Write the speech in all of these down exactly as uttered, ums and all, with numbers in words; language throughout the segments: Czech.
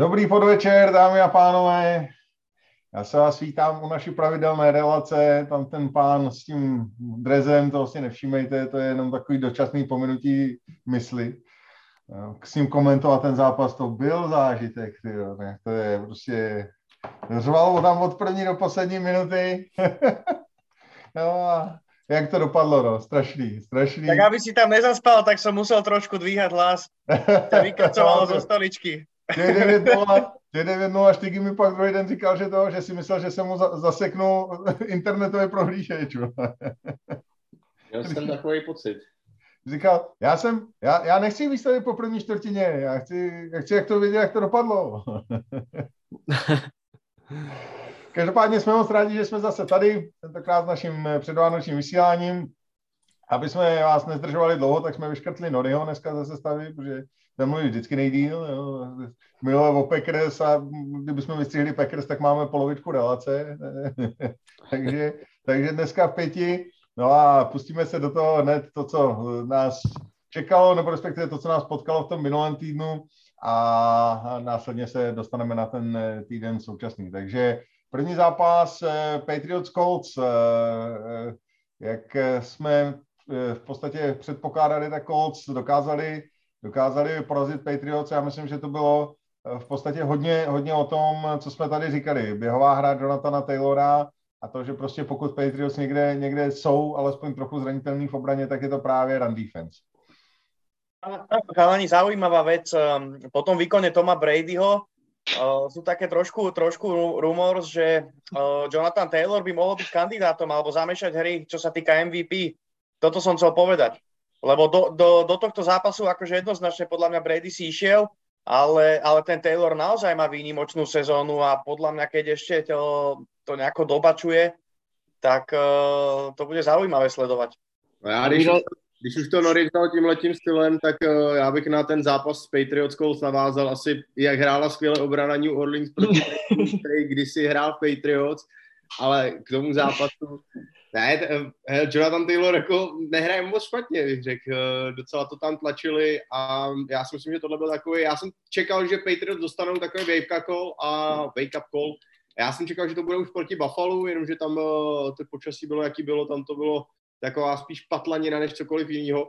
Dobrý podvečer, dámy a pánové. Já se vás vítám u naší pravidelné relace. Tam ten pán s tím drezem, to vlastně nevšímejte, to je jenom takový dočasný pominutí mysli. S ním komentovat ten zápas, to byl zážitek, tyjo. To je prostě... Řvalo tam od první do poslední minuty. No a jak to dopadlo, no? Strašný, strašný. Tak aby si tam nezaspal, tak som musel trošku dvíhať hlas. Ťa vykrcovalo zo stoličky. Tě devět nula, Štygy mi pak druhý den říkal, že, to, že si myslel, že se mu zaseknu internetový prohlížeč. Měl jsem takový pocit. Říkal, já jsem, já, já nechci výstavit po první čtvrtině, já chci, já chci, jak to vidět, jak to dopadlo. Každopádně jsme moc rádi, že jsme zase tady, tentokrát s naším předvánočním vysíláním. Aby jsme vás nezdržovali dlouho, tak jsme vyškrtli Noriho dneska ze sestavy, protože ten mluví vždycky nejdýl. Milo o Packers a kdybychom vystřihli Packers, tak máme polovičku relace. takže, takže dneska v pěti. No a pustíme se do toho hned to, co nás čekalo, nebo respektive to, co nás potkalo v tom minulém týdnu a následně se dostaneme na ten týden současný. Takže první zápas Patriots Colts, jak jsme v podstatě předpokládali, tak Colts dokázali, dokázali porazit Patriots. Já myslím, že to bylo v podstatě hodně, hodně o tom, co jsme tady říkali. Běhová hra Jonathana Taylora a to, že prostě pokud Patriots někde, někde jsou alespoň trochu zranitelný v obraně, tak je to právě run defense. Chalani, zaujímavá vec. Po tom výkone Toma Bradyho uh, sú také trošku, trošku rumors, že uh, Jonathan Taylor by mohol byť kandidátom alebo zamešať hry, čo sa týka em ví pí. Toto som chcel povedať. Lebo do, do, do tohto zápasu akože jednoznačne podľa mňa Brady si išiel, ale, ale ten Taylor naozaj má výnimočnú sezónu a podľa mňa, keď ešte to, to nejako dobačuje, tak uh, to bude zaujímavé sledovať. No já, když, když už to Norwich dal tímhletím stylem, tak uh, já bych na ten zápas s Patriots Colts navázal asi, jak hrála skvěle obrana New Orleans, protože který kdysi hrál v Patriots, ale k tomu zápasu ne, t- Jonathan Taylor jako nehraje moc špatně, bych řekl. Docela to tam tlačili a já si myslím, že tohle byl takový, já jsem čekal, že Patriots dostanou takový wake-up call a wake-up call. Já jsem čekal, že to bude už proti Buffalo, jenomže tam to počasí bylo, jaký bylo, tam to bylo taková spíš patlanina než cokoliv jiného.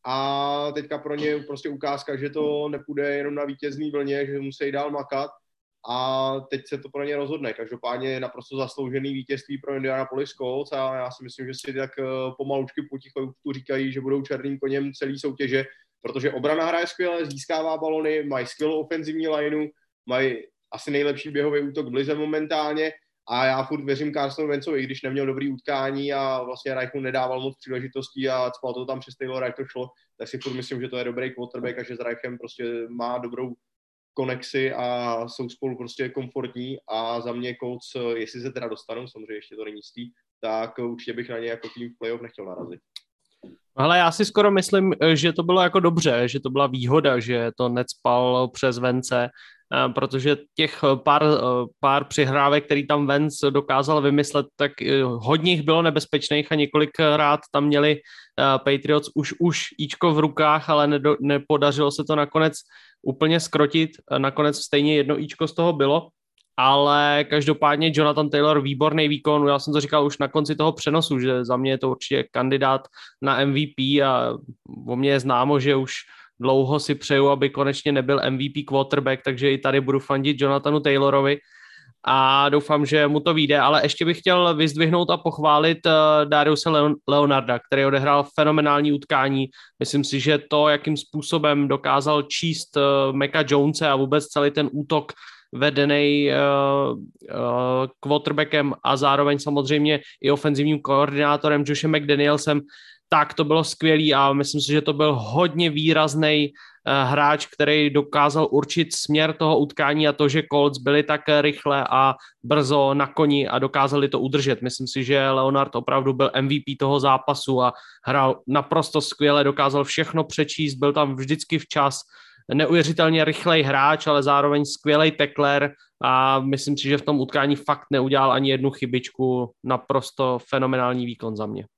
A teďka pro ně prostě ukázka, že to nepůjde jenom na vítězný vlně, že musí dál makat. A teď se to pro ně rozhodne. Každopádně je naprosto zasloužený vítězství pro Indianapolis Colts a já si myslím, že si tak pomalučky potichu říkají, že budou černým koněm celý soutěže, protože obrana hraje skvěle, získává balony, mají skvělou ofenzivní lineu, mají asi nejlepší běhový útok v lize momentálně a já furt věřím Carsonu Wentzovi, i když neměl dobrý utkání a vlastně Reich mu nedával moc příležitostí a spal to tam přes Taylora, jak to šlo, tak si furt myslím, že to je dobrý quarterback a že s Reichem prostě má dobrou konexy a jsou spolu prostě komfortní a za mě Colts, jestli se teda dostanou, samozřejmě ještě to není jistý, tak určitě bych na ně jako tým v playoff nechtěl narazit. Ale já si skoro myslím, že to bylo jako dobře, že to byla výhoda, že to necpal přes Vence, protože těch pár, pár přihrávek, který tam Vance dokázal vymyslet, tak hodně jich bylo nebezpečných a několikrát tam měli Patriots už, už íčko v rukách, ale nedo, nepodařilo se to nakonec úplně skrotit. Nakonec stejně jedno íčko z toho bylo, ale každopádně Jonathan Taylor výborný výkon. Já jsem to říkal už na konci toho přenosu, že za mě je to určitě kandidát na em ví pí a o mě je známo, že už dlouho si přeju, aby konečně nebyl em ví pí quarterback, takže i tady budu fandit Jonathanu Taylorovi a doufám, že mu to vyjde, ale ještě bych chtěl vyzdvihnout a pochválit uh, Dariuse Leon- Leonarda, který odehrál fenomenální utkání. Myslím si, že to, jakým způsobem dokázal číst uh, Maca Jonese a vůbec celý ten útok vedený uh, uh, quarterbackem a zároveň samozřejmě i ofenzivním koordinátorem Joshem McDanielsem, tak to bylo skvělý a myslím si, že to byl hodně výrazný uh, hráč, který dokázal určit směr toho utkání a to, že Colts byli tak rychle a brzo na koni a dokázali to udržet. Myslím si, že Leonard opravdu byl em ví pí toho zápasu a hrál naprosto skvěle, dokázal všechno přečíst, byl tam vždycky včas, neuvěřitelně rychlej hráč, ale zároveň skvělej tackler a myslím si, že v tom utkání fakt neudělal ani jednu chybičku, naprosto fenomenální výkon za mě.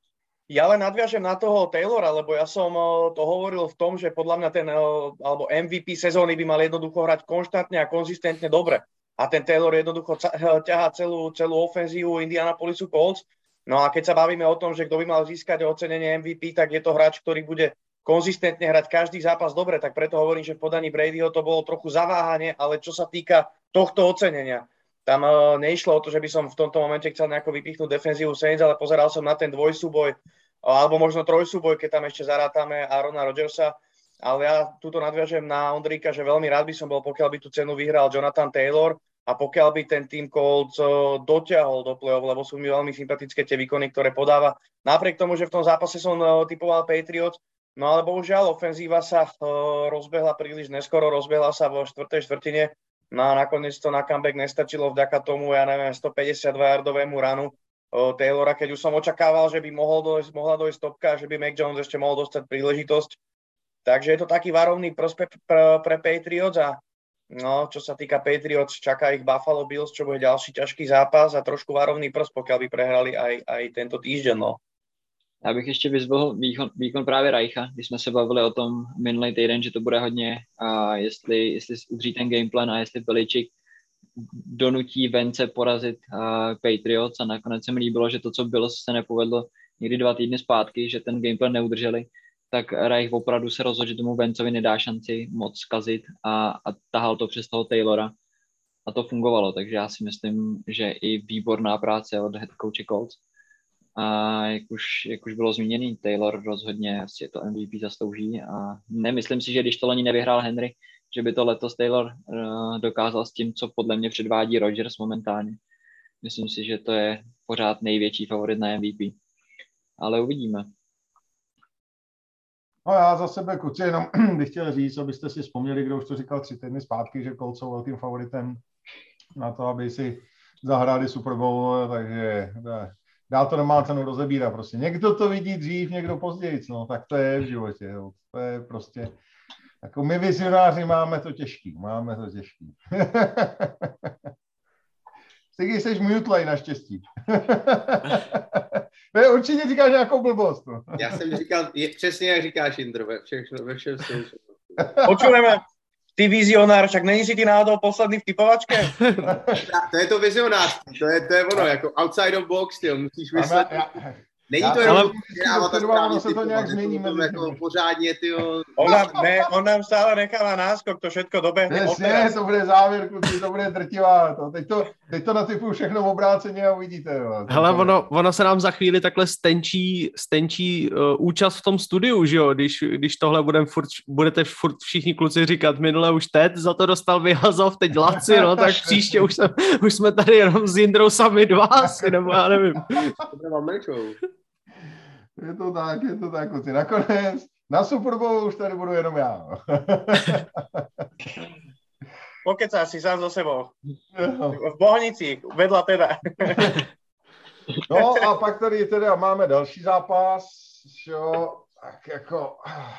Ja len nadviažem na toho Taylora, lebo ja som to hovoril v tom, že podľa mňa ten, alebo em ví pí sezóny by mal jednoducho hrať konštantne a konzistentne dobre. A ten Taylor jednoducho ťahá celú, celú ofenzívu Indianapolisu Colts. No a keď sa bavíme o tom, že kto by mal získať ocenenie em ví pí, tak je to hráč, ktorý bude konzistentne hrať každý zápas dobre, tak preto hovorím, že v podaní Bradyho to bolo trochu zaváhanie, ale čo sa týka tohto ocenenia, tam uh, neišlo o to, že by som v tomto momente chcel nejako vypichnúť defenzívu Saints, ale pozeral som na ten dvojsúboj, alebo možno trojsúboj, keď tam ešte zarátame Aarona Rodgersa, ale ja túto nadviažem na Ondríka, že veľmi rád by som bol, pokiaľ by tú cenu vyhral Jonathan Taylor a pokiaľ by ten tým Colts dotiahol do play-off, lebo sú mi veľmi sympatické tie výkony, ktoré podáva. Napriek tomu, že v tom zápase som typoval Patriots, no ale bohužiaľ ofenzíva sa rozbehla príliš neskoro, rozbehla sa vo štvrtej štvrtine, no a nakoniec to na comeback nestačilo vďaka tomu, ja neviem, stopäťdesiatdva-yardovému ranu Taylora, keď už som očakával, že by mohol dojsť, mohla dojsť topka, že by Mac Jones ešte mohol dostať príležitosť. Takže je to taký varovný prospekt pre, pre Patriots a no, čo sa týka Patriots, čaká ich Buffalo Bills, čo bude ďalší ťažký zápas a trošku varovný prst, pokiaľ by prehrali aj, aj tento týždeň. No. Já bych ještě vyzval výkon, výkon právě Reicha, když jsme se bavili o tom minulý týden, že to bude hodně, a jestli, jestli udří ten gameplan a jestli Belichick donutí Vence porazit uh, Patriots a nakonec se mi líbilo, že to, co bylo, se nepovedlo někdy dva týdny zpátky, že ten gameplan neudrželi, tak Reich opravdu se rozhodl, že tomu Vencovi nedá šanci moc zkazit a, a tahal to přes toho Taylora a to fungovalo, takže já si myslím, že i výborná práce od head coache Colts. A jak už, jak už bylo zmíněný, Taylor rozhodně si to em ví pí zaslouží a nemyslím si, že když to loni nevyhrál Henry, že by to letos Taylor uh, dokázal s tím, co podle mě předvádí Rodgers momentálně. Myslím si, že to je pořád největší favorit na em ví pí. Ale uvidíme. No já za sebe, kluci, jenom bych chtěl říct, abyste si vzpomněli, kdo už to říkal tři týdny zpátky, že Colts jsou velkým favoritem na to, aby si zahráli Super Bowl, takže dál to nemá cenu rozebírat prostě. Někdo to vidí dřív, někdo později, no tak to je v životě, jo. To je prostě, jako my vizionáři máme to těžký, máme to těžký. Ty jsi mutlej naštěstí. Ne, určitě říkáš nějakou blbost. No. Já jsem říkal, je, přesně jak říkáš, Indro, ve, všechno, ve všem jsou. Počujeme, ty vizionár, však není si ty náhodou posledný v typovačke? To je to vizionářství, to je, to je ono, jako outside of box styl, musíš myslet. Já, já, Není to jenom, že dávat ta správně se to nějak změní. Jako pořádně, tyjo. On nám, ne, on nám stále necháva náskok, to všetko dobehne. Ne, to bude závěr, kluci, to bude drtivá. To. Teď, to, teď to natypuju všechno v obráceně a uvidíte. Jo. Hele, ono, ono se nám za chvíli takhle stenčí, stenčí uh, účast v tom studiu, že jo? Když, když tohle budem furt, budete furt všichni kluci říkat, minule už Ted za to dostal vyhazov, teď Laci, no, tak příště už, jsem, už jsme tady jenom s Jindrou sami dva asi, nebo já nevím. Je to tak, je to tak, kluci. Nakonec na Super Bowl už tady budu jenom já. Pokecáš si sám so sebou. V Bohnici, vedľa teda. No a pak tady teda máme další zápas, jo, tak jako...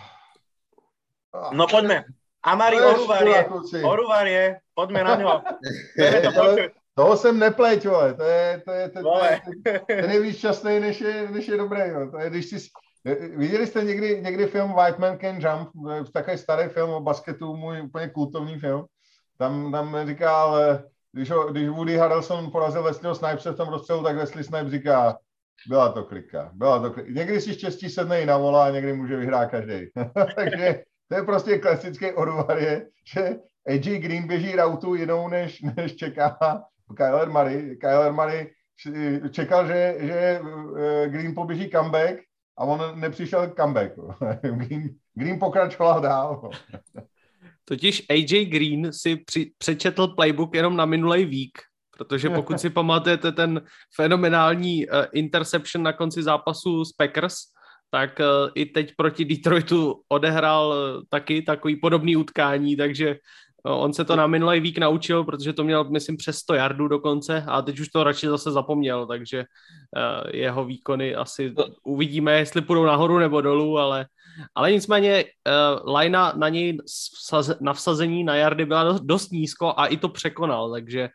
No poďme. Amari Oruvarie, Oruvarie, poďme na ňo. Toho jsem nepleť, vole. To je, to je, to, to je, ten je víc šťastný, než je, než je dobrý, jo. To je, když si, viděli jste někdy, někdy film White Man Can Jump, takový starý film o basketu, můj úplně kultovní film. Tam, tam říkal, když, ho, když Woody Harrelson porazil Wesleyho Snipese v tom rozstřelu, tak Wesley Snipes říká, byla to klika, byla to klika. Někdy si štěstí sedne i na vola a někdy může vyhrát každý. Takže to je prostě klasický Oruvarie, že á jé Green běží rautu jinou, než, než čeká Kyler Murray. Kyler Murray čekal, že, že Green poběží comeback a on nepřišel comeback. Green, Green pokračoval dál. Totiž á jé Green si při, přečetl playbook jenom na minulý week, protože pokud si pamatujete ten fenomenální uh, interception na konci zápasu s Packers, tak uh, i teď proti Detroitu odehrál uh, taky takový podobný utkání, takže on se to na minulý week naučil, protože to měl, myslím, přes sto yardů dokonce a teď už to radši zase zapomněl, takže uh, jeho výkony asi uvidíme, jestli půjdou nahoru nebo dolů, ale, ale nicméně uh, linea na něj na vsazení na yardy byla dost, dost nízko a i to překonal, takže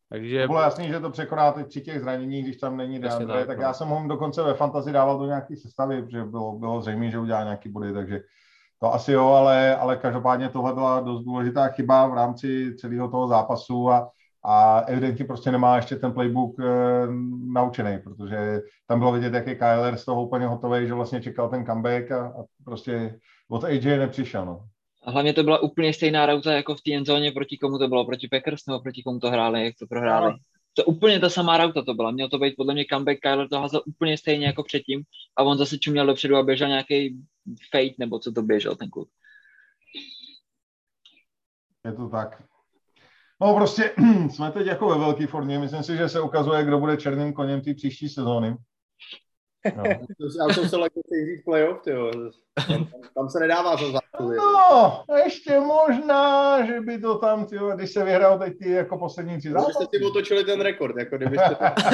Takže... To bylo jasný, že to překoná teď při těch zraněních, když tam není DeAndre, tak, tak já jsem ho dokonce ve fantasy dával do nějaké sestavy, protože bylo, bylo zřejmé, že udělá nějaký body, takže to asi jo, ale, ale každopádně tohle byla dost důležitá chyba v rámci celého toho zápasu a, a evidentně prostě nemá ještě ten playbook e, naučený, protože tam bylo vidět, jak je Kyler z toho úplně hotový, že vlastně čekal ten comeback a, a prostě od A J nepřišel, no. A hlavně to byla úplně stejná rauta jako v té endzóně, proti komu to bylo, proti Packers nebo proti komu to hráli, jak to prohráli. Ano. To úplně ta samá rauta to byla, mělo to být podle mě comeback, Kyler to házel úplně stejně jako předtím a on zase čuměl dopředu a běžel nějaký fade, nebo co to běžel ten kluk. Je to tak. No prostě jsme teď jako ve velké formě, myslím si, že se ukazuje, kdo bude černým koněm té příští sezóny. No. Já jsem se lekl říct playoff, tyjo. Tam, tam se nedává za zásluhy. No, ještě možná, že by to tam, tyjo, když se vyhrál teď ty jako poslední tři zápasy. Kdybyste si otočili ten rekord, jako kdybyste...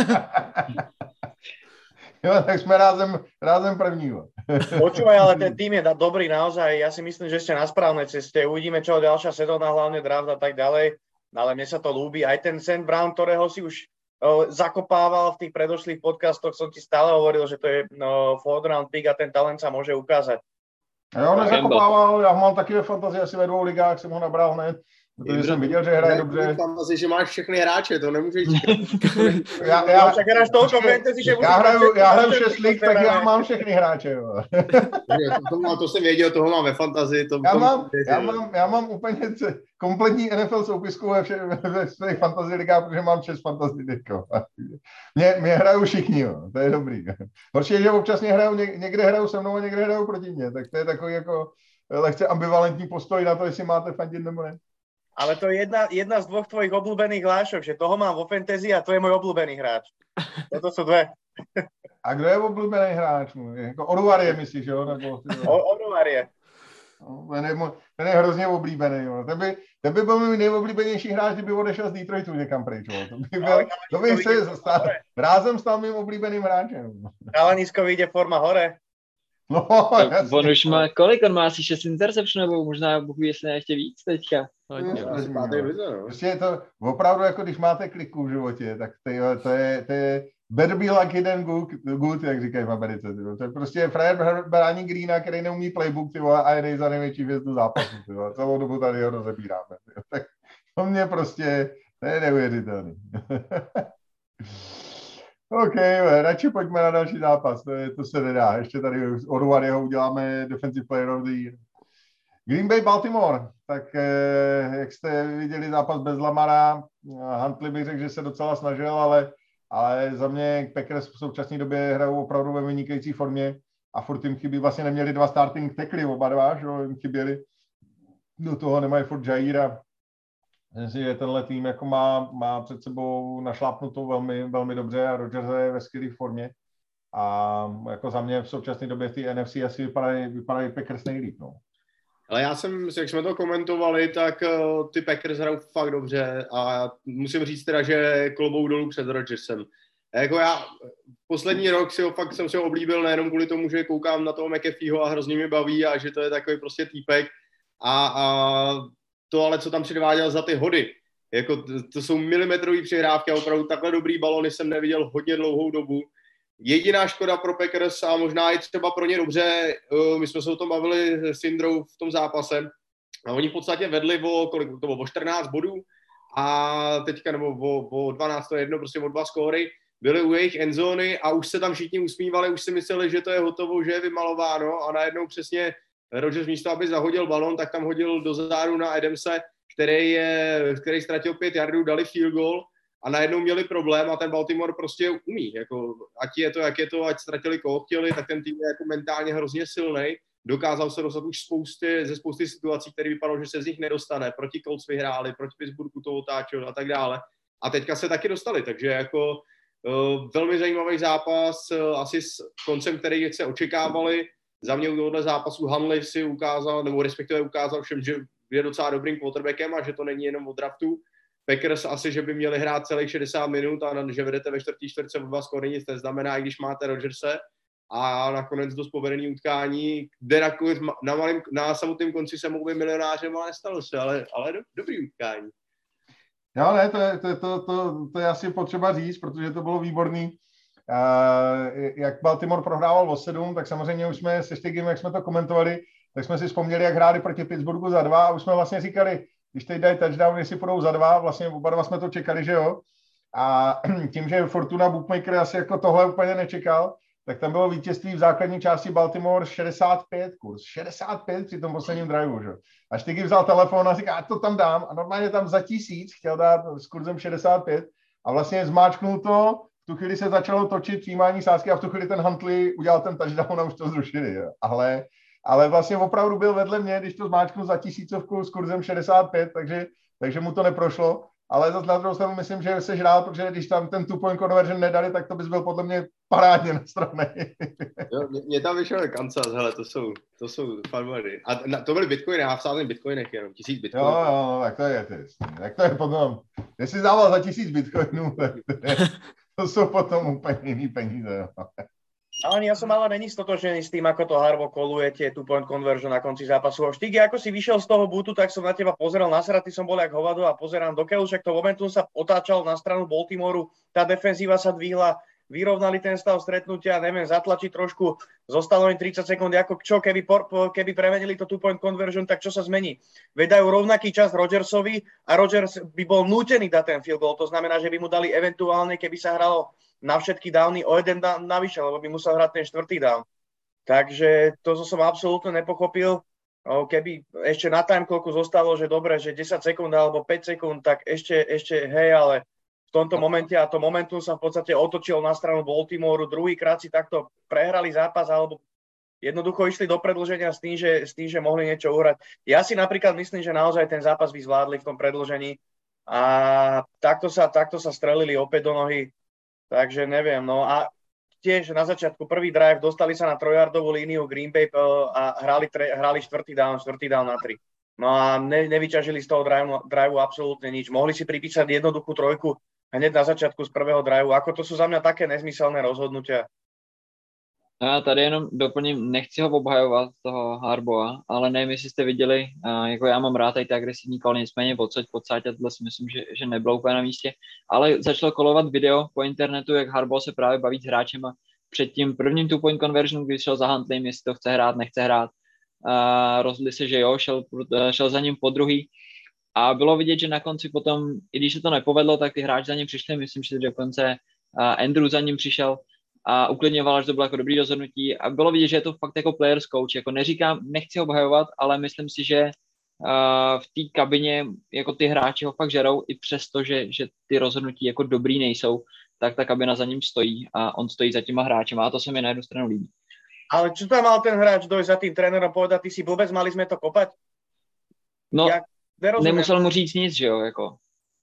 Jo, tak jsme rázem, rázem první. Počúvaj, ale ten tým je dobrý naozaj. Ja si myslím, že ste na správnej ceste. Uvidíme, čo ďalšia sezóna, hlavne draft a tak ďalej. Ale mne sa to ľúbi. Aj ten Saint Brown, ktorého si už o, zakopával v tých predošlých podcastoch, som ti stále hovoril, že to je no, fourth round pick a ten talent sa môže ukázať. Já ho nezakopával, já ho mám taky ve fantazii, asi ve dvou ligách jsem ho nabral hned. Protože jsem viděl, že hraje dobře. Fantasy, že máš všechny hráče, to nemůžeš říkat. já, já, no, hráš toľko fantasy, že já hraju, já hraju šest lig, tak já mám všechny hráče. Jo. to, to, to jsem věděl, toho mám ve fantazii. To, já, to mám, já, mám, já mám úplně kompletní N F L soupisku ve, vše, ve svých fantasy ligách, protože mám šest fantasy lig. Mě, mě hrajou všichni, jo. To je dobrý. Horší je, že občas mě hrajou, někde hrajou se mnou a někde hrajou proti mně, tak to je takový jako lehce ambivalentní postoj na to, jestli máte fandit nebo ne. Ale to je jedna, jedna z dvoch tvojich obľúbených hlášok, že toho mám vo fantasy a to je môj obľúbený hráč. Toto sú dve. A kdo je obľúbený hráč? Jako Oruvarie myslíš, jo? Nebo, Oruvarie. No, ten, je, ten je hrozně oblíbený. Jo. Ten, by, ten by byl můj nejoblíbenější hráč, kdyby odešel z Detroitu někam pryč. To by, byl, to by se stal, rázem stal mým oblíbeným hráčem. Kalanisko vyjde forma hore. No, on už má, kolik on má, asi šest interception, nebo možná, Bůh ví, jestli ne ještě víc teďka. Prostě je to opravdu, jako když máte kliku v životě, tak to je, to je, to je better be lucky than good, good, jak říkají v Americe. Tyvo. To je prostě frajer brání Greena, který neumí playbook tyvo, a je nej za největší hvězdu zápasu. Tyvo. Celou dobu tady ho rozebíráme. Tyvo. Tak to mě prostě, to je neuvěřitelný. OK, radši pojďme na další zápas, to, je, to se nedá. Ještě tady od Warriho uděláme Defensive Player of the Year. Green Bay Baltimore, tak eh, jak jste viděli zápas bez Lamara, Huntley bych řekl, že se docela snažil, ale, ale za mě Packers v současné době hrajou opravdu ve vynikající formě a furt jim chybí, vlastně neměli dva starting tackly, oba dva, že jim chyběli, do toho nemají furt Jaira. Myslím si, že tenhle tým jako má, má před sebou našlápnutou velmi, velmi dobře a Rodgers je ve skvělé formě. A jako za mě v současné době v té N F C asi vypadají, vypadají Packers nejlíp. No. Ale já jsem, jak jsme to komentovali, tak uh, ty Packers hrajou fakt dobře a musím říct teda, že klobouk dolů před Rodgersem. Jako já poslední rok si ho fakt jsem si ho oblíbil nejenom kvůli tomu, že koukám na toho McAfeeho a hrozně mě baví a že to je takový prostě týpek a, a to ale, co tam předváděl za ty hody, jako to, to jsou milimetrový přihrávky a opravdu takhle dobrý balony jsem neviděl hodně dlouhou dobu. Jediná škoda pro Packers a možná i třeba pro ně dobře, my jsme se o tom bavili s Indrou v tom zápase a oni v podstatě vedli o, kolik, to bylo, o čtrnáct bodů a teďka, nebo o, o dvanáct, to je jedno, prostě o dva skóry, byli u jejich endzóny a už se tam všichni usmívali, už si mysleli, že to je hotovo, že je vymalováno a najednou přesně Rodgers místo, aby zahodil balon, tak tam hodil do záru na Adamse, který, je, který ztratil pět yardů, dali field goal a najednou měli problém a ten Baltimore prostě umí. Jako, ať je to, jak je to, ať ztratili koho chtěli, tak ten tým je jako mentálně hrozně silnej. Dokázal se dostat už spousty, ze spousty situací, které vypadalo, že se z nich nedostane. Proti Colts vyhráli, proti Pittsburghu to otáčel a tak dále. A teďka se taky dostali, takže jako uh, velmi zajímavý zápas, uh, asi s koncem, který se očekávali. Za mě u tohohle zápasu Huntley si ukázal, nebo respektive ukázal všem, že je docela dobrým quarterbackem a že to není jenom o draftu. Packers asi, že by měli hrát celých šedesát minut a že vedete ve čtvrtý čtvrtce o dva skóry, nic neznamená, i když máte Rodgerse a nakonec dost povedený utkání, kde nakonec na, malým, na samotném konci se mohl být milionářem, ale nestalo se, ale, ale do, dobrý utkání. Jo, ne, to je, to, to, to, to je asi potřeba říct, protože to bylo výborný. Uh, jak Baltimore prohrával o sedm, tak samozřejmě už jsme se Štegem, jak jsme to komentovali, tak jsme si vzpomněli, jak hráli proti Pittsburghu za dva a už jsme vlastně říkali, když teď dají touchdown, jestli půjdou za dva, vlastně oba dva jsme to čekali, že jo. A tím, že Fortuna Bookmaker asi jako tohle úplně nečekal, tak tam bylo vítězství v základní části Baltimore šedesát pět, kurz šedesát pět při tom posledním driveu, že? A Štygy vzal telefon a říká, to tam dám a normálně tam za tisíc chtěl dát s kurzem šedesát pět a vlastně zmáčknul to, v tu chvíli se začalo točit přijímání sázky a v tu chvíli ten Huntley udělal ten touchdown a už to zrušili, jo. Ale, ale vlastně opravdu byl vedle mě, když to zmáčknul za tisícovku s kurzem šedesát pět, takže, takže mu to neprošlo. Ale zase na druhou stranu myslím, že se žrál, protože když tam ten two-point conversion nedali, tak to bys byl podle mě parádně na straně. Jo, mě, mě tam vyšel Kansas, hele, to jsou, to jsou farmary. A na, to byly bitcoiny, já v sázím bitcoinech jenom, tisíc bitcoinů. Jo, jo, tak to je, ty, tak to je potom, jestli dával za tisíc bitcoinů, tak to, je, to jsou potom úplně jiný peníze. Jo. Ale ja som ale není stotožnený s tým, ako to Harbaugh koluje tie two-point conversion na konci zápasu. Štygy, ako si vyšiel z toho bútu, tak som na teba pozeral, nasratý som bol jak hovado a pozerám dokeľu, však to momentum sa otáčal na stranu Baltimoru, tá defenzíva sa dvihla, vyrovnali ten stav stretnutia, neviem, zatlačiť trošku, zostalo im tridsať sekúnd, ako čo, keby, keby premenili to two-point conversion, tak čo sa zmení? Veď dajú rovnaký čas Rodgersovi a Rodgers by bol nútený dať ten field goal, to znamená, že by mu dali eventuálne, keby sa hralo na všetky downy o jeden down navyše, lebo by musel hrať ten štvrtý down. Takže to som absolútne nepochopil. Keby ešte na time clocku zostalo, že dobre, že desať sekúnd alebo päť sekúnd, tak ešte, ešte hej, ale v tomto momente a to momentum sa v podstate otočil na stranu Baltimoru. Druhýkrát si takto prehrali zápas alebo jednoducho išli do predĺženia s tým, že, s tým, že mohli niečo uhrať. Ja si napríklad myslím, že naozaj ten zápas by zvládli v tom predĺžení a takto sa, takto sa strelili opäť do nohy. Takže neviem, no a tiež na začiatku prvý drive dostali sa na trojardovú líniu Green Bay a hrali, tre, hrali štvrtý down, štvrtý down na tri. No a ne, nevyťažili z toho driveu, driveu absolútne nič. Mohli si pripísať jednoduchú trojku hneď na začiatku z prvého driveu. Ako to sú za mňa také nezmyselné rozhodnutia. No já tady jenom doplním, nechci ho obhajovat, toho Harbaugha, ale nevím, jestli jste viděli, uh, jako já mám rád tady ty agresivní kol, nicméně odsaď, podsaď, a tohle si myslím, že, že nebylo úplně na místě, ale začalo kolovat video po internetu, jak Harbaugh se právě baví s hráčem a před tím prvním two-point conversion, když šel za Huntleym, jestli to chce hrát, nechce hrát, uh, rozhodli se, že jo, šel, uh, šel za ním po druhý a bylo vidět, že na konci potom, i když se to nepovedlo, tak ty hráči za ním přišli, myslím, že dokonce uh, Andrew za ním přišel, a uklidňoval, že to bylo jako dobrý rozhodnutí a bylo vidět, že je to fakt jako players coach, jako neříkám, nechci ho obhajovat, ale myslím si, že uh, v té kabině jako ty hráči ho fakt žerou i přesto, že, že ty rozhodnutí jako dobrý nejsou, tak ta kabina za ním stojí a on stojí za těma hráčema a to se mi na jednu stranu líbí. Ale čo tam mal ten hráč dojsť za tým trénerom povedať, ty si blbec, mali sme to kopať? No, ja nemusel mu říct nic, že jo, jako.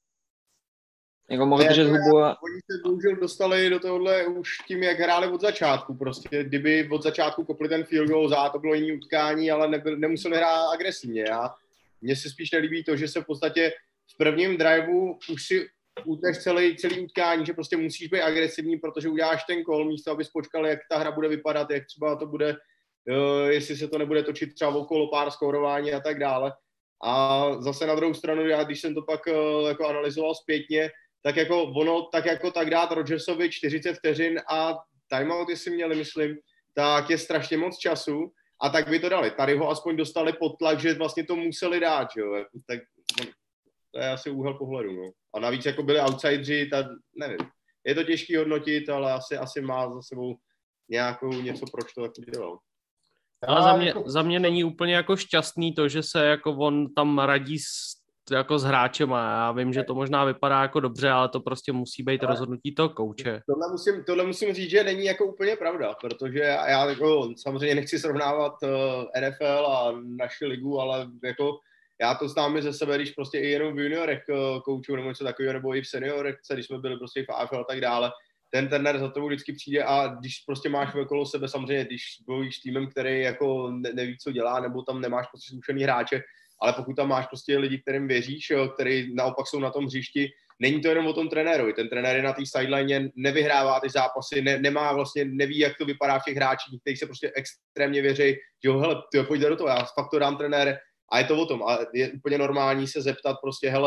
Jako mohl držet hubu a... Oni se bohužel dostali do tohohle už tím, jak hráli od začátku. Prostě kdyby od začátku kopli ten field goal za, to bylo jiný utkání, ale nebyl, nemuseli hrát agresivně. A mně se spíš nelíbí to, že se v podstatě v prvním driveu už si utneš celý, celý utkání, že prostě musíš být agresivní, protože uděláš ten call místo, abys počkal, jak ta hra bude vypadat, jak třeba to bude, uh, jestli se to nebude točit třeba okolo pár skórování a tak dále. A zase na druhou stranu, já když jsem to pak uh, jako analyzoval zpětně, tak jako ono, tak jako tak dát Rodgersovi čtyřicet vteřin a timeout, jestli měli, myslím, tak je strašně moc času a tak by to dali. Tady ho aspoň dostali pod tlak, že vlastně to museli dát, jo. Tak to je asi úhel pohledu, no. A navíc jako byli outsideri, tak nevím. Je to těžký hodnotit, ale asi, asi má za sebou nějakou něco, proč to tak udělal. Ale za mě, za mě není úplně jako šťastný to, že se jako on tam radí s jako s hráčem a já vím, že to možná vypadá jako dobře, ale to prostě musí být rozhodnutí toho kouče. Tohle musím, tohle musím říct, že není jako úplně pravda, protože já jako samozřejmě nechci srovnávat uh, N F L a naši ligu, ale jako já to znám ze sebe, když prostě i jenom v juniorech uh, koučů nebo něco takového, nebo i v seniorech, když jsme byli prostě v A F L a tak dále, ten trenér za tebou vždycky přijde a když prostě máš okolo sebe, samozřejmě, když bojíš týmem, který jako ne, neví, co dělá, nebo tam nemáš prostě zkušený hráče, ale pokud tam máš prostě lidi, kterým věříš, který naopak jsou na tom hřišti, není to jenom o tom trenérovi. Ten trenér je na té sideline, nevyhrává ty zápasy, ne, nemá vlastně, neví, jak to vypadá v těch hráčích, kteří se prostě extrémně věří, že jo, hele, ty pojď do toho, já fakt to dám trenére a je to o tom. A je úplně normální se zeptat prostě, hele,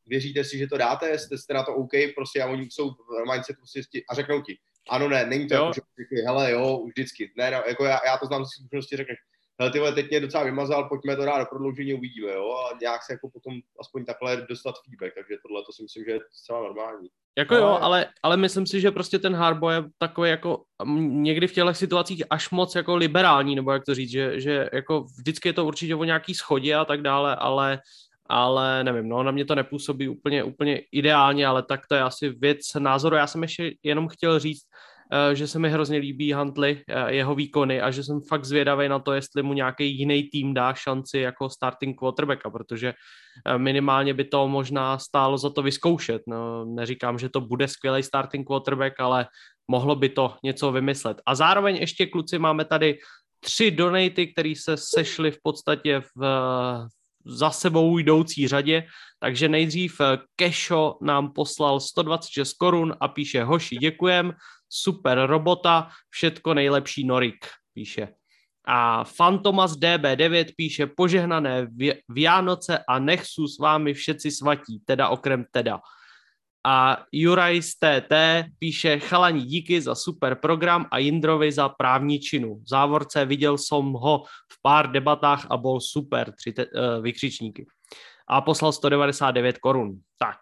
věříte si, že to dáte, jste, jste na to OK, prostě a oni jsou v mindsetu prostě a řeknou ti, ano, ne, není to jo. jako, že řekli, hele, jo, už vždycky, ne, no, jako já, já to znám z zkušenosti, řekneš, hele, tyhle, teď mě docela vymazal, pojďme to dát do prodloužení, uvidíme, jo, a nějak se jako potom aspoň takhle dostat feedback, takže tohle to si myslím, že je zcela normální. Jako jo, ale, ale myslím si, že prostě ten Harbaugh je takový jako někdy v těchto situacích až moc jako liberální, nebo jak to říct, že, že jako vždycky je to určitě o nějaký schodě a tak dále, ale, ale nevím, no, na mě to nepůsobí úplně, úplně ideálně, ale tak to je asi věc názoru. Já jsem ještě jenom chtěl říct, že se mi hrozně líbí Huntley, jeho výkony a že jsem fakt zvědavý na to, jestli mu nějaký jiný tým dá šanci jako starting quarterbacka, protože minimálně by to možná stálo za to vyzkoušet. No, neříkám, že to bude skvělý starting quarterback, ale mohlo by to něco vymyslet. A zároveň ještě, kluci, máme tady tři donaty, které se sešly v podstatě v za sebou jdoucí řadě, takže nejdřív Kešo nám poslal sto dvacet šest korun a píše: hoši, děkujem, super robota, všetko nejlepší Norik, píše. A Fantomas D B devět píše: požehnané Vianoce a nech sú s vámi všetci svatí, teda okrem teda. A Juraj z T T píše: chalani, díky za super program a Jindrovi za právničinu. V závorce viděl jsem ho v pár debatách a byl super, tři te- uh, vykřičníky. A poslal sto devadesát devět korun. Tak.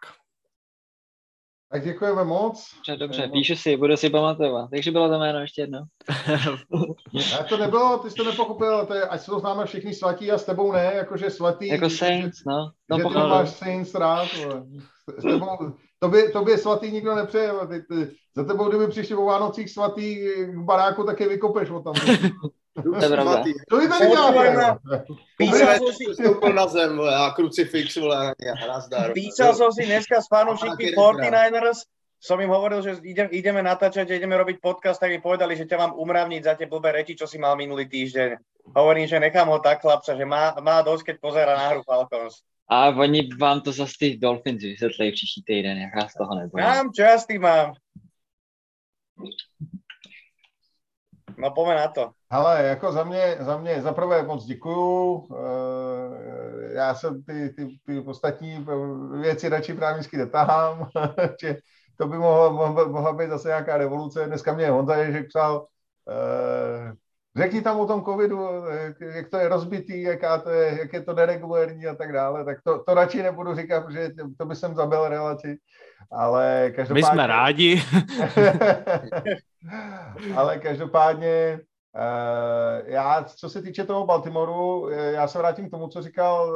Tak děkujeme moc. Dobře, dobře, píšu si, budu si pamatovat. Takže bylo to jméno ještě jedno. Ne, to nebylo, ty jsi to nepochopil, to je, ať se to známe všichni svatí a s tebou ne, jakože svatý. Jako Saints, že, no. no že ty máš Saints rád. S tebou, tobě, tobě svatý nikdo nepřeje. Ty, ty, za tebou, kdyby přišli o Vánocích svatý k baráku, tak je vykopeš o tam. To je pravda. To vy tady děláte. Písal som si, na zem, vole, a krucifix, vole, a nazdar. písal som si dneska s fanúšikmi forty-niners, som im hovoril, že ide, ideme natáčať, že ideme robiť podcast, tak mi povedali, že ťa mám umravniť za tie blbé reči, čo si mal minulý týždeň. Hovorím, že nechám ho tak, chlapca, že má, má dosť, keď pozera na hru Falcons. A oni vám to zase ty Dolphins vysvětlí příští týden, jak já z toho nebojím. Mám, čo ja s tým mám? No poďme na to. Hele, jako za mě, za mě, za prvé moc děkuju. Já jsem ty, ty, ty ostatní věci radši právnicky netahám, že to by mohla, mohla být zase nějaká revoluce. Dneska mě Honza Ježek psal, řekni tam o tom covidu, jak to je rozbitý, jaká to je, jak je to neregulérní a tak dále, tak to, to radši nebudu říkat, protože to by jsem zabil relaci, ale každopádně... My jsme rádi. Ale každopádně, já, co se týče toho Baltimoru, já se vrátím k tomu, co říkal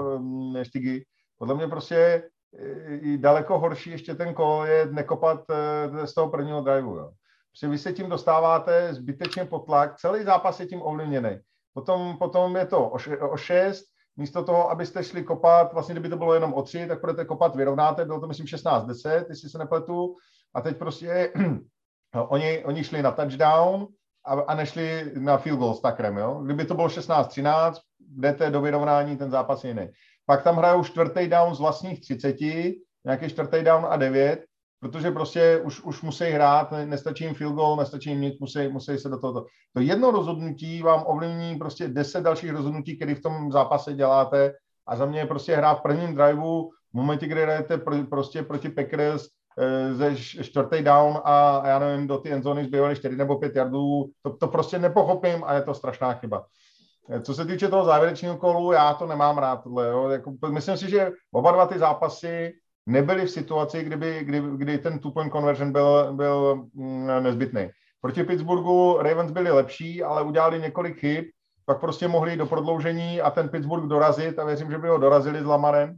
Štigy. Podle mě prostě daleko horší ještě ten kol je nekopat z toho prvního driveu, jo. Protože vy se tím dostáváte zbytečně pod tlak, celý zápas je tím ovlivněný. Potom, potom je to o šest, místo toho, abyste šli kopat, vlastně kdyby to bylo jenom o tři, tak budete kopat, vyrovnáte, bylo to myslím šestnáct deset, jestli se nepletu, a teď prostě oni, oni šli na touchdown a, a nešli na field goal s takrem, jo. Kdyby to bylo šestnáct třináct, jdete do vyrovnání, ten zápas je jiný. Pak tam hrajou čtvrtý down z vlastních třiceti, nějaký čtvrtý down a devět, protože prostě už, už musí hrát, nestačí jim field goal, nestačí jim nic, musí, musí se do toho. To jedno rozhodnutí vám ovlivní prostě deset dalších rozhodnutí, které v tom zápase děláte, a za mě prostě hrát v prvním driveu, v momentě, kdy hrajete pro, prostě proti Packers e, ze čtvrtý down a, a já nevím, do ty endzóny zbývaly čtyři nebo pět yardů, to, to prostě nepochopím a je to strašná chyba. Co se týče toho závěrečného kolu, já to nemám rád. Tohle, jo. Jako, myslím si, že oba dva ty zápasy nebyli v situaci, kdyby, kdy, kdy ten two-point conversion byl, byl nezbytný. Proti Pittsburghu Ravens byli lepší, ale udělali několik chyb, pak prostě mohli do prodloužení a ten Pittsburgh dorazit a věřím, že by ho dorazili s Lamarem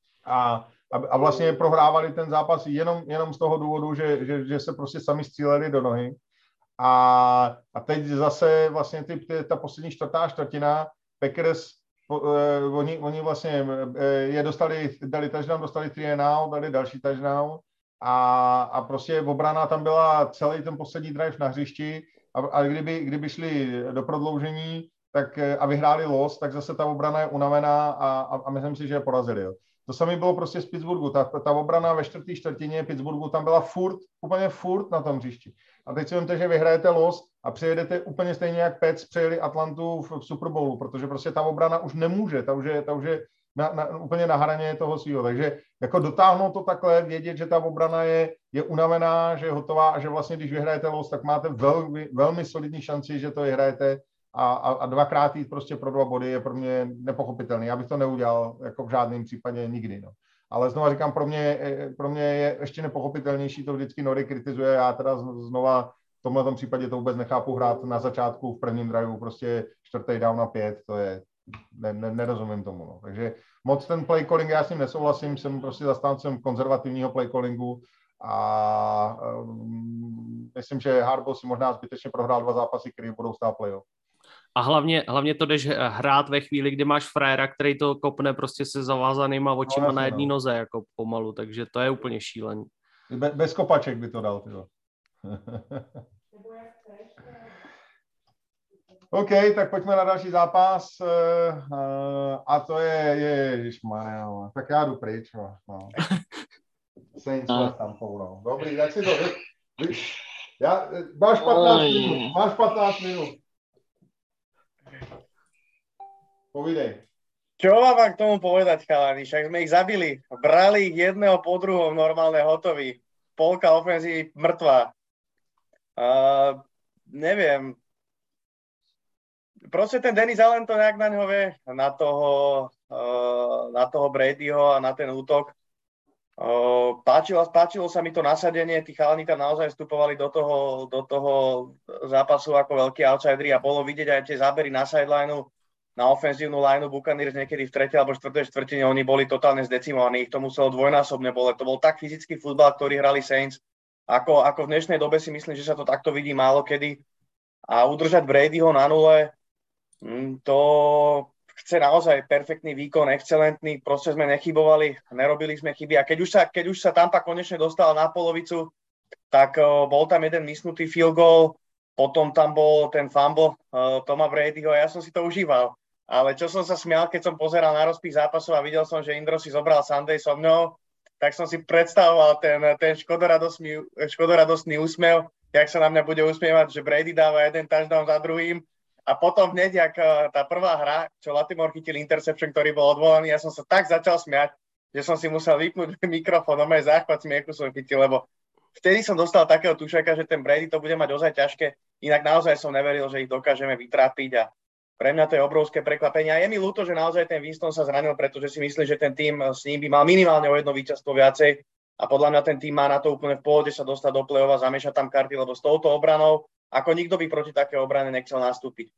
a, a, a vlastně prohrávali ten zápas jenom, jenom z toho důvodu, že, že, že se prostě sami stříleli do nohy. A, a teď zase vlastně ty, ty, ta poslední čtvrtá čtvrtina, Packers, eh, oni, oni vlastně eh, je dostali, dali touchdown, dostali three and out, dali další touchdown a, a prostě obrana tam byla celý ten poslední drive na hřišti a, a kdyby, kdyby šli do prodloužení tak, a vyhráli los, tak zase ta obrana je unavená a, a, a myslím si, že je porazili. Jo. To samé bylo prostě z Pittsburghu. Ta, ta obrana ve čtvrté čtvrtině Pittsburghu tam byla furt, úplně furt na tom hřišti. A teď si vemte, že vyhrajete los a přejedete úplně stejně jak Pets přejeli Atlantu v, v Super Bowlu, protože prostě ta obrana už nemůže, ta už je, ta už je na, na, úplně na hraně toho svýho. Takže jako dotáhnout to takhle, vědět, že ta obrana je, je unavená, že je hotová a že vlastně, když vyhrajete los, tak máte velmi, velmi solidní šanci, že to vyhrajete a, a, a dvakrát jít prostě pro dva body je pro mě nepochopitelný. Já bych to neudělal jako v žádném případě nikdy. No. Ale znova říkám, pro mě, pro mě je ještě nepochopitelnější, to vždycky Nori kritizuje, já teda znova v tomhle případě to vůbec nechápu hrát na začátku v prvním driveu, prostě čtvrtý down na pět, to je, ne, ne, nerozumím tomu. No. Takže moc ten play calling, já s ním nesouhlasím, jsem prostě zastáncem konzervativního play callingu a um, myslím, že Harbaugh si možná zbytečně prohrál dva zápasy, které budou stát playoff. A hlavně, hlavně to jdeš hrát ve chvíli, kdy máš frajera, který to kopne prostě se zavázanýma očima no, na jedné no. noze, jako pomalu, takže to je úplně šílený. Be, bez kopaček by to dal, tyjo. OK, tak pojďme na další zápas a to je, ježišmarja, no. Tak já jdu pryč, no. Saints no. tam no. Dobrý, tak si to, vy, já, máš patnáct minut, máš patnáct minut. Povídej. Čo vám k tomu povedať, chalani? Však sme ich zabili. Brali ich jedného po druhom, normálne hotoví. Polka ofenzívy mŕtva. Uh, neviem. Proste ten Denis Allen to nejak na ňo vie. Na toho, uh, na toho Bradyho a na ten útok. Uh, páčilo, páčilo sa mi to nasadenie. Tí chalani tam naozaj vstupovali do toho, do toho zápasu ako veľkí outsideri a bolo vidieť aj tie zábery na sidelineu. Na ofenzívnu lineu Buccaneers niekedy v tretej alebo štvrtej štvrtine, oni boli totálne zdecimovaní, ich to muselo dvojnásobne boleť. To bol tak fyzický futbal, ktorý hrali Saints, ako, ako v dnešnej dobe si myslím, že sa to takto vidí málo kedy. A udržať Bradyho na nule, to chce naozaj perfektný výkon, excelentný, proste sme nechybovali, nerobili sme chyby. A keď už sa, keď už sa Tampa konečne dostala na polovicu, tak uh, bol tam jeden mysnutý field goal, potom tam bol ten fumble uh, Toma Bradyho a ja som si to užíval. Ale čo som sa smial, keď som pozeral na rozpis zápasov a videl som, že Indro si zobral Sunday so mňou, tak som si predstavoval ten, ten škodoradostný, škodoradostný úsmev, jak sa na mňa bude usmievať, že Brady dáva jeden touchdown za druhým. A potom hneď, jak tá prvá hra, čo Latimore chytil interception, ktorý bol odvolaný, ja som sa tak začal smiať, že som si musel vypnúť mikrofón, no môj záchvat smiechu som chytil, lebo vtedy som dostal takého tušaka, že ten Brady to bude mať ozaj ťažké, inak naozaj som neveril, že ich dokážeme vytrápiť a pre mňa to je obrovské prekvapenie. A je mi ľúto, že naozaj ten Winston sa zranil, pretože si myslím, že ten tým s ním by mal minimálne o jedno víťazstvo viacej a podľa mňa ten tým má na to úplne v pohode sa dostať do play-off a zamiešať tam karty, lebo s touto obranou, ako nikto by proti také obrane nechcel nastúpiť.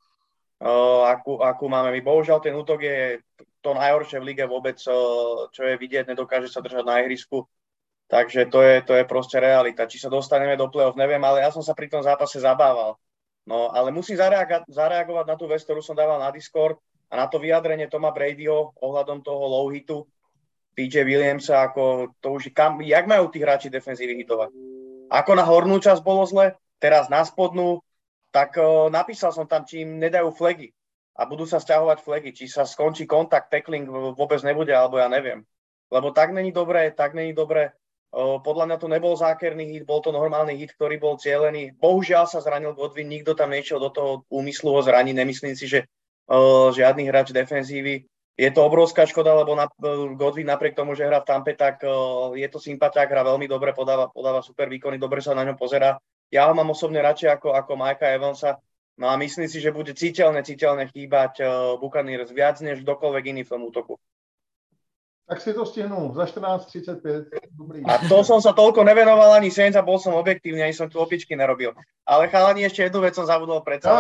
Uh, akú, akú máme my. Bohužiaľ, ten útok je to najhoršie v lige vôbec, uh, čo je vidieť, nedokáže sa držať na ihrisku. Takže to je, to je proste realita. Či sa dostaneme do play-off, neviem, ale ja som sa pri tom zápase zabával. No, ale musím zareaga- zareagovať na tú vec, ktorú som dával na Discord a na to vyjadrenie Toma Bradyho ohľadom toho low hitu pé jé Williamsa, ako to už, kam, jak majú tí hráči defenzívy hitovať? Ako na hornú časť bolo zle, teraz na spodnú, tak uh, napísal som tam, či im nedajú flagy a budú sa sťahovať flagy, či sa skončí kontakt, tackling vôbec nebude, alebo ja neviem. Lebo tak není dobré, tak není dobré. Podľa mňa to nebol zákerný hit, bol to normálny hit, ktorý bol cielený. Bohužiaľ sa zranil Godwin, nikto tam nešiel do toho úmyslu ho zraniť. Nemyslím si, že uh, žiadny hráč defenzívy. Je to obrovská škoda, lebo na, uh, Godwin napriek tomu, že hrá v Tampe, tak uh, je to sympatiák, hrá veľmi dobre, podáva, podáva super výkony, dobre sa na ňom pozerá. Ja ho mám osobne radšej ako, ako Mikea Evansa. No a myslím si, že bude citeľne, citeľne chýbať uh, Buccaneers viac než kdokoľvek iný v tom útoku. Tak si to stihnu za štrnásť tridsaťpäť. Dobrý. A to som sa toľko nevenoval ani Saints a bol som objektívny, ani som tu opičky nerobil. Ale chalani, ešte jednu vec som zabudol predsa.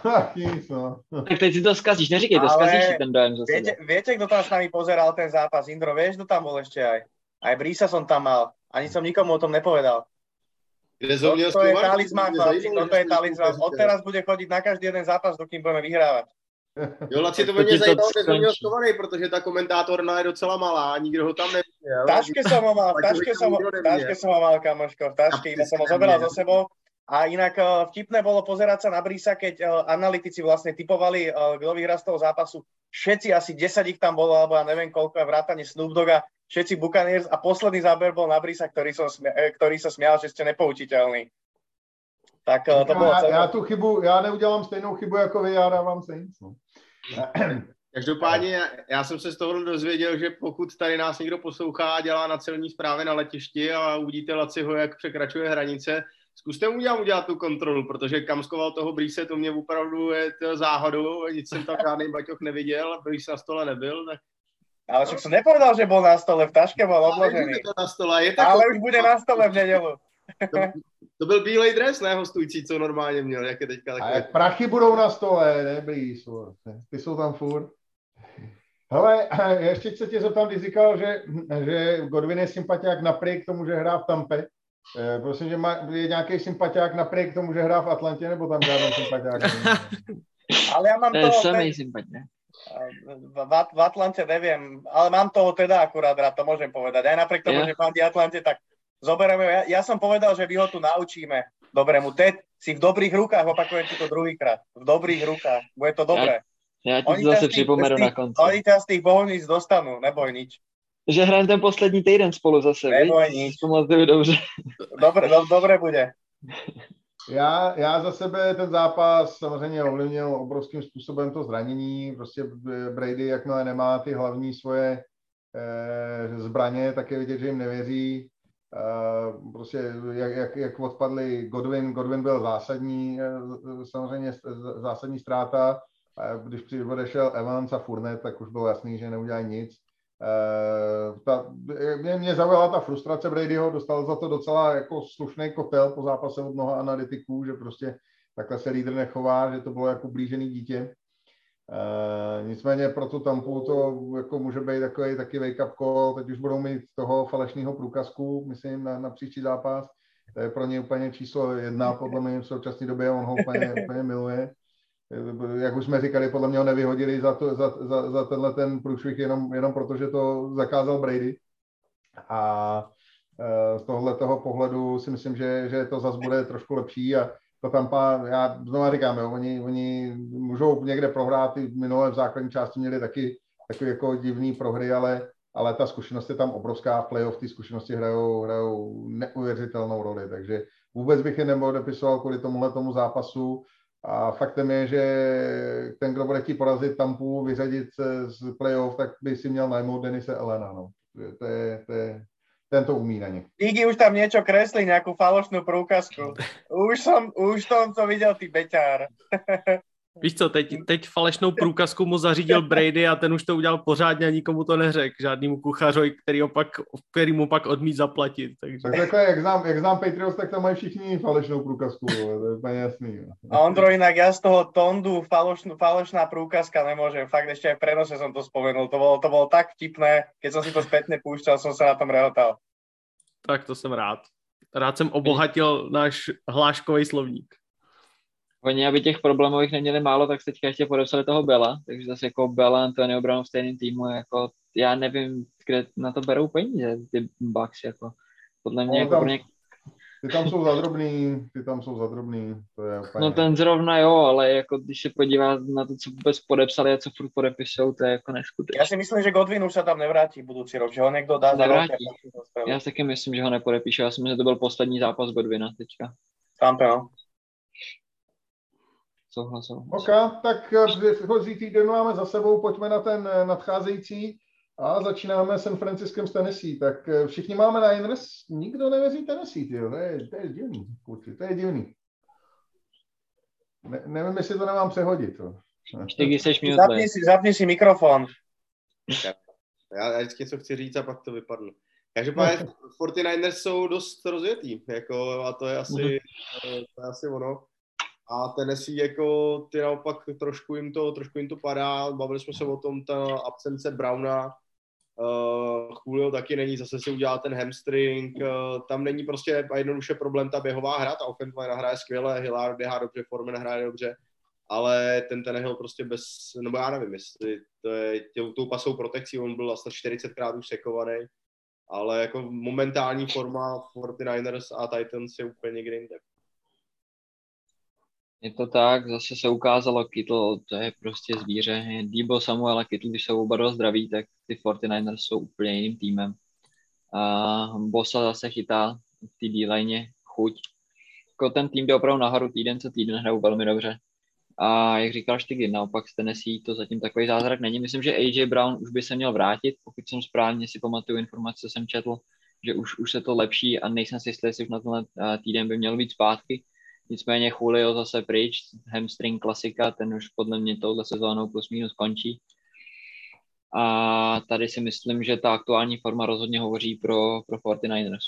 Tak teď si to skazíš, neříkej to, skazíš si ten dojem za viete, viete, kto tam s nami pozeral ten zápas? Indro, vieš, kto tam bol ešte aj? Aj Brisa som tam mal. Ani som nikomu o tom nepovedal. To, to je talizmán, chlapci, toto je talizmán. Odteraz bude chodiť na každý jeden zápas, dokým budeme vyhrávať. Jo, Laci, to by mě zajímalo, že jsem měl schovaný, protože ta komentátorna je docela malá, nikdo ho tam neviděl. V taške som ho mal, v taške som, taške som ho mal, kamoško, v taške, iba som ho zoberal so sebou. A inak vtipné bolo pozerať sa na Brisa, keď analytici vlastne typovali, kto vyhrá z toho zápasu. Všetci, asi desať ich tam bolo, alebo ja neviem koľko, vrátane Snoop Dogga, všetci Buccaneers a posledný záber bol na Brisa, ktorý, som smia, ktorý sa smial, že ste nepoučiteľní. Tak to bylo já, já tu chybu, já neudělám stejnou chybu jako vy, já dávám Saints. No. Každopádně já jsem se z toho dozvěděl, že pokud tady nás někdo poslouchá a dělá na celní správě na letišti a uvidíte Laciho, jak překračuje hranice, zkuste mu udělat, udělat tu kontrolu, protože kam skoval toho Breeze, to mě opravdu je to záhodou, nic jsem tam žádný baťoch neviděl, Breeze na stole nebyl. Tak... Ale však som nepovedal, že bol na stole, v taške bol odložený. Ale, na stole, je tak... ale už bude na stole v nedělu. To, to byl bílej dres, ne hostující, co normálně měl, jak je teďka takový. Ale prachy budou na stole, ne Breeze, ty jsou tam furt. Hele, ještě se tě zeptám, ty říkal, že, že Godwin je sympatiák napřík tomu, že hrá v Tampe. Eh, prosím, že má, je nějaký sympatiák napřík tomu, že hrá v Atlantě, nebo tam žádný sympatiák? Ale ja mám To je toho... samý sympatiák. V, v Atlante neviem, ale mám toho teda akurát rád, to môžem povedať. Aj napriek tomu, yeah. že fandí Atlante, tak zoberieme. Ja, ja som povedal, že my ho tu naučíme. Dobrému. Ted, si v dobrých rukách, opakujem ti to druhýkrát. V dobrých rukách. Bude to dobré. Ja, ja ti to zase připomenu na konci. Oni ťa z tých bohníc dostanú, neboj nič. Že hrajeme ten poslední týden spolu zase, neboj nič. Dobře. Dobre, do, dobre bude. Já, já za sebe ten zápas samozřejmě ovlivnil obrovským způsobem to zranění. Prostě Brady, jakmile nemá ty hlavní svoje eh, zbraně, tak je vidět, že jim nevěří. Eh, prostě jak, jak, jak odpadli Godwin, Godwin byl zásadní, eh, samozřejmě zásadní ztráta. Eh, když odešel Evans a Fournette, tak už bylo jasný, že neudělají nic. Uh, ta, mě, mě zaujala ta frustrace Bradyho, dostal za to docela jako slušný kotel po zápase od mnoha analytiků, že prostě takhle se lídr nechová, že to bylo jako blížený dítě. Uh, nicméně pro tu Tampu to jako může být takový taky wake up call, teď už budou mít toho falešného průkazku, myslím, na, na příští zápas. To je pro ně úplně číslo jedna, podle mě v současné době, on ho úplně, úplně miluje. Jak už jsme říkali, podle mě ho nevyhodili za, to, za, za, za tenhle ten průšvih jenom, jenom proto, že to zakázal Brady. A e, z tohle toho pohledu si myslím, že, že to zase bude trošku lepší a to Tampa, já znovu říkám, jo, oni, oni můžou někde prohrát, ty minulé v základní části měli taky takové jako divný prohry, ale, ale ta zkušenost je tam obrovská, v playoff ty zkušenosti hrajou, hrajou neuvěřitelnou roli, takže vůbec bych je neodepisoval kvůli tomuhle tomu zápasu. A faktem je, že ten, kdo bude chtít porazit Tampu, vyřadit z playoff, tak by si měl najmout Denise Elena. No. To je, to je, ten to umí na ně. Díky už tam niečo kreslí, nejakú falošnú průkazku. Už som, už som to videl, ty beťár. Víš co, teď, teď falešnou průkazku mu zařídil Brady a ten už to udělal pořádně a nikomu to neřekl, žádnému kuchařovi, který, opak, který mu pak odmít zaplatit. Takže. Tak takhle, jak znám, jak znám Patriots, tak tam mají všichni falešnou průkazku, to je úplně jasný. A Ondro, inak ja z toho Tondu falošnú, falošná průkazka nemôžem, fakt ešte aj v prenose som to spomenul, to bolo, to bolo tak vtipné, keď som si to spätne púšťal, som sa na tom rehotal. Tak to jsem rád. Rád jsem obohatil náš hláškový slovník. Oni, aby těch problémových neměli málo, tak teďka ještě podepsali toho Bella, takže zase jako Bella, Antonio Brown v stejném týmu, jako já nevím, kde na to berou peníze, ty Bucks, jako podle mě, no, jako tam, pro ně... Ty tam jsou zadrobný, ty tam jsou zadrobný, to je úplně... No ten zrovna jo, ale jako když se podívá na to, co vůbec podepsali a co furt podepisou, to je jako neskutečné. Já si myslím, že Godwin už se tam nevrátí budoucí rok, že ho někdo dá... Nevrátí. Já si taky myslím, že ho nepodepíšu, já si myslím, že to byl poslední zápas Godwina teďka. Tam to no. Souhlasil. OK, tak předchozí týden máme za sebou, pojďme na ten nadcházející a začínáme San Franciskem z Tennessee. Tak všichni máme Niners, nikdo nevěří Tennessee, tyjo. To, je, to je divný, kurči, to je divný. Ne, nevím, jestli to nemám přehodit. Zapni si, zapni si mikrofon. Já, já vždycky něco chci říct a pak to vypadne. Každopádně čtyřicátky jsou dost rozjetý, jako, a to je asi, to je asi ono. A Tennessee jako ty naopak trošku jim to, trošku jim to padá, bavili jsme se o tom, ta absence Browna, uh, Julio taky není, zase si udělá ten hamstring, uh, tam není prostě jednoduše problém ta běhová hra, ta offensive line hraje skvěle, Hillard běhá dobře, Foreman hraje dobře, ale ten Tannehill prostě bez, nebo já nevím, jestli to je tě, tou pasou protekcí, on byl asi čtyřicetkrát už sekovaný, ale jako momentální forma čtyřicátky a Titans je úplně někde jinde. Je to tak, zase se ukázalo, Kittle, to je prostě zvíře. Debo Samuel a Kittle, když jsou oba dva zdraví, tak ty čtyřicátky jsou úplně jiným týmem. A Bosa zase chytá v té D-line chuť. Jako ten tým jde opravdu nahoru týden co týden, hrajou velmi dobře. A jak říkal Štygy, naopak z Tennessee to zatím takový zázrak není. Myslím, že A J Brown už by se měl vrátit, pokud jsem správně si pamatuju informace, co jsem četl, že už, už se to lepší a nejsem si jistý, jestli už na tenhle týden by měl být zpátky. Nicméně Julio zase pryč, hamstring klasika, ten už podle mě touhle sezónou plus minus končí. A tady si myslím, že ta aktuální forma rozhodně hovoří pro, pro forty-niners.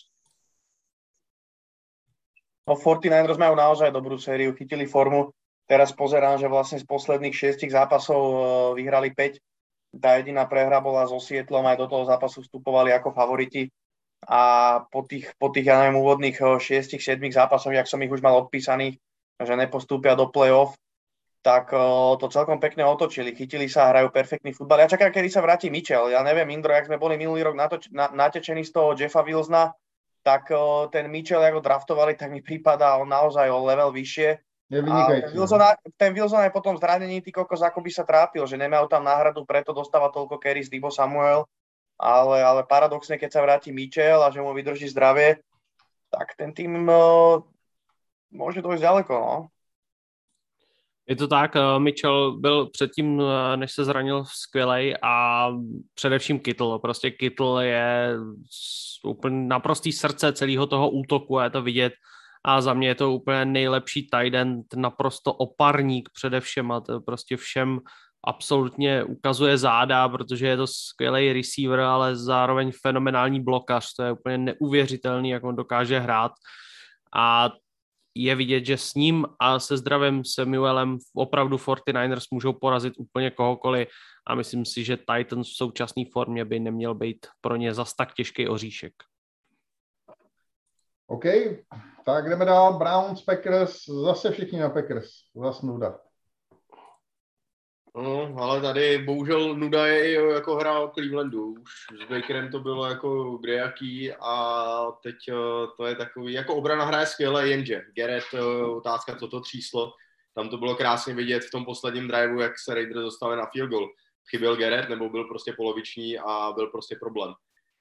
No forty-niners majú naozaj dobrú sériu, chytili formu. Teraz pozerám, že vlastne z posledných šiestich zápasov vyhrali päť. Tá jediná prehra bola so Seattlom, aj do toho zápasu vstupovali ako favoriti. A po tých, po tých ja neviem, úvodných šiestich siedmich zápasoch, jak som ich už mal odpísaných, že nepostúpia do play-off, tak to celkom pekne otočili. Chytili sa, hrajú perfektný futbal. Ja čakám, kedy sa vráti Mitchell. Ja neviem, Indro, jak sme boli minulý rok natoč- na- natečení z toho Jeffa Wilsona, tak ten Mitchell, ako draftovali, tak mi prípada on naozaj o level vyššie. Je a ten Wilson, ten Wilson aj potom zranení, ty kokos, ako by sa trápil, že nemajú tam náhradu, preto dostáva toľko carry z Deebo Samuel, ale, ale paradoxne, keď sa vráti Mitchell a že mu vydrží zdravie, tak ten tým uh, môže dojsť ďaleko, no. Je to tak, Mitchell byl předtím, než se zranil, skvělej a především Kittle. Prostě Kittle je úplně naprostý srdce celého toho útoku a je to vidět. A za mě je to úplně nejlepší tight end, naprosto oparník především a to prostě všem absolutně ukazuje záda, protože je to skvělý receiver, ale zároveň fenomenální blokař. To je úplně neuvěřitelný, jak on dokáže hrát. A je vidět, že s ním a se zdravým Samuelem opravdu forty-niners můžou porazit úplně kohokoliv a myslím si, že Titans v současné formě by neměl být pro ně zas tak těžký oříšek. OK, tak jdeme dál. Browns, Packers, zase všichni na Packers, zase nuda. No, ale tady bohužel nuda je i jako hra Clevelandu. Už s Bakerem to bylo jako kdejaký a teď to je takový, jako obrana hraje skvěle, jenže Garrett, otázka, co to tříslo, tam to bylo krásně vidět v tom posledním driveu, jak se Raiders dostali na field goal. Chyběl Garrett, nebo byl prostě poloviční a byl prostě problém.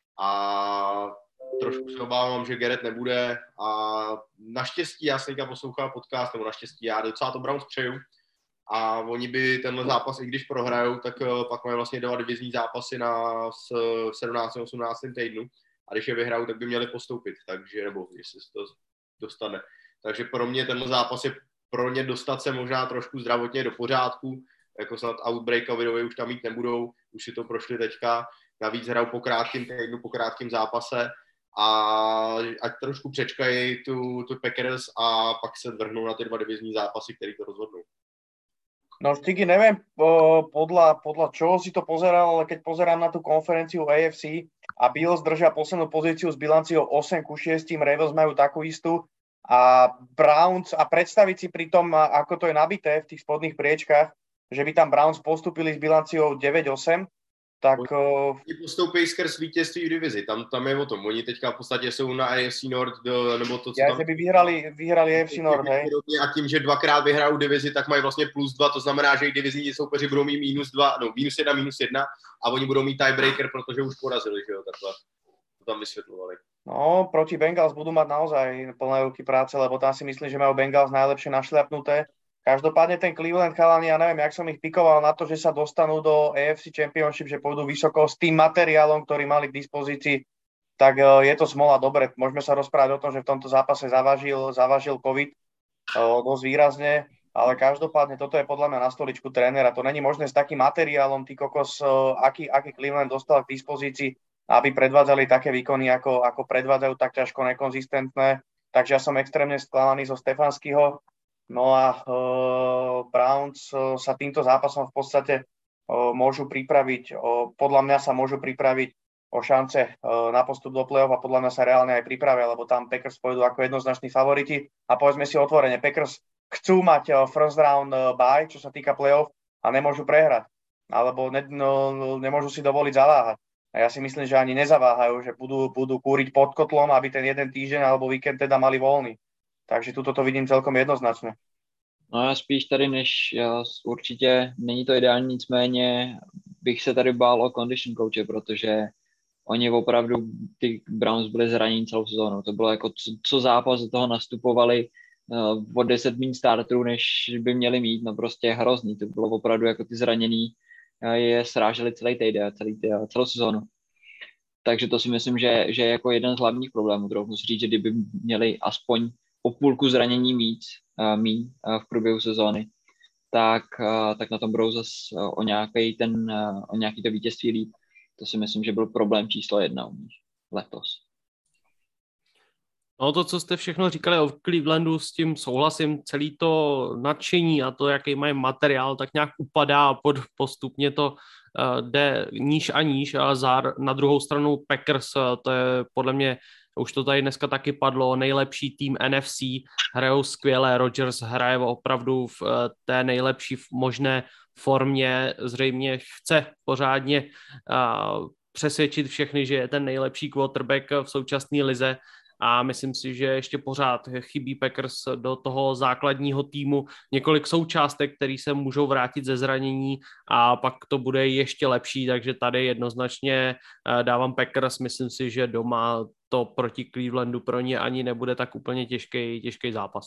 A trošku se obávám, že Garrett nebude a naštěstí, já jsem teďka poslouchal podcast, nebo naštěstí, já docela to Browns přeju, a oni by tenhle zápas, i když prohrajou, tak pak mají vlastně dva divizní zápasy na sedmnáctém osmnáctém týdnu a když je vyhrajou, tak by měli postoupit, takže, nebo jestli se to dostane. Takže pro mě tenhle zápas je pro ně dostat se možná trošku zdravotně do pořádku, jako snad outbreakovi už tam mít nebudou, už si to prošli teďka, navíc hrajou po krátkém týdnu, po krátkém zápase a ať trošku přečkají tu, tu Packers a pak se vrhnou na ty dva divizní zápasy, který to rozhodnou. No Štiky, neviem podľa, podľa čoho si to pozeral, ale keď pozerám na tú konferenciu A F C a Bills držia poslednú pozíciu s bilanciou osem ku šiesť, Ravens majú takú istú a Browns a predstaviť si pri tom, ako to je nabité v tých spodných priečkách, že by tam Browns postupili s bilanciou deväť osem, tak... Oni postoupí skrz vítězství v divizi, tam, tam je o tom. Oni teďka v podstatě jsou na A F C North, do, nebo to, co ja, tam... že by vyhrali, vyhrali A F C North, hej? A tím, že dvakrát vyhrajou divizi, tak mají vlastně plus dva, to znamená, že jejich divizní soupeři budou mít minus dva, no minus jedna, minus jedna a oni budou mít tiebreaker, protože už porazili, že jo, takhle. To tam vysvětlovali. No, proti Bengals budú mať naozaj plné ruky práce, lebo tam si myslím, že majú Bengals najlepšie našľapnuté. Každopádne ten Cleveland chalani, ja neviem, jak som ich pikoval na to, že sa dostanú do A F C Championship, že pôjdu vysoko s tým materiálom, ktorý mali k dispozícii, tak je to smola. Dobre, môžeme sa rozprávať o tom, že v tomto zápase zavažil, zavažil COVID dosť výrazne, ale každopádne toto je podľa mňa na stoličku trénera. To není možné s takým materiálom, ty kokos, aký, aký Cleveland dostal k dispozícii, aby predvádzali také výkony, ako, ako predvádzajú, tak ťažko nekonzistentné. Takže ja som extrémne sklamaný zo Stefanského. No a uh, Browns uh, sa týmto zápasom v podstate uh, môžu pripraviť, uh, podľa mňa sa môžu pripraviť o šance uh, na postup do play-off a podľa mňa sa reálne aj pripravia, lebo tam Packers pôjdu ako jednoznační favoriti a povedzme si otvorene, Packers chcú mať uh, first round uh, bye, čo sa týka play-off a nemôžu prehrať, alebo ne, no, nemôžu si dovoliť zaváhať. A ja si myslím, že ani nezaváhajú, že budú, budú kúriť pod kotlom, aby ten jeden týždeň alebo víkend teda mali voľný. Takže tuto to vidím celkom jednoznačně. No já spíš tady než já určitě není to ideální, nicméně bych se tady bál o condition coache, protože oni opravdu, ty Browns byli zraněni celou sezónu. To bylo jako co, co zápas do toho nastupovali o deset míň starterů, než by měli mít, no prostě hrozný, to bylo opravdu jako ty zranění je sráželi celý týden, celý týden, celou sezónu. Takže to si myslím, že, že je jako jeden z hlavních problémů, trochu si říct, že kdyby měli aspoň o půlku zranění víc, míň v průběhu sezóny, tak, tak na tom budou zase o nějaký ten, o nějaký to vítězství líp. To si myslím, že byl problém číslo jedna u nich letos. No to, co jste všechno říkali o Clevelandu, s tím souhlasím, celý to nadšení a to, jaký mají materiál, tak nějak upadá a pod, postupně to uh, jde níž a níž a zár, na druhou stranu Packers, uh, to je podle mě, už to tady dneska taky padlo, nejlepší tým N F C, hrajou skvěle, Rodgers hraje opravdu v uh, té nejlepší možné formě, zřejmě chce pořádně uh, přesvědčit všechny, že je ten nejlepší quarterback v současné lize. A myslím si, že ještě pořád chybí Packers do toho základního týmu několik součástek, které se můžou vrátit ze zranění a pak to bude ještě lepší, takže tady jednoznačně dávám Packers, myslím si, že doma to proti Clevelandu pro ně ani nebude tak úplně těžký, těžký zápas.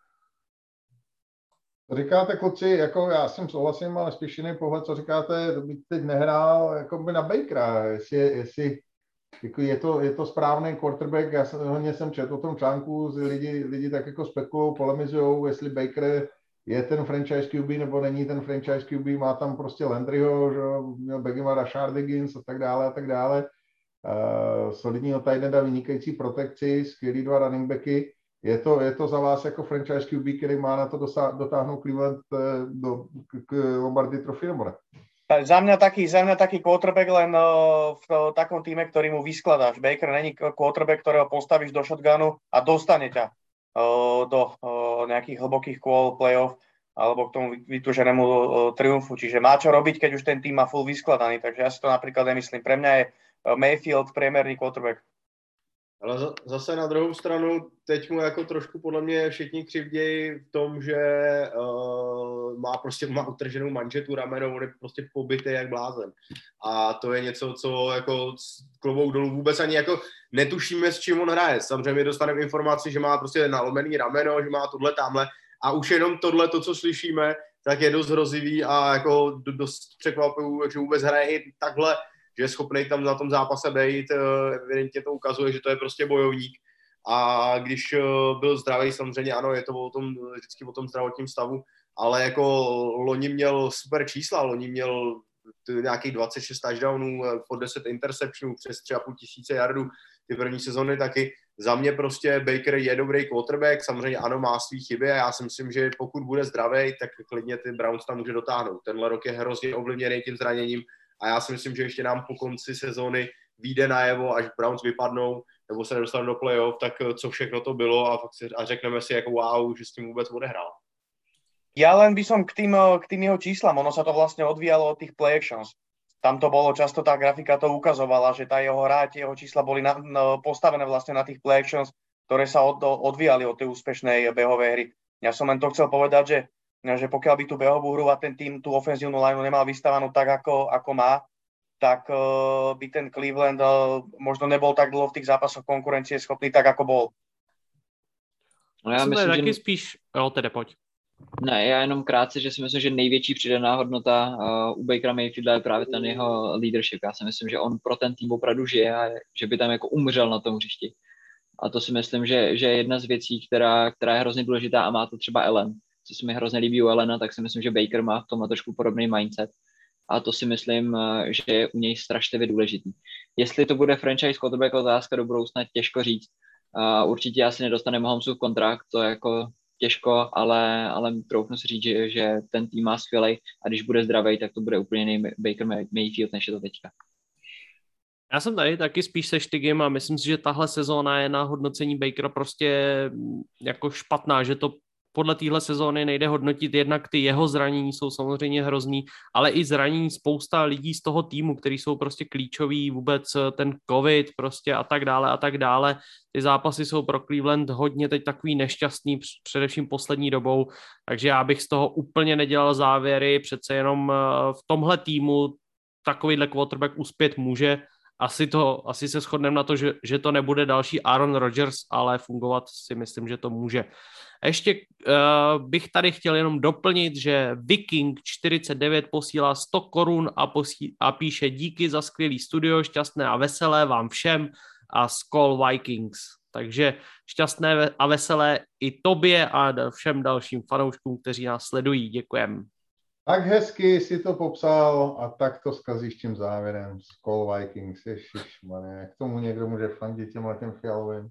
Říkáte, kluci, jako já s tím souhlasím, ale spíš jiný pohled, co říkáte, bych teď nehrál jako by na Bakera, jestli, jestli jako je, to, je to správný quarterback, já jsem, hodně jsem četl o tom článku, lidi, lidi tak jako spekulují, polemizujou, jestli Baker je ten franchise Q B nebo není ten franchise Q B, má tam prostě Landryho, že měl Begima, Rashard Higgins a tak dále a tak dále. Uh, solidního tight enda, vynikající protekci, skvělý dva running backy. Je to, je to za vás jako franchise Q B, který má na to dosa- dotáhnout Cleveland do, k, k Lombardy Trophy, nebo ne? Za mňa taký, za mňa taký quarterback len uh, v uh, takom týme, ktorý mu vyskladáš. Baker není quarterback, ktorého postavíš do shotgunu a dostane ťa uh, do uh, nejakých hlbokých kôl playoff alebo k tomu vytúženému uh, triumfu. Čiže má čo robiť, keď už ten tým má full vyskladaný. Takže ja si to napríklad nemyslím. Pre mňa je uh, Mayfield priemerný quarterback. Ale zase na druhou stranu, teď mu jako trošku podle mě všichni křivdějí v tom, že uh, má prostě má utrženou manžetu ramenou, on je prostě pobytý jak blázen. A to je něco, co jako klobouk dolů vůbec ani jako netušíme, s čím on hraje. Samozřejmě dostaneme informaci, že má prostě nalomený rameno, že má tohle tamhle a už jenom tohle, to, co slyšíme, tak je dost hrozivý a jako dost překvapivý, že vůbec hraje i takhle, že je schopný tam na tom zápase být, evidentně to ukazuje, že to je prostě bojovník. A když byl zdravý, samozřejmě ano, je to o tom, vždycky o tom zdravotním stavu, ale jako loni měl super čísla, loni měl nějakých dvacet šest touchdownů, pod deset interceptionů, přes tři a půl tisíce yardů, ty první sezony taky. Za mě prostě Baker je dobrý quarterback, samozřejmě ano, má svý chyby a já si myslím, že pokud bude zdravý, tak klidně ty Browns tam může dotáhnout. Tenhle rok je hrozně ovlivněný tím zraněním. A já si myslím, že ještě nám po konci sezóny vyjde najevo, až Browns vypadnou, nebo se nedostanou do playoff, tak co všechno to bylo a, a řekneme si jako wow, že s tím vůbec odehrál. Ja len by som k tým, k tým jeho číslam, ono sa to vlastne odvíjalo od tých play actions. Tam to bolo často, tá grafika to ukazovala, že tá jeho hra, tie jeho čísla boli na, na, postavené vlastne na tých play actions, ktoré sa od, odvíjali od tej úspešnej behovej hry. Ja som len to chcel povedať, že že pokiaľ by tú behovú hru a ten tým tú ofenzívnu lineu nemal vystavanú tak, ako, ako má, tak uh, by ten Cleveland uh, možno nebol tak dlho v tých zápasoch konkurencie schopný tak, ako bol. No já myslím, taky že... spíš, jo, tedy pojď. Ne, já jenom krátce, že si myslím, že největší přidaná hodnota uh, u Bakera Mayfielda je právě ten jeho leadership. Já si myslím, že on pro ten tým opravdu žije a že by tam jako umřel na tom hřišti. A to si myslím, že, že je jedna z věcí, která, která je hrozně důležitá a má to třeba Allen. Co se mi hrozně líbí u Allena, tak si myslím, že Baker má v tom trošku podobný mindset. A to si myslím, že je u něj strašlivě důležitý. Jestli to bude franchise quarterback, otázka do budoucna, těžko říct. Uh, určitě asi nedostane Mahomesův kontrakt, to je jako těžko, ale, ale troufnu si říct, že, že ten tým má skvělej a když bude zdravý, tak to bude úplně jiný Baker Mayfield, než je to teďka. Já jsem tady taky spíš se Štygem a myslím si, že tahle sezóna je na hodnocení Bakera prostě jako špatná, že to podle téhle sezóny nejde hodnotit, jednak ty jeho zranění jsou samozřejmě hrozný, ale i zranění spousta lidí z toho týmu, kteří jsou prostě klíčoví, vůbec ten covid prostě a tak dále a tak dále. Ty zápasy jsou pro Cleveland hodně teď takový nešťastný, především poslední dobou, takže já bych z toho úplně nedělal závěry, přece jenom v tomhle týmu takovýhle quarterback uspět může asi, to, asi se shodneme na to, že, že to nebude další Aaron Rodgers, ale fungovat si myslím, že to může. Ještě uh, bych tady chtěl jenom doplnit, že Viking čtyřicet devět posílá sto korun a, posí, a píše díky za skvělý studio, šťastné a veselé vám všem a Skol Vikings. Takže šťastné a veselé i tobě a všem dalším fanouškům, kteří nás sledují. Děkujem. Tak hezky si to popsal a tak to zkazíš tím závěrem. Skol Vikings, ježišmarja, jak tomu někdo může fandit těmhle těm fialovým.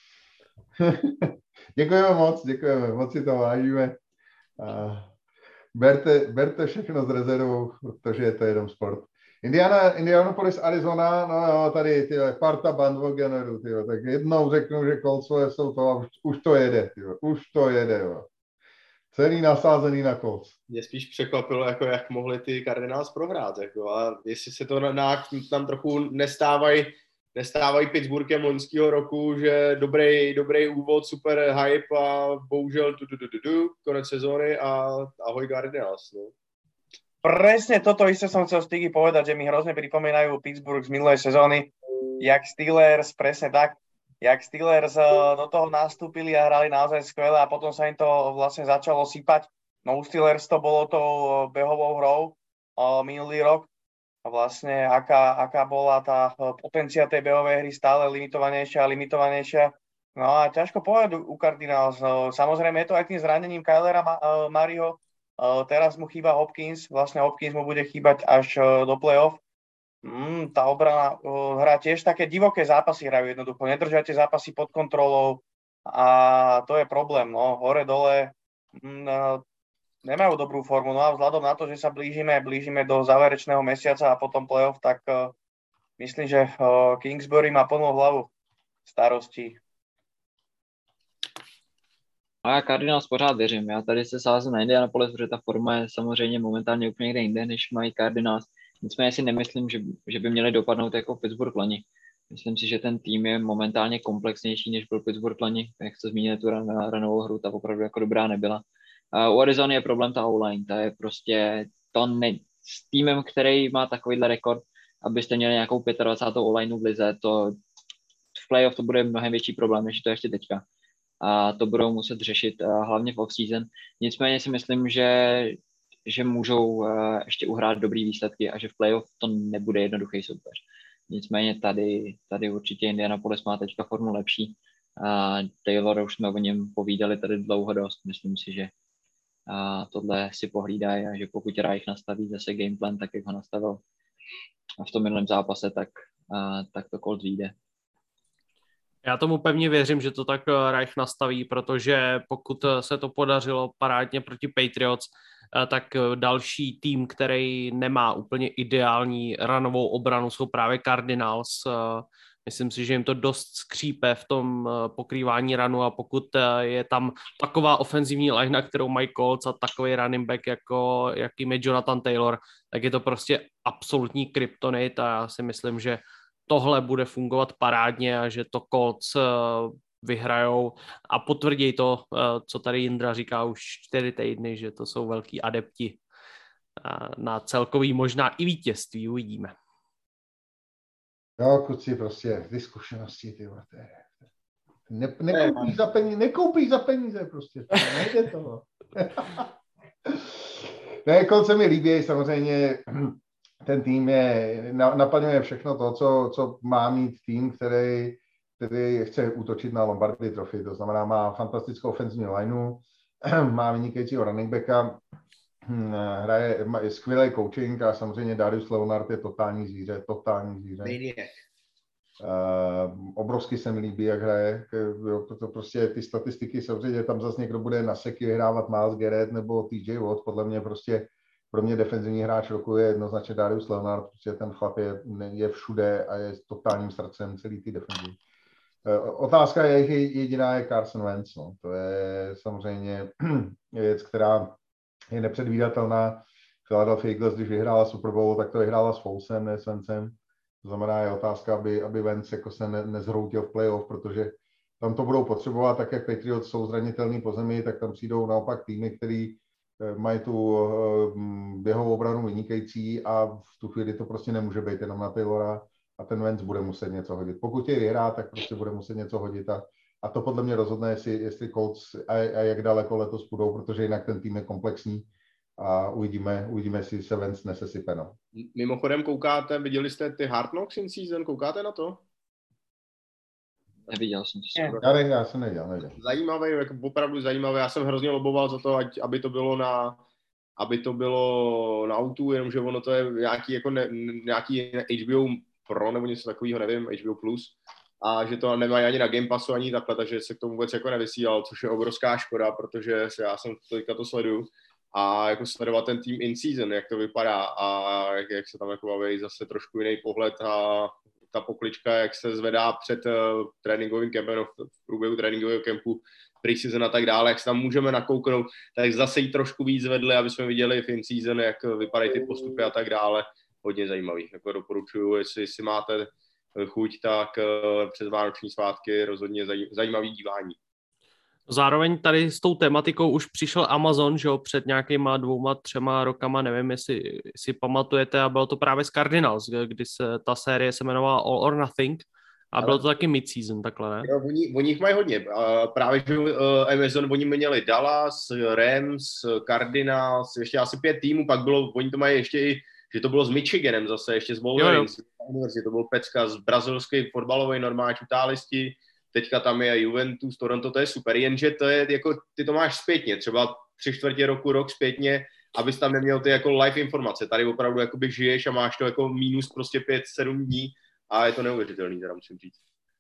Děkujeme moc, děkujeme, moc si to vážíme. A berte, berte všechno s rezervou, protože je to jenom sport. Indiana, Indianapolis, Arizona, no jo, tady tyhle, parta bandwagonerů, tyhle, tak jednou řeknu, že Coltsové jsou to a už, už to jede, tyhle, už to jede, jo. Celý nasázený na Colts. Mě spíš překvapilo, jako jak mohli ty Cardinals prohrát, jako, a jestli se to na, tam trochu nestávají nestávají Pittsburghem loňského roku, že dobrý, dobrý úvod, super hype a bohužel du, du, du, du, du, konec sezóny a ahoj Cardinals. No. Presne toto isté som chcel Stigy povedať, že mi hrozne pripomínajú Pittsburgh z minulej sezóny, jak Steelers, presne tak, jak Steelers do toho nastúpili a hrali naozaj skvelé a potom sa im to vlastne začalo sypať. No u Steelers to bolo tou behovou hrou minulý rok a vlastne aká, aká bola tá potencia tej behovej hry stále limitovanejšia a limitovanejšia. No a ťažko povedať u Cardinals. Samozrejme je to aj tým zranením Kylera Murrayho. Uh, teraz mu chýba Hopkins, vlastne Hopkins mu bude chýbať až uh, do play-off. Mm, tá obrana uh, hrá tiež také divoké zápasy, hrajú jednoducho, nedržate zápasy pod kontrolou a to je problém, no, hore-dole mm, uh, nemajú dobrú formu, no a vzhľadom na to, že sa blížime, blížime do záverečného mesiaca a potom play-off, tak uh, myslím, že uh, Kingsbury má plnú hlavu starostí. A já Cardinals pořád věřím. Já tady se sázím na Indianapolis, protože ta forma je samozřejmě momentálně úplně někde jinde, než mají Cardinals. Nicméně si nemyslím, že, že by měli dopadnout jako Pittsburgh loni. Myslím si, že ten tým je momentálně komplexnější, než byl Pittsburgh loni. Jak jste zmínil tu ranovou hru, ta opravdu jako dobrá nebyla. A u Arizony je problém ta O-line. Ta je prostě to ne, s týmem, který má takovýhle rekord, abyste měli nějakou dvacátou pátou O-lineu v lize, to v playoff to bude mnohem větší problém, než to ještě teďka. A to budou muset řešit hlavně v off-season. Nicméně si myslím, že, že můžou ještě uhrát dobrý výsledky a že v playoff to nebude jednoduchý soupeř. Nicméně tady, tady určitě Indianapolis má teďka formu lepší. A Taylor, už jsme o něm povídali tady dlouho dost. Myslím si, že a tohle si pohlídají a že pokud Reich nastaví zase gameplan, tak jak ho nastavil v tom minulém zápase, tak, a, tak to Colts vyjde. Já tomu pevně věřím, že to tak Reich nastaví, protože pokud se to podařilo parádně proti Patriots, tak další tým, který nemá úplně ideální runovou obranu, jsou právě Cardinals. Myslím si, že jim to dost skřípe v tom pokrývání runu a pokud je tam taková ofenzivní line, kterou mají Colts a takový running back, jako, jakým je Jonathan Taylor, tak je to prostě absolutní kryptonit a já si myslím, že tohle bude fungovat parádně a že to Colts vyhrajou a potvrdí to, co tady Jindra říká už čtyři týdny, že to jsou velký adepti na celkový možná i vítězství, uvidíme. Jo, kluci, prostě ty zkušenosti, ty ne, nekoupíš za peníze, nekoupíš za peníze prostě, nejde to. Ne, Colts se mi líbí, samozřejmě ten tým je, naplňuje všechno to, co, co má mít tým, který, který chce útočit na Lombardy Trophy. To znamená, má fantastickou ofenzivní lineu, má vynikajícího running backa, hraje, má skvělý coaching a samozřejmě Darius Leonard je totální zvíře, totální zvíře. Uh, obrovsky se mi líbí, jak hraje. Jo, to prostě ty statistiky, samozřejmě tam zase někdo bude na seky vyhrávat Miles Garrett nebo T J Watt, podle mě prostě pro mě defenzivní hráč roku je jednoznačně Darius Leonard, protože ten chlap je, je všude a je totálním srdcem celý ty defenzivy. Otázka je jediná je Carson Wentz. No. To je samozřejmě věc, která je nepředvídatelná. Philadelphia Eagles, když vyhrála Super Bowl, tak to vyhrála s Foulsem, ne s Wentzem. To znamená, je otázka, aby, aby Wentz jako se ne, nezhroutil v playoff, protože tam to budou potřebovat, tak jak Patriots jsou zranitelný po zemi, tak tam přijdou naopak týmy, který mají tu běhovou obranu vynikající a v tu chvíli to prostě nemůže být jenom na Taylora a ten Vance bude muset něco hodit. Pokud je vyhrá, tak prostě bude muset něco hodit a, a to podle mě rozhodne, jestli, jestli Colts a, a jak daleko letos půjdou, protože jinak ten tým je komplexní a uvidíme, uvidíme, jestli se Vance nesesype. No. Mimochodem koukáte, viděli jste ty Hard Knocks in season, koukáte na to? Neviděl jsem to. Já, ne, já jsem neviděl, neviděl. Zajímavé, jako opravdu zajímavé. Já jsem hrozně loboval za to, ať, aby to bylo na aby to bylo na autu, jenomže ono to je nějaký, jako ne, nějaký H B O Pro nebo něco takového, nevím, H B O Plus, a že to nemají ani na Game Passu, ani takhle, takže se k tomu vůbec jako nevysílal, což je obrovská škoda, protože já jsem teďka to sleduju a jako sledovat ten tým in season, jak to vypadá a jak, jak se tam jako baví zase trošku jiný pohled a ta poklička, jak se zvedá před uh, tréninkovým kempem, no, v průběhu tréninkového kempu, pre-season a tak dále, jak se tam můžeme nakouknout, tak zase jí trošku víc zvedli, aby jsme viděli v in-season, jak vypadají ty postupy a tak dále. Hodně zajímavý. Jako doporučuju, jestli si máte chuť, tak uh, přes vánoční svátky rozhodně zaj, zajímavý dívání. Zároveň tady s tou tematikou už přišel Amazon, že jo, před nějakýma dvouma, třema rokama, nevím, jestli si pamatujete, a bylo to právě z Cardinals, kdy se ta série se jmenovala All or Nothing a bylo to taky mid-season, takhle, ne? Jo, oni, oni jich mají hodně. Uh, právě, že uh, Amazon, oni měli Dallas, Rams, Cardinals, ještě asi pět týmů, pak bylo, oni to mají ještě i, že to bylo s Michiganem zase, ještě z Wolverines, to byl pecka z brazilský fotbalový normáč, utálisti, teďka tam je Juventus, Toronto, to je super, jenže to je, jako, ty to máš zpětně, třeba tři čtvrtě roku, rok zpětně, abys tam neměl ty jako live informace. Tady opravdu jakoby žiješ a máš to jako minus prostě pět, sedm dní a je to neuvěřitelný, teda musím říct.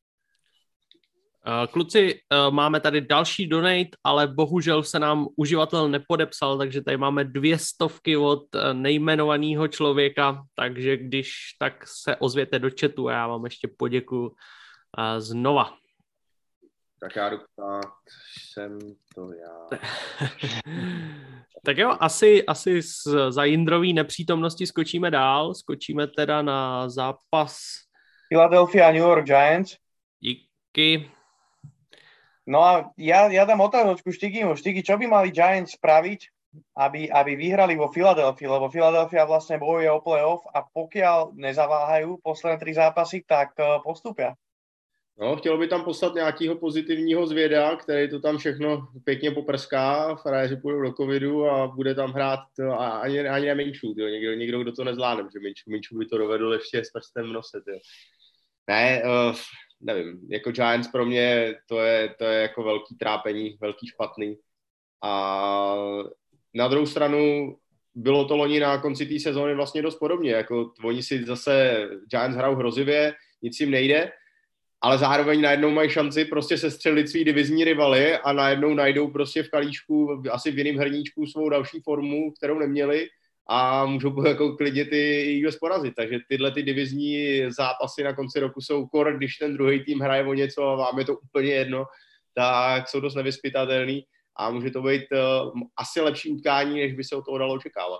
Kluci, máme tady další donate, ale bohužel se nám uživatel nepodepsal, takže tady máme dvě stovky od nejmenovaného člověka, takže když tak se ozvěte do chatu a já vám ještě poděkuju znova. Tak já dokud jsem to já. Tak jo, asi, asi z, za Jindrový nepřítomnosti skočíme dál, skočíme teda na zápas Philadelphia New York Giants. Díky. No a ja, ja dám otázočku Štigimu. Štigi, čo by mali Giants spraviť, aby, aby vyhrali vo Philadelphii, lebo Philadelphia vlastne bojuje o playoff a pokiaľ nezaváhajú posledné tri zápasy, tak uh, postupia. No, chtělo by tam poslat nějakého pozitivního zvěda, který to tam všechno pěkně poprská, frajeři půjdou do covidu a bude tam hrát to, a ani, ani ne Minčů, někdo, někdo, kdo to nezvládne, že Minčů, Minčů by to dovedl ještě s prstem v nose. Tyjo. Ne, uh, nevím, jako Giants pro mě to je, to je jako velký trápení, velký špatný. A na druhou stranu bylo to loni na konci té sezóny vlastně dost podobně, jako oni si zase Giants hrajou hrozivě, nic jim nejde, ale zároveň najednou mají šanci prostě sestřelit svý divizní rivaly a najednou najdou prostě v kalíčku, asi v jiném hrníčku svou další formu, kterou neměli a můžou jako klidně ty Eagles porazit. Takže tyhle ty divizní zápasy na konci roku jsou kor, když ten druhý tým hraje o něco a vám je to úplně jedno, tak jsou dost nevyzpytatelný a může to být uh, asi lepší utkání, než by se od toho dalo očekávat.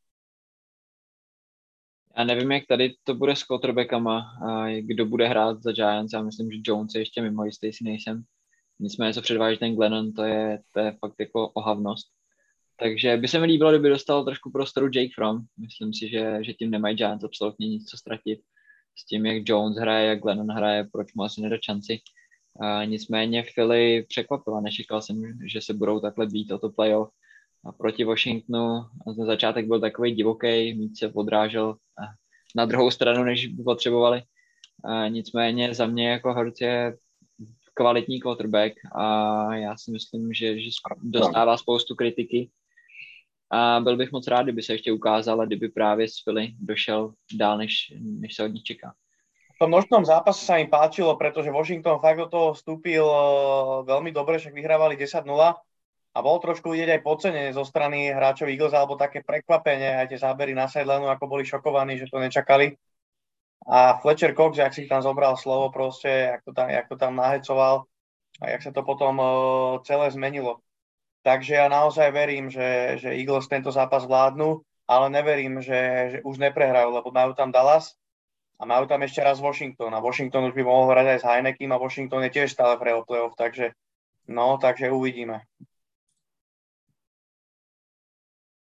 Já nevím, jak tady to bude s quarterbackama, kdo bude hrát za Giants. Já myslím, že Jones je ještě mimo, jistý si nejsem. Nicméně, co předváží ten Glennon, to je, to je fakt jako ohavnost. Takže by se mi líbilo, kdyby dostal trošku prostoru Jake Fromm. Myslím si, že, že tím nemají Giants absolutně nic co ztratit. S tím, jak Jones hraje, jak Glennon hraje, proč mu asi nedat šanci. A nicméně Philly překvapila. Nečekal jsem, že se budou takhle být o to playoff. A proti Washingtonu na začátek byl takový divoký, míč se odrážel na druhou stranu, než by potřebovali. A nicméně za mě jako Hurts je kvalitní quarterback a já si myslím, že, že dostává spoustu kritiky. A byl bych moc rád, kdyby se ještě ukázal a kdyby právě z Philly došel dál, než, než se od nich čeká. V tom nočnom zápase sa mi páčilo, pretože Washington fakt do toho vstúpil uh, veľmi dobre, však vyhrávali desať nula. A bol trošku vidieť aj podcenenie zo strany hráčov Eagles, alebo také prekvapenie, aj tie zábery na sidelineu, ako boli šokovaní, že to nečakali. A Fletcher Cox, jak si tam zobral slovo proste, jak to tam, jak to tam nahecoval a jak sa to potom uh, celé zmenilo. Takže ja naozaj verím, že, že Eagles tento zápas vládnu, ale neverím, že, že už neprehrajú, lebo majú tam Dallas a majú tam ešte raz Washington. A Washington už by mohol hrať aj s Heinekim a Washington je tiež stále v playoff, takže no, takže uvidíme.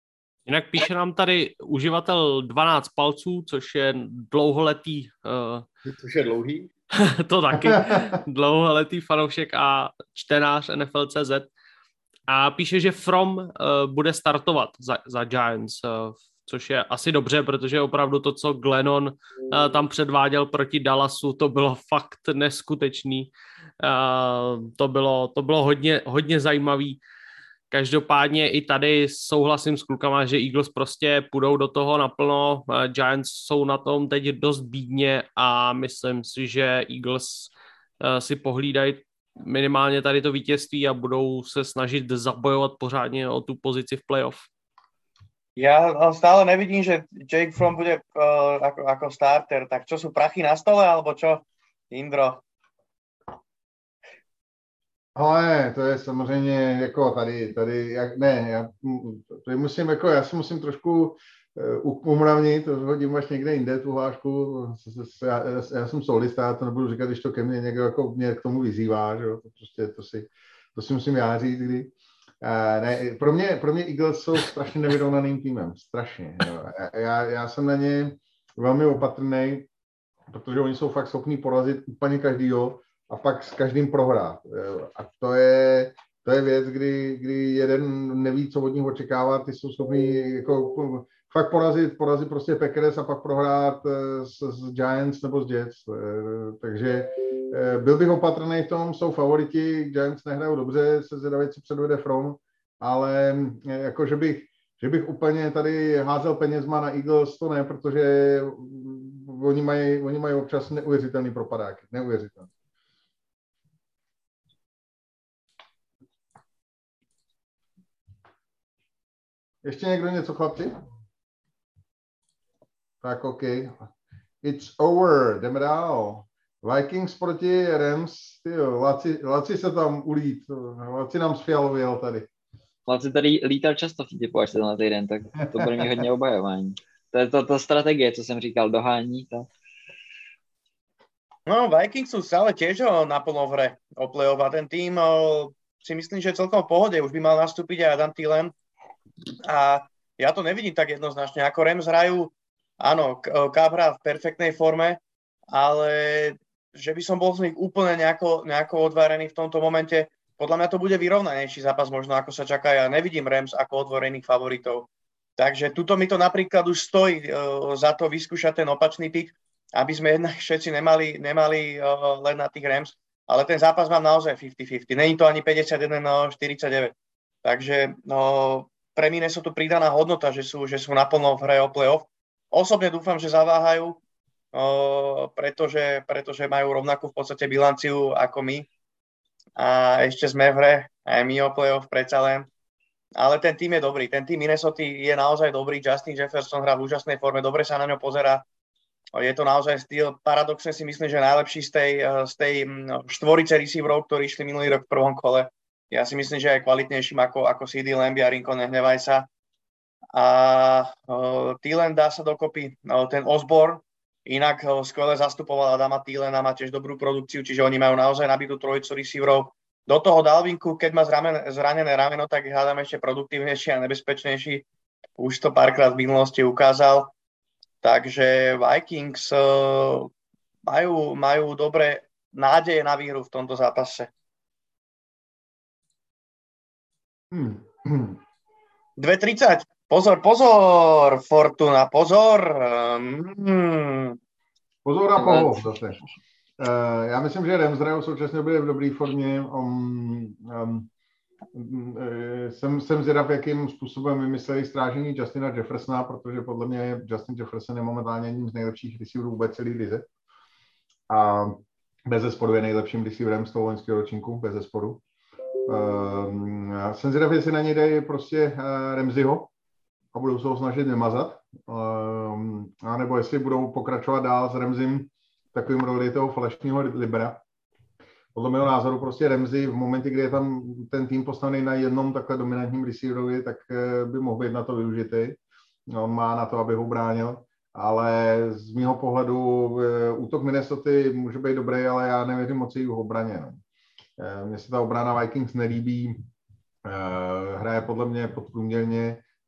Jinak píše nám tady uživatel dvanáct palců, což je dlouholetý... Uh... Což je dlouhý. To taky. Dlouholetý fanoušek a čtenář N F L tečka cé zet. A píše, že From uh, bude startovat za, za Giants, uh, což je asi dobře, protože opravdu to, co Glennon uh, tam předváděl proti Dallasu, to bylo fakt neskutečný. Uh, to bylo, to bylo hodně, hodně zajímavý. Každopádně i tady souhlasím s klukama, že Eagles prostě půjdou do toho naplno. Uh, Giants jsou na tom teď dost bídně a myslím si, že Eagles uh, si pohlídají minimálně tady to vítězství a budou se snažit zabojovat pořádně o tu pozici v playoff. Ja stále nevidím, že Jake Fromm bude uh, ako, ako starter. Tak čo sú prachy na stole, alebo čo? Indro? Ale to je samozřejmě jako tady, tady, jak, ne, já, tady musím, jako, já si musím trošku umravnit, to hodím až někde jinde, tu hlášku, já, já jsem solista, já to nebudu říkat, když to ke mně někdo jako mě k tomu vyzývá, že jo, to prostě, to si, to si musím já říct, kdy. Uh, ne, pro mě, pro mě Eagles jsou strašně nevyrovnaným týmem, strašně, jo. Já, já jsem na ně velmi opatrný, protože oni jsou fakt schopní porazit úplně každýho a pak s každým prohrát, jo. A to je, to je věc, kdy, kdy jeden neví, co od nich očekávat, ty jsou schopní jako fakt porazit, porazit prostě Packers a pak prohrát s, s Giants nebo s Jets. Takže byl bych opatrný v tom, jsou favoriti, Giants nehrajou dobře, se zvědavě, co předvede From, ale jako, že bych, že bych úplně tady házel penězma na Eagles, to ne, protože oni mají, oni mají občas neuvěřitelný propadák, neuvěřitelný. Ještě někdo něco, chlapci? Tak OK. It's over. Jdeme dál. Vikings proti Rams. Tyjo, Laci, Laci se tam ulít. Laci nám sfialověl tady. Laci tady lítal často v typu, až se na týden, tak to bude mít hodně obajování. To je to, to strategie, co jsem říkal, dohání. To. No, Vikings sú stále tiež naplno v hre o play-off a ten tým si myslím, že celkom v pohode. Už by mal nastúpiť aj Adam Thielen. A ja to nevidím tak jednoznačne. Ako Rams hrajú, áno, Cup hrá v perfektnej forme, ale že by som bol z nich úplne nejako, nejako odvárený v tomto momente, podľa mňa to bude vyrovnanejší zápas možno, ako sa čaká. Ja nevidím Rams ako otvorených favoritov. Takže tuto mi to napríklad už stojí uh, za to vyskúšať ten opačný pick, aby sme jednak všetci nemali, nemali uh, len na tých Rams, ale ten zápas mám naozaj päťdesiat päťdesiat. Není to ani päťdesiatjeden štyridsaťdeväť. Takže no, pre mňa sú tu pridaná hodnota, že sú, že sú naplno v hre o play-off. Osobne dúfam, že zaváhajú, o, pretože, pretože majú rovnakú v podstate bilanciu ako my. A ešte sme v hre, aj my o play-off predsa len. Ale ten tým je dobrý. Ten tým Minnesota je naozaj dobrý. Justin Jefferson hrá v úžasnej forme, dobre sa na ňo pozerá. Je to naozaj styl. Paradoxne si myslím, že najlepší z tej, z tej štvorice receiverov, ktorí išli minulý rok v prvom kole. Ja si myslím, že aj kvalitnejším ako, ako C D Lamb a Rincon, nehnevaj sa. A uh, Thielen dá sa dokopy, uh, ten Osborne, inak uh, skvele zastupoval Adama Thielena, má tiež dobrú produkciu, čiže oni majú naozaj nabitú trojicu receiverov. Do toho Dalvinku, keď má zranené, zranené rameno, tak hľadám ešte produktívnejší a nebezpečnejší. Už to párkrát v minulosti ukázal. Takže Vikings uh, majú, majú dobré nádeje na výhru v tomto zápase. Hmm. Hmm. dve tridsať. Pozor, pozor, Fortuna, pozor. Hmm. Pozor na pohov zase. Uh, já myslím, že Rams hrajou současně byli v dobré formě. Um, um, um, jsem, jsem zvědav, jakým způsobem vymysleli strážení Justina Jeffersona, protože podle mě Justin Jefferson je momentálně jedním z nejlepších receiverů vůbec celý lize. A bez zesporu je nejlepším receiverem z toho loňského ročníku, bez zesporu. Uh, jsem zvědav, jestli na něj dají prostě uh, Ramseyho a budou se ho snažit vymazat, uh, a nebo jestli budou pokračovat dál s Ramseym takovým roli toho falešního libera. Podle mého názoru prostě Ramsey v momentě, kdy je tam ten tým postavený na jednom takhle dominantním receiverovi, tak uh, by mohl být na to využitý. On má na to, aby ho bránil, ale z mého pohledu uh, útok Minnesota může být dobrý, ale já nevěřím moc v obraně. No. Mně se ta obrana Vikings nelíbí, hraje podle mě podprůměrně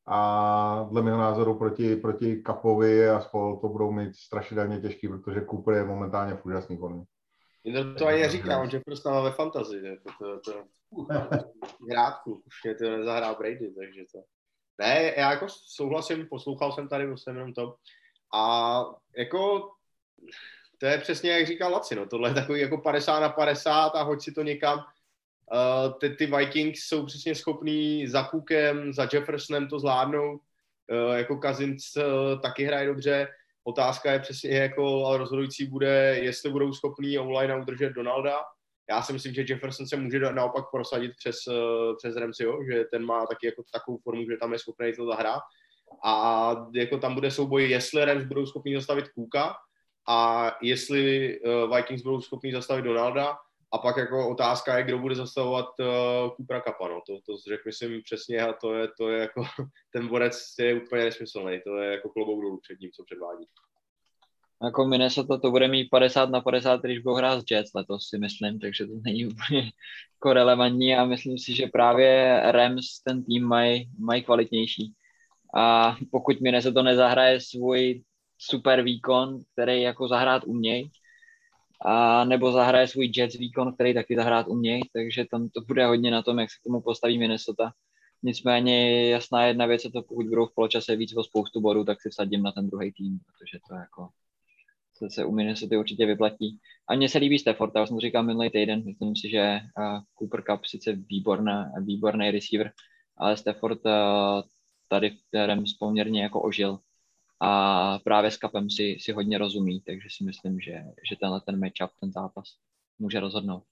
a dle mého názoru proti, proti Kapovi a spol to budou mít strašidelně těžký, protože Cooper je momentálně v úžasný formě. Jinak to ani neříkám, že prostě máme ve fantazii, že to, to, to, hrátku, už mě to nezahrál Brady, takže to. Ne, já jako souhlasím, poslouchal jsem tady, musím jenom to. A jako, to je přesně jak říkal Laci, no, tohle je takový jako padesát na padesát a hoď si to někam. Uh, ty, ty Vikings jsou přesně schopní za Cookem, za Jeffersonem to zvládnout, uh, jako Cousins uh, taky hraje dobře. Otázka je přesně jako, ale rozhodující bude, jestli budou schopní online udržet Donalda. Já si myslím, že Jefferson se může naopak prosadit přes, přes Ramseyho, že ten má taky jako takovou formu, že tam je schopný to zahrát. A jako tam bude souboj, jestli Rams budou schopni zastavit Cooka a jestli Vikings budou schopni zastavit Donalda. A pak jako otázka je, kdo bude zastavovat Coopera Kuppa. No. To, to řekl myslím přesně a to je, to je jako, ten borec je úplně nesmyslný. To je jako klobouk dolů před ním, co předvádí. Jako Minnesota to bude mít padesát na padesát, když budou hrát s Jets letos, si myslím, takže to není úplně jako relevantní a myslím si, že právě Rams ten tým mají maj kvalitnější. A pokud Minnesota nezahraje svůj super výkon, který jako zahrát uměj, a nebo zahraje svůj Jets výkon, který taky zahrát uměj, takže tam to bude hodně na tom, jak se k tomu postaví Minnesota. Nicméně jasná jedna věc je to, pokud budou v poločase víc o spoustu bodů, tak si vsadím na ten druhý tým, protože to jako se u Minnesota určitě vyplatí. A mně se líbí Stafford, já jsem to říkal minulý týden, myslím si, že uh, Cooper Kupp sice výborná, výborný receiver, ale Stafford uh, tady v Rams poměrně jako ožil a právě s Kuppem si, si hodně rozumí, takže si myslím, že, že tenhle ten matchup, ten zápas může rozhodnout.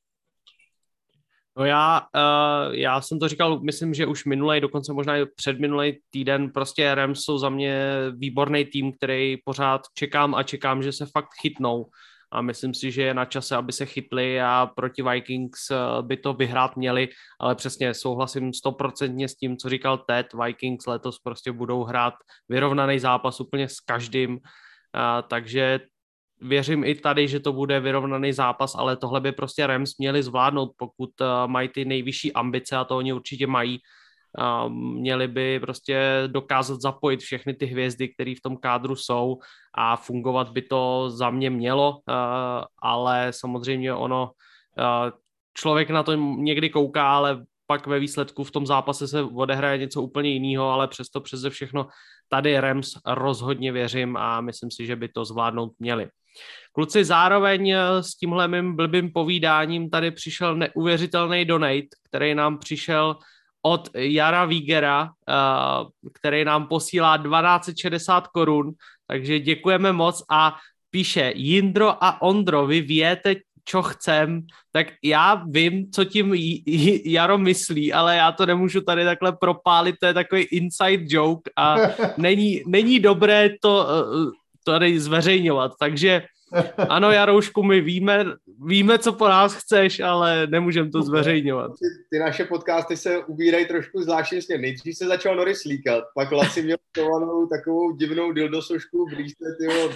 No já, uh, já jsem to říkal, myslím, že už minulej, dokonce možná i předminulej týden, prostě Rams jsou za mě výborný tým, který pořád čekám a čekám, že se fakt chytnou a myslím si, že je na čase, aby se chytli a proti Vikings by to vyhrát měli, ale přesně souhlasím stoprocentně s tím, co říkal Ted, Vikings letos prostě budou hrát vyrovnaný zápas úplně s každým, uh, takže věřím i tady, že to bude vyrovnaný zápas, ale tohle by prostě Rams měli zvládnout, pokud uh, mají ty nejvyšší ambice a to oni určitě mají. Uh, měli by prostě dokázat zapojit všechny ty hvězdy, které v tom kádru jsou a fungovat by to za mě mělo, uh, ale samozřejmě ono, uh, člověk na to někdy kouká, ale pak ve výsledku v tom zápase se odehraje něco úplně jiného, ale přesto přeze všechno tady Rams rozhodně věřím a myslím si, že by to zvládnout měli. Kluci, zároveň s tímhle mým blbým povídáním tady přišel neuvěřitelný donate, který nám přišel od Jara Vígera, který nám posílá dvanáct set šedesát korun, takže děkujeme moc a píše: Jindro a Ondro, vy viete, čo chcem, tak já vím, co tím Jaro myslí, ale já to nemůžu tady takhle propálit, to je takový inside joke a není, není dobré to tady zveřejňovat, takže ano, Jaroušku, my víme, víme, co po nás chceš, ale nemůžeme to zveřejňovat. Ty, ty naše podcasty se ubírají trošku zvláštně směr. Nejdřív se začal Norris líkat, pak Laci měl tovanou takovou divnou dildosošku v blízce, tyho,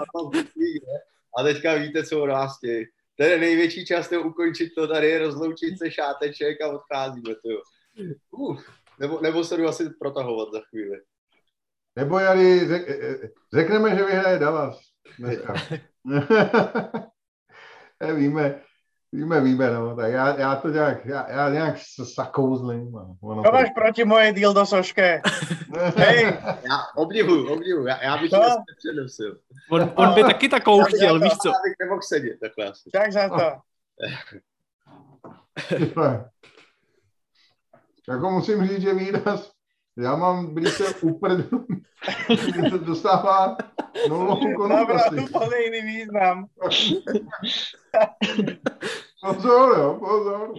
a teďka víte, co od nás chtějí. To je největší čas to ukončit to tady, rozloučit se, šáteček a odcházíme. Uh, nebo, nebo se jdu asi protahovat za chvíli. Nebo Jari, řek, řekneme, že vyhraje Dallas dneska. víme, víme, víme, no. Tak já, já to nějak, já, já nějak sakouzlím. To máš proti mojej dildosoške. Hej. Já obdivuju, obdivuju. Já, já bych to nepřednosil. On, on by taky takovou chtěl, víš co? Já bych nemohl sedět, takhle asi. Tak za to. Jako musím říct, že výraz, já mám blíže uprdu, to dostává novou konotaci. Dobrá, úplně jiný význam. Pozor, jo, pozor.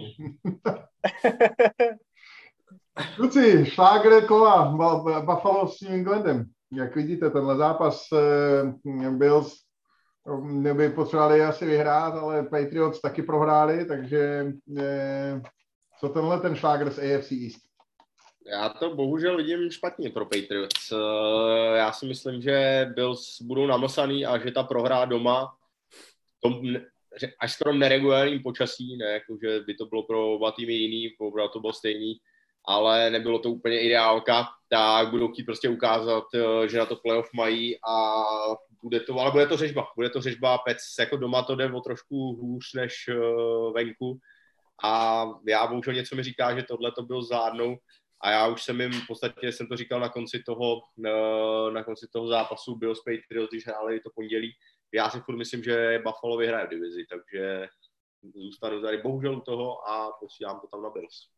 Kluci, šlágr kola Buffalo s New Englandem. Jak vidíte, tenhle zápas Bills by potřebovali asi vyhrát, ale Patriots taky prohráli, takže co tenhle ten šlágr z A F C East? Já to bohužel vidím špatně pro Patriots. Já si myslím, že Bills budou namlsaný a že ta prohra doma tom, až skoro neregulárním počasí, ne, jako, že by to bylo pro oba týmy jiný, pro to bylo stejný, ale nebylo to úplně ideálka, tak budou chtít prostě ukázat, že na to playoff mají a bude to, ale bude to řežba, bude to řežba, Pec jako doma to jde o trošku hůř než venku a já bohužel něco mi říká, že tohle to byl zvládnou a já už jsem jim, v podstatě jsem to říkal na konci toho, na konci toho zápasu Bills Patriots, když hráli to pondělí, já si furt myslím, že Buffalo vyhraje v divizi, takže zůstanu tady bohužel u toho a posílám to tam na Bills.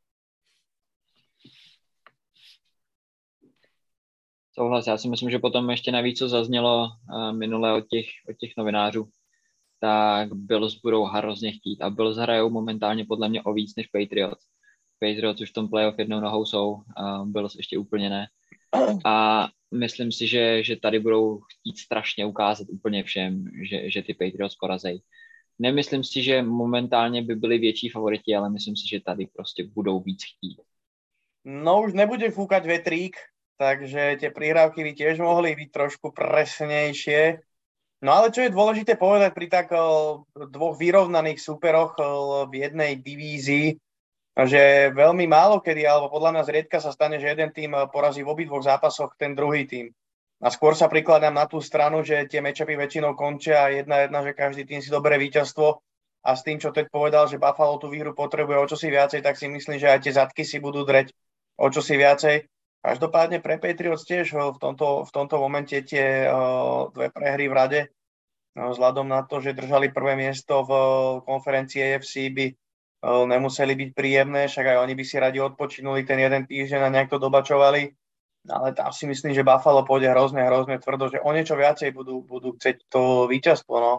Souhlas, já si myslím, že potom ještě navíc, co zaznělo uh, minule od těch, od těch novinářů, tak Bills budou hrozně chtít a Bills hrajou momentálně podle mě o víc než Patriots. Patriots už v tom playoff jednou nohou jsou, uh, Bills ještě úplně ne. A myslím si, že, že tady budou chtít strašně ukázat úplně všem, že, že ty Patriots porazejí. Nemyslím si, že momentálně by byli větší favoriti, ale myslím si, že tady prostě budou víc chtít. No už nebude fúkať vetrík, takže tie prihrávky by tiež mohli byť trošku presnejšie. No ale čo je dôležité povedať pri tak dvoch vyrovnaných súperoch v jednej divízii, že veľmi málo kedy, alebo podľa mňa zriedka sa stane, že jeden tým porazí v obidvoch zápasoch ten druhý tým. A skôr sa prikladám na tú stranu, že tie matchupy väčšinou končia jedna jedna, že každý tým si doberie víťazstvo a s tým, čo teď povedal, že Buffalo tú výhru potrebuje o čosi viacej, tak si myslím, že aj tie zadky si budú dreť o čosi viacej. Každopádne pre Patriots tiež v tomto, v tomto momente tie uh, dve prehry v rade, no, vzhľadom na to, že držali prvé miesto v uh, konferencii A F C, by uh, nemuseli byť príjemné, však aj oni by si radi odpočinuli ten jeden týždeň a nejak to dobačovali. Ale tam si myslím, že Buffalo pôjde hrozne, hrozne tvrdo, že o niečo viacej budú, budú chcieť to víťazstvo, no.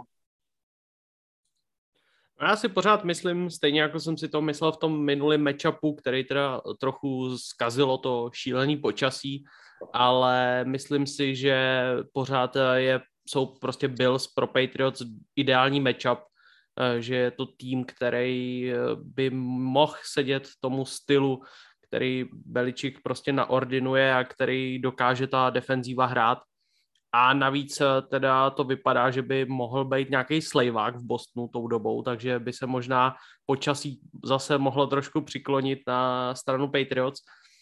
Já si pořád myslím, stejně jako jsem si to myslel v tom minulém matchupu, který teda trochu zkazilo to šílený počasí, ale myslím si, že pořád je, jsou prostě Bills pro Patriots ideální matchup, že je to tým, který by mohl sedět tomu stylu, který Belichick prostě naordinuje a který dokáže ta defenzíva hrát. A navíc teda to vypadá, že by mohl být nějaký slejvák v Bostonu tou dobou, takže by se možná počasí zase mohlo trošku přiklonit na stranu Patriots.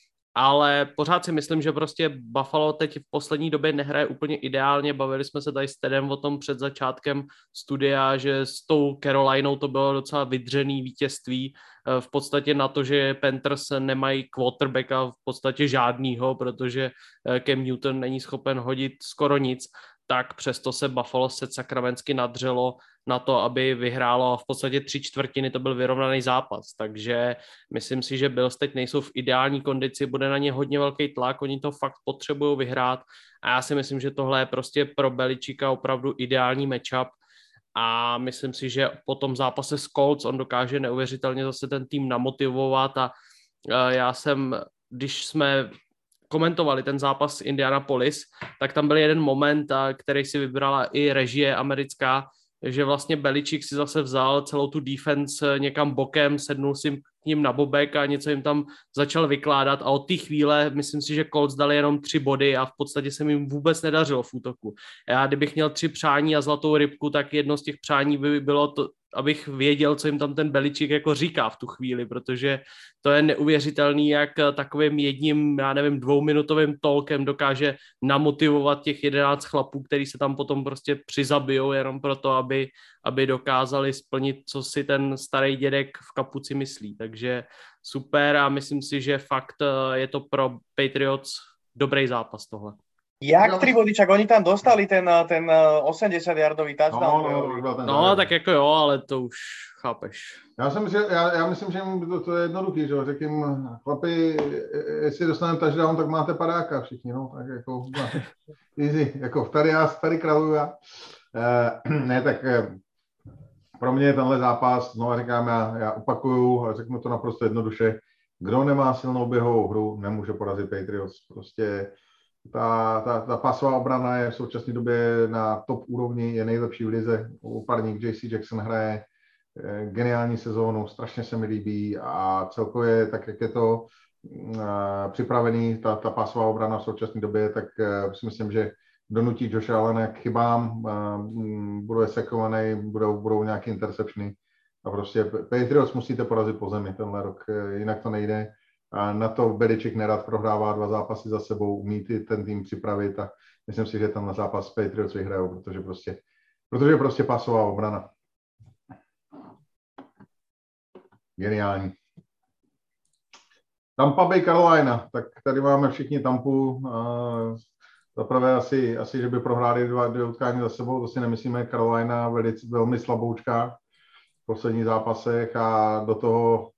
Ale pořád si myslím, že prostě Buffalo teď v poslední době nehraje úplně ideálně. Bavili jsme se tady s Tedem o tom před začátkem studia, že s tou Carolinou to bylo docela vydřený vítězství. V podstatě na to, že Panthers nemají quarterbacka v podstatě žádnýho, protože Cam Newton není schopen hodit skoro nic, tak přesto se Buffalo se sakramensky nadřelo na to, aby vyhrálo a v podstatě tři čtvrtiny to byl vyrovnaný zápas, takže myslím si, že Bills teď nejsou v ideální kondici, bude na ně hodně velký tlak, oni to fakt potřebují vyhrát a já si myslím, že tohle je prostě pro Belichicka opravdu ideální matchup a myslím si, že po tom zápase s Colts on dokáže neuvěřitelně zase ten tým namotivovat a já jsem, když jsme komentovali ten zápas s Indianapolis, tak tam byl jeden moment, který si vybrala i režie americká, že vlastně Belichick si zase vzal celou tu defense někam bokem, sednul si k ním na bobek a něco jim tam začal vykládat a od té chvíle myslím si, že Colts dali jenom tři body a v podstatě se jim vůbec nedařilo v útoku. Já kdybych měl tři přání a zlatou rybku, tak jedno z těch přání by bylo to, abych věděl, co jim tam ten Belichick jako říká v tu chvíli, protože to je neuvěřitelný, jak takovým jedním, já nevím, dvouminutovým talkem dokáže namotivovat těch jedenáct chlapů, který se tam potom prostě přizabijou jenom proto, aby, aby dokázali splnit, co si ten starý dědek v kapuci myslí. Takže super a myslím si, že fakt je to pro Patriots dobrý zápas tohle. Jak tri body, čak oni tam dostali ten, ten osemdesiat-yardový touchdown. No, no, no, no tak jako jo, ale to už chápeš. Já, jsem, že, já, já myslím, že to, to je jednoduchý, že jo, řekl jim, chlapi, jestli dostaneme touchdown, tak máte padáka všichni, no, tak jako, easy, jako tady já, tady králuju já. Eh, ne, tak eh, pro mě je tenhle zápas, no a říkám, já, já opakuju a řeknu to naprosto jednoduše, kdo nemá silnou běhovou hru, nemůže porazit Patriots, prostě Ta, ta, ta pásová obrana je v současné době na top úrovni, je nejlepší v lize. Úparník J C Jackson hraje geniální sezónu, strašně se mi líbí a celkově tak, jak je to uh, připravený, ta, ta pásová obrana v současné době, tak uh, si myslím, že donutí Josh Allena k chybám, uh, bude sekovaný, budou, budou nějaké interceptiony a prostě Patriots musíte porazit po zemi tenhle rok, jinak to nejde. A na to Belichick nerad prohrává dva zápasy za sebou, umí ten tým připravit a myslím si, že tam na zápas s Patriots vyhrajou, protože prostě, protože prostě pasová obrana. Geniální. Tampa Bay Carolina, tak tady máme všichni Tampu. Zaprvé asi, asi, že by prohráli dva, dvě utkání za sebou, to si nemyslíme. Carolina velice, velmi slaboučká v posledních zápasech a do toho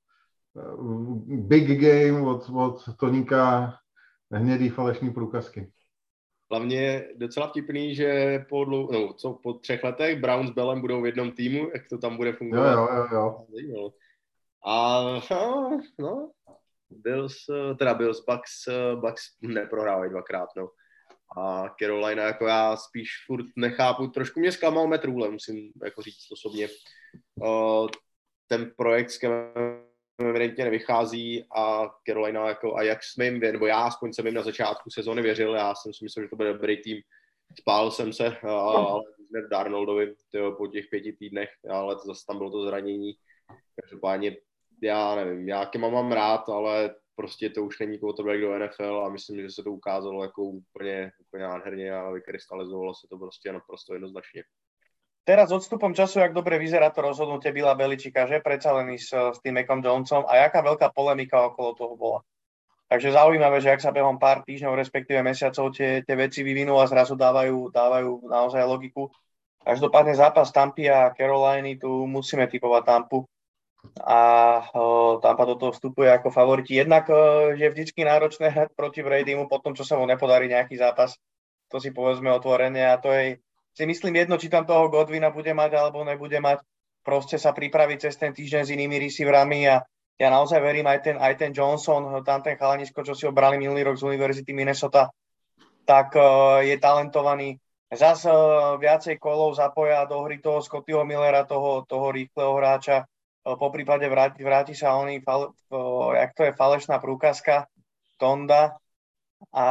big game od, od Toníka hnědý falešný průkazky. Hlavně je docela vtipný, že po, dlou, no, co, po třech letech Browns s Bellem budou v jednom týmu, jak to tam bude fungovat. Jo, jo, jo. jo. A no, no, Bills, teda Bills, Bucks, Bucks neprohrávají dvakrát, no. A Carolina, jako já spíš furt nechápu, trošku mě zklamal Matt Rule, musím jako říct osobně. Uh, ten projekt s Kevem evidentně nevychází a Carolina, jako, a jak jsme jim, nebo já aspoň jsem jim na začátku sezóny věřil, já jsem si myslel, že to bude dobrý tým. Spál jsem se, ale jsme v Darnoldovi tyjo, po těch pěti týdnech, ale to zase tam bylo to zranění. Každopádně, já nevím, já Kema mám rád, ale prostě to už není quarterback do N F L a myslím, že se to ukázalo jako úplně, úplně nádherně a vykrystalizovalo se to prostě naprosto jednoznačně. Teraz odstupom času, jak dobre vyzerá to rozhodnutie Billa Beličika, že? Predsa len s, s tým Macom Jonesom a jaká veľká polemika okolo toho bola. Takže zaujímavé, že ak sa behom pár týždňov, respektíve mesiacov tie, tie veci vyvinú a zrazu dávajú, dávajú naozaj logiku. Každopádne zápas Tampy a Caroliny, tu musíme typovať Tampu. A o, Tampa do toho vstupuje ako favoriti. Jednak o, že je vždycky náročné hrať proti Bradymu po tom, čo sa mu nepodarí nejaký zápas. To si povedzme otvorene a to je si myslím jedno, či tam toho Godwina bude mať alebo nebude mať. Proste sa pripraviť cez ten týždeň s inými receiverami a ja naozaj verím aj ten, aj ten Johnson, tam ten chalanisko, čo si ho brali minulý rok z Univerzity Minnesota, tak uh, je talentovaný. Zas uh, viacej kolov zapoja do hry toho Scottyho Millera, toho, toho rýchleho hráča. Uh, po prípade vráti, vráti sa oný, fal, uh, jak to je, falešná prúkazka, Tonda. A,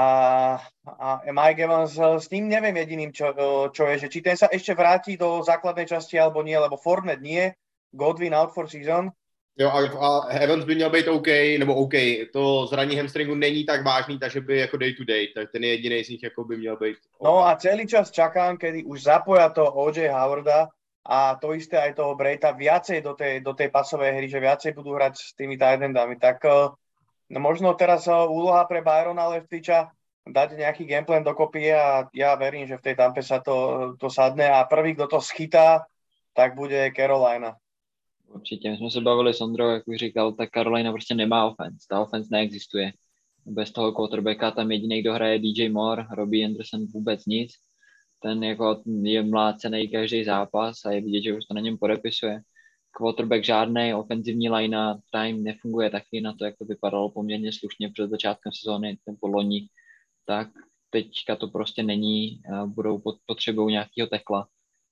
a Mike Evans, s ním neviem jediným, čo, čo je, že či ten sa ešte vráti do základnej časti alebo nie, lebo Fournette nie, Godwin out for season. Jo, a, a Evans by měl být OK, nebo OK, to zraní hamstringu není tak vážný, takže by jako day to day, tak ten jediný z nich jako by měl být OK. No a celý čas čakám, kedy už zapoja to O J Howarda a to isté aj toho Brejta viacej do tej, do tej pasovej hry, že viacej budú hrať s tými tight endami, tak no možno teraz úloha pre Byrona Leftiča dať nejaký gameplan dokopy a ja verím, že v tej Tampe sa to, to sadne a prvý, kto to schytá, tak bude Carolina. Určitě, my jsme se bavili s Ondrou, jak už říkal, tak Carolina prostě nemá offense, ta offense neexistuje. Bez toho quarterbacka tam jediný, kdo hraje D J Moore, Robbie Anderson vůbec nic. Ten jako je mlácený každý zápas a je vidět, že už to na něm podepisuje. Quarterback žádnej, ofenzivní linea time nefunguje taky na to, jak to vypadalo poměrně slušně před začátkem sezóny, ten podloni, tak teďka to prostě není, budou potřebují nějakého tekla.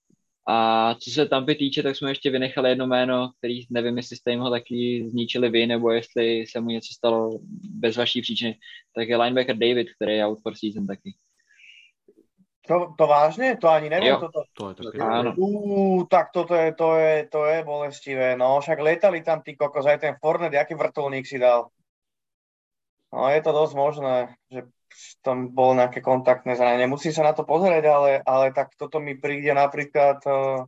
A co se Tampy týče, tak jsme ještě vynechali jedno jméno, který nevím, jestli jste jim ho taky zničili vy, nebo jestli se mu něco stalo bez vaší příčiny, tak je linebacker David, který je out for season taky. To, to vážne? To ani neviem. Jo, toto. To je taky. Áno. Ú, tak toto je, to je, to je bolestivé. No, však lietali tam tí kokos, aj ten Fournette, aký vrtuľník si dal. No, je to dosť možné, že tam bolo nejaké kontaktné zranenie. Musím sa na to pozrieť, ale, ale tak toto mi príde napríklad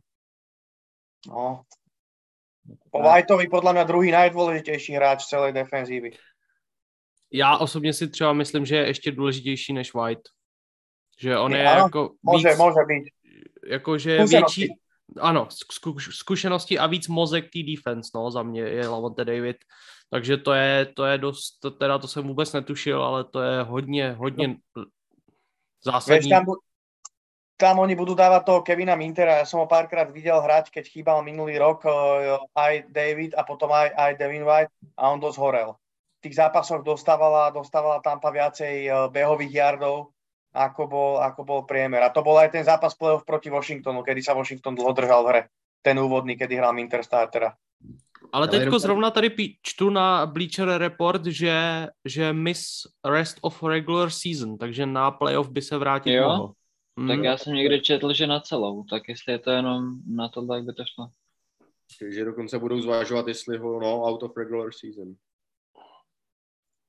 no, po Whiteovi podľa mňa druhý najdôležitejší hráč celej defenzívy. Já osobně si třeba myslím, že je ještě důležitější než White. Že on je, je ano, jako může, víc, může být. Jako, že je větší, ano, zkušenosti a víc mozek té defense, no, za mě je Lavonte David. Takže to je, to je dost, to, teda to jsem vůbec netušil, ale to je hodně, hodně no. zásadní. Vieš, tam, tam oni budú dávať toho Kevina Mintera, ja som ho párkrát videl hrať, keď chýbal minulý rok aj David a potom aj, aj Devin White a on dosť horel. V tých zápasoch dostávala, dostávala Tampa viacej behových yardov, ako bol, ako bol priemer. A to bol aj ten zápas playoff proti Washingtonu, kedy sa Washington dlho držal v hre. Ten úvodný, kedy hral Minter startera. Ale teďko zrovna tady pí, čtu na Bleacher Report, že, že miss rest of regular season, takže na playoff by se vrátit jo? mohl. Hmm. Tak já jsem někde četl, že na celou, tak jestli je to jenom na to, tak by to šlo. Takže dokonce budou zvážovat, jestli ho no, out of regular season.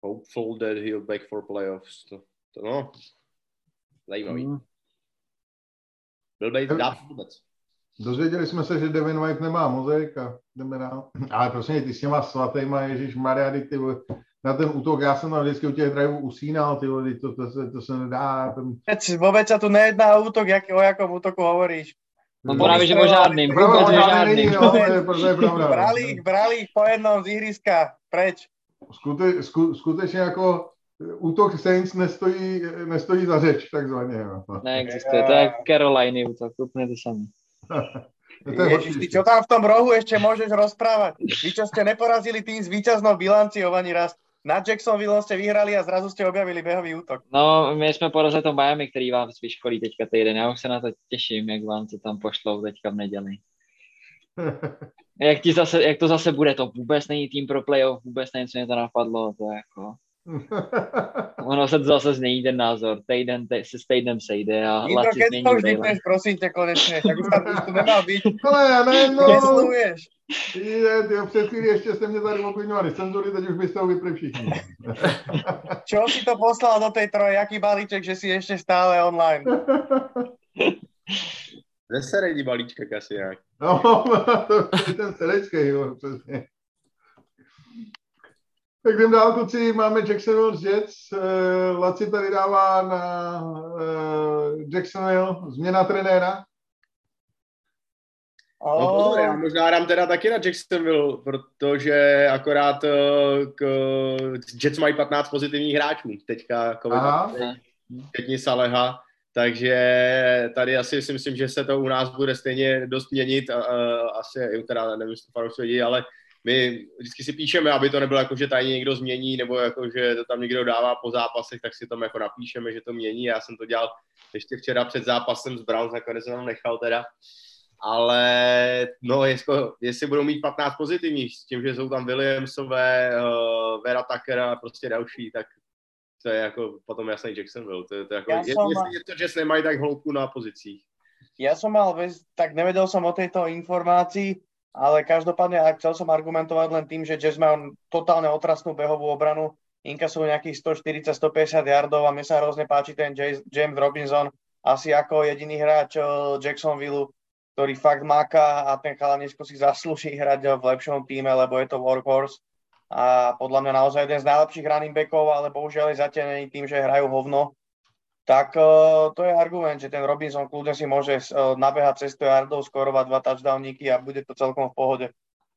hopeful that he'll back for playoffs. To, to no, zajímavý. Mm. Byl bejt dát vůbec. Dozvěděli jsme se, že Devin White nemá mozek a jdeme dál. Ale prosím, ty s těma svatýma, ježišmarja, ty na ten útok, já jsem tam vždycky u těch driveů usínal, ty vody, to, to, to, to se nedá. Ten... Vôbec sa tu nejedná o útok, jak, o jakom útoku hovoríš. No právě, že o žádným, vůbec o žádným. No, to je, to je pravda. Brali ich, brali ich po jednom z ihriska, preč. Skute, sku, skutečně jako útok Saints nestojí, nestojí za řeč, takzvaně. No. Neexistuje, to je Caroliny útok, úplně to samé. Ježiš, ty čo tam v tom rohu ešte môžeš rozprávať? Vy, čo ste neporazili tým s víťaznou bilanciou ani raz. Na Jacksonville ste vyhrali a zrazu ste objavili behový útok. No, my jsme porazili to Miami, který vám vyškolí teďka týden. Já už se na to těším, jak vám to tam pošlou teďka v neděli. Jak, ti zase, jak to zase bude, to vůbec není tým pro playoff, vůbec není, co mě to napadlo, to jako... Ono se to zase změní ten názor, týden te, se s týdnem sejde a Laci změní Indro, keď to už vypneš, prosím tě, konečně, tak už tam tu nemal být. Ale já ne, no... Nesluješ. Ty, před chvíli ještě jste mě tady uklidňovali cenzury, teď už byste ho vypli všichni. Čo si to poslal do tej troje, jaký balíček, že si ještě stále online? Zeseredí balíček asi nějak. No, to je ten serecký, jo, přesně. Tak jdem dál, kluci, máme Jacksonville Jets. Uh, Laci tady dává na uh, Jacksonville změna trenéra. Oh. No pozor, já možná dám teda taky na Jacksonville, protože akorát uh, k, Jets mají patnáct pozitivních hráčů teďka, včetně Saleha, takže tady asi si myslím, že se to u nás bude stejně dost měnit, uh, asi, teda nevím, jestli to fanoušci vědí, ale my vždycky si píšeme, aby to nebylo jako, že tady někdo změní, nebo jako, že to tam někdo dává po zápasech, tak si tam jako napíšeme, že to mění. Já jsem to dělal ještě včera před zápasem s Browns, nakonec jsem tam nechal teda. Ale no, jestli, jestli budou mít patnáct pozitivních, s tím, že jsou tam Williamsové, uh, Vera Tucker a prostě další, tak to je jako potom jasný Jacksonville. To, to jako, je, som... jestli to Jets nemají tak hloubku na pozicích. Ja som mal, tak nevedel som o tejto informácii, ale každopádne ak chcel som argumentovať len tým, že Jazz majú totálne otrasnú behovú obranu, inkasujú nejakých sto štyridsať až stopäťdesiat yardov a mne sa hrozne páči ten James Robinson, asi ako jediný hráč Jacksonville, ktorý fakt máka a ten chalanisko si zaslúži hrať v lepšom týme, lebo je to workhorse a podľa mňa naozaj jeden z najlepších running backov, ale bohužiaľ je zatenený tým, že hrajú hovno. Tak uh, to je argument, že ten Robinson kľudne si môže uh, nabehať cez sto yardov, skorovať dva touchdowníky a bude to celkom v pohode.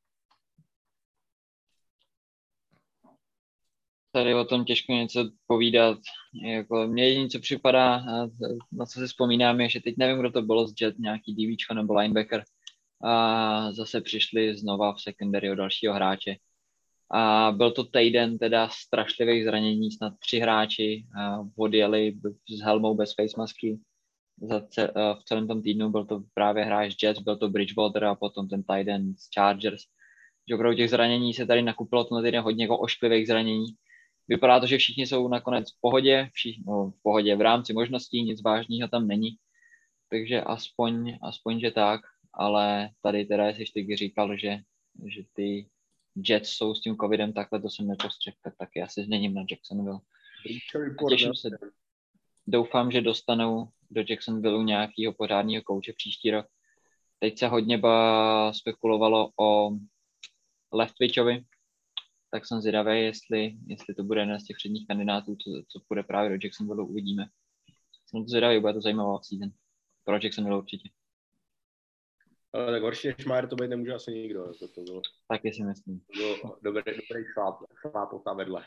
Tady o tom těžko něco povídat. Jako, mně jediné, co připadá, na co si vzpomínám, je, že teď nevím, kdo to bylo z Jet, nějaký DVčko nebo linebacker. A zase přišli znova v secondary o dalšího hráče. A byl to týden teda strašlivých zranění, snad tři hráči odjeli s helmou bez face masky. V celém tom týdnu byl to právě hráč Jets, byl to Bridgewater a potom ten tight end z Chargers. Že opravdu těch zranění se tady nakupilo to na týden hodně jako ošklivých zranění. Vypadá to, že všichni jsou nakonec v pohodě, všichni, no, v pohodě v rámci možností, nic vážného tam není. Takže aspoň, aspoň, že tak, ale tady teda jsi taky říkal, že, že ty Jets jsou s tím covidem takhle, to jsem nepostřehl, tak taky asi změním na Jacksonville. Těším se. Doufám, že dostanou do Jacksonville nějakého pořádného kouče příští rok. Teď se hodně ba spekulovalo o Leftwichovi, tak jsem zvědavý, jestli, jestli to bude jeden z těch předních kandidátů, co, co půjde právě do Jacksonville, uvidíme. Jsem to zvědavý, bude to zajímavá season. Pro Jacksonville určitě. Ale tak horší než Mayer to být nemůže asi nikdo. To, to bylo, taky si myslím. To bylo dobrý, dobrý šláp, šláp tam vedle.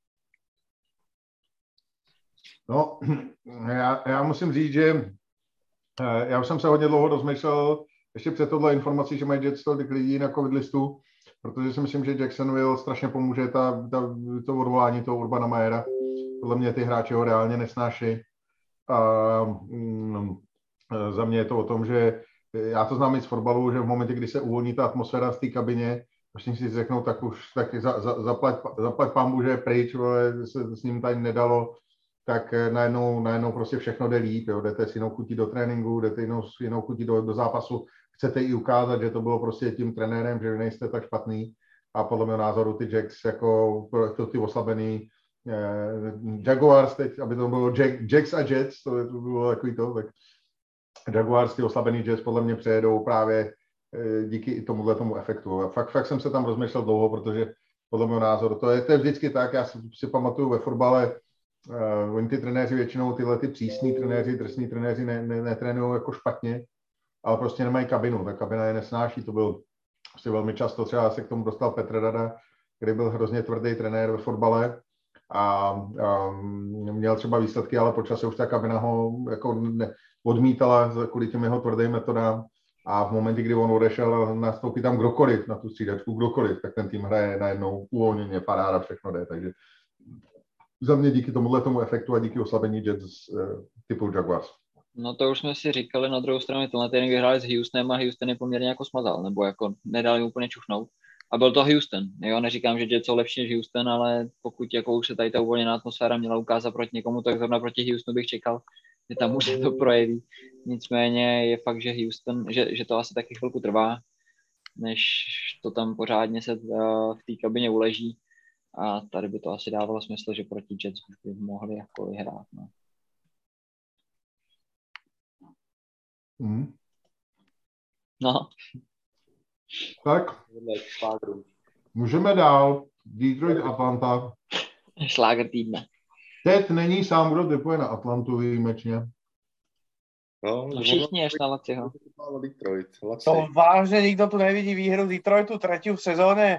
No, já, já musím říct, že já už jsem se hodně dlouho rozmýšlel ještě před tohle informací, že mají Jets tolik lidí na covid listu, protože si myslím, že Jacksonville strašně pomůže ta, ta, to odvolání toho Urbana Mayera. Podle mě ty hráči ho reálně nesnáší. A mm, za mě je to o tom, že já to znám i z fotbalu, že v momentě, kdy se uvolní ta atmosféra v té kabině, všichni si řeknou, tak už tak za, za, zaplať, zaplať pambu, že je pryč, ale se s ním tady nedalo, tak najednou, najednou prostě všechno jde líp. Jo. Jdete s jinou chutí do tréninku, jdete jinou, jinou chutí do, do zápasu. Chcete i ukázat, že to bylo prostě tím trenérem, že vy nejste tak špatný. A podle mého názoru ty Jacks, jako to, ty oslabený, Jaguars teď, aby to bylo Jack, Jacks a Jets, to, to bylo takový to, tak Jaguars, ty oslabený Jets podle mě přejedou právě díky i tomuhle tomu efektu. A fakt, fakt jsem se tam rozmýšlel dlouho, protože podle mého názoru, to je, to je vždycky tak, já si, si pamatuju ve fotbale, uh, oni ty trenéři většinou, tyhle ty přísní trenéři, drsní trenéři ne, ne, netrénují jako špatně, ale prostě nemají kabinu, ta kabina je nesnáší, to byl prostě velmi často, třeba se k tomu dostal Petr Rada, který byl hrozně tvrdý trenér ve fotbale a um, měl třeba výsledky, ale po čase už ta kabina ho jako ne, odmítala kvůli těm jeho tvrdým metodám. A v momentě, kdy on odešel, nastoupí tam kdokoliv na tu střídačku, kdokoliv, tak ten tým hraje najednou uvolněně, paráda, všechno jde. Takže za mě díky tomuhle tomu efektu a díky oslabení Jets typu Jaguars. No to už jsme si říkali, na druhou stranu tenhle týden vyhráli s Houstonem a Houston je poměrně jako smazal, nebo jako nedali úplně čuchnout. A byl to Houston. Jo, neříkám, že Jets jsou lepší než Houston, ale pokud jako už se tady ta uvolněná atmosféra měla ukázat proti někomu, tak zrovna proti Houstonu bych čekal, že tam už se to projeví. Nicméně je fakt, že Houston, že, že to asi taky chvilku trvá, než to tam pořádně se v té kabině uleží. A tady by to asi dávalo smysl, že proti Jets by mohli jako vyhrát. No. Hmm. no. Tak, můžeme dál. Detroit, Atlanta. Šláger týdne. Teď není sám, kdo typuje na Atlantu výjimečně. No, no všichni až na Laciho. To vážne nikto tu nevidí výhru Detroitu tretiu v sezóne?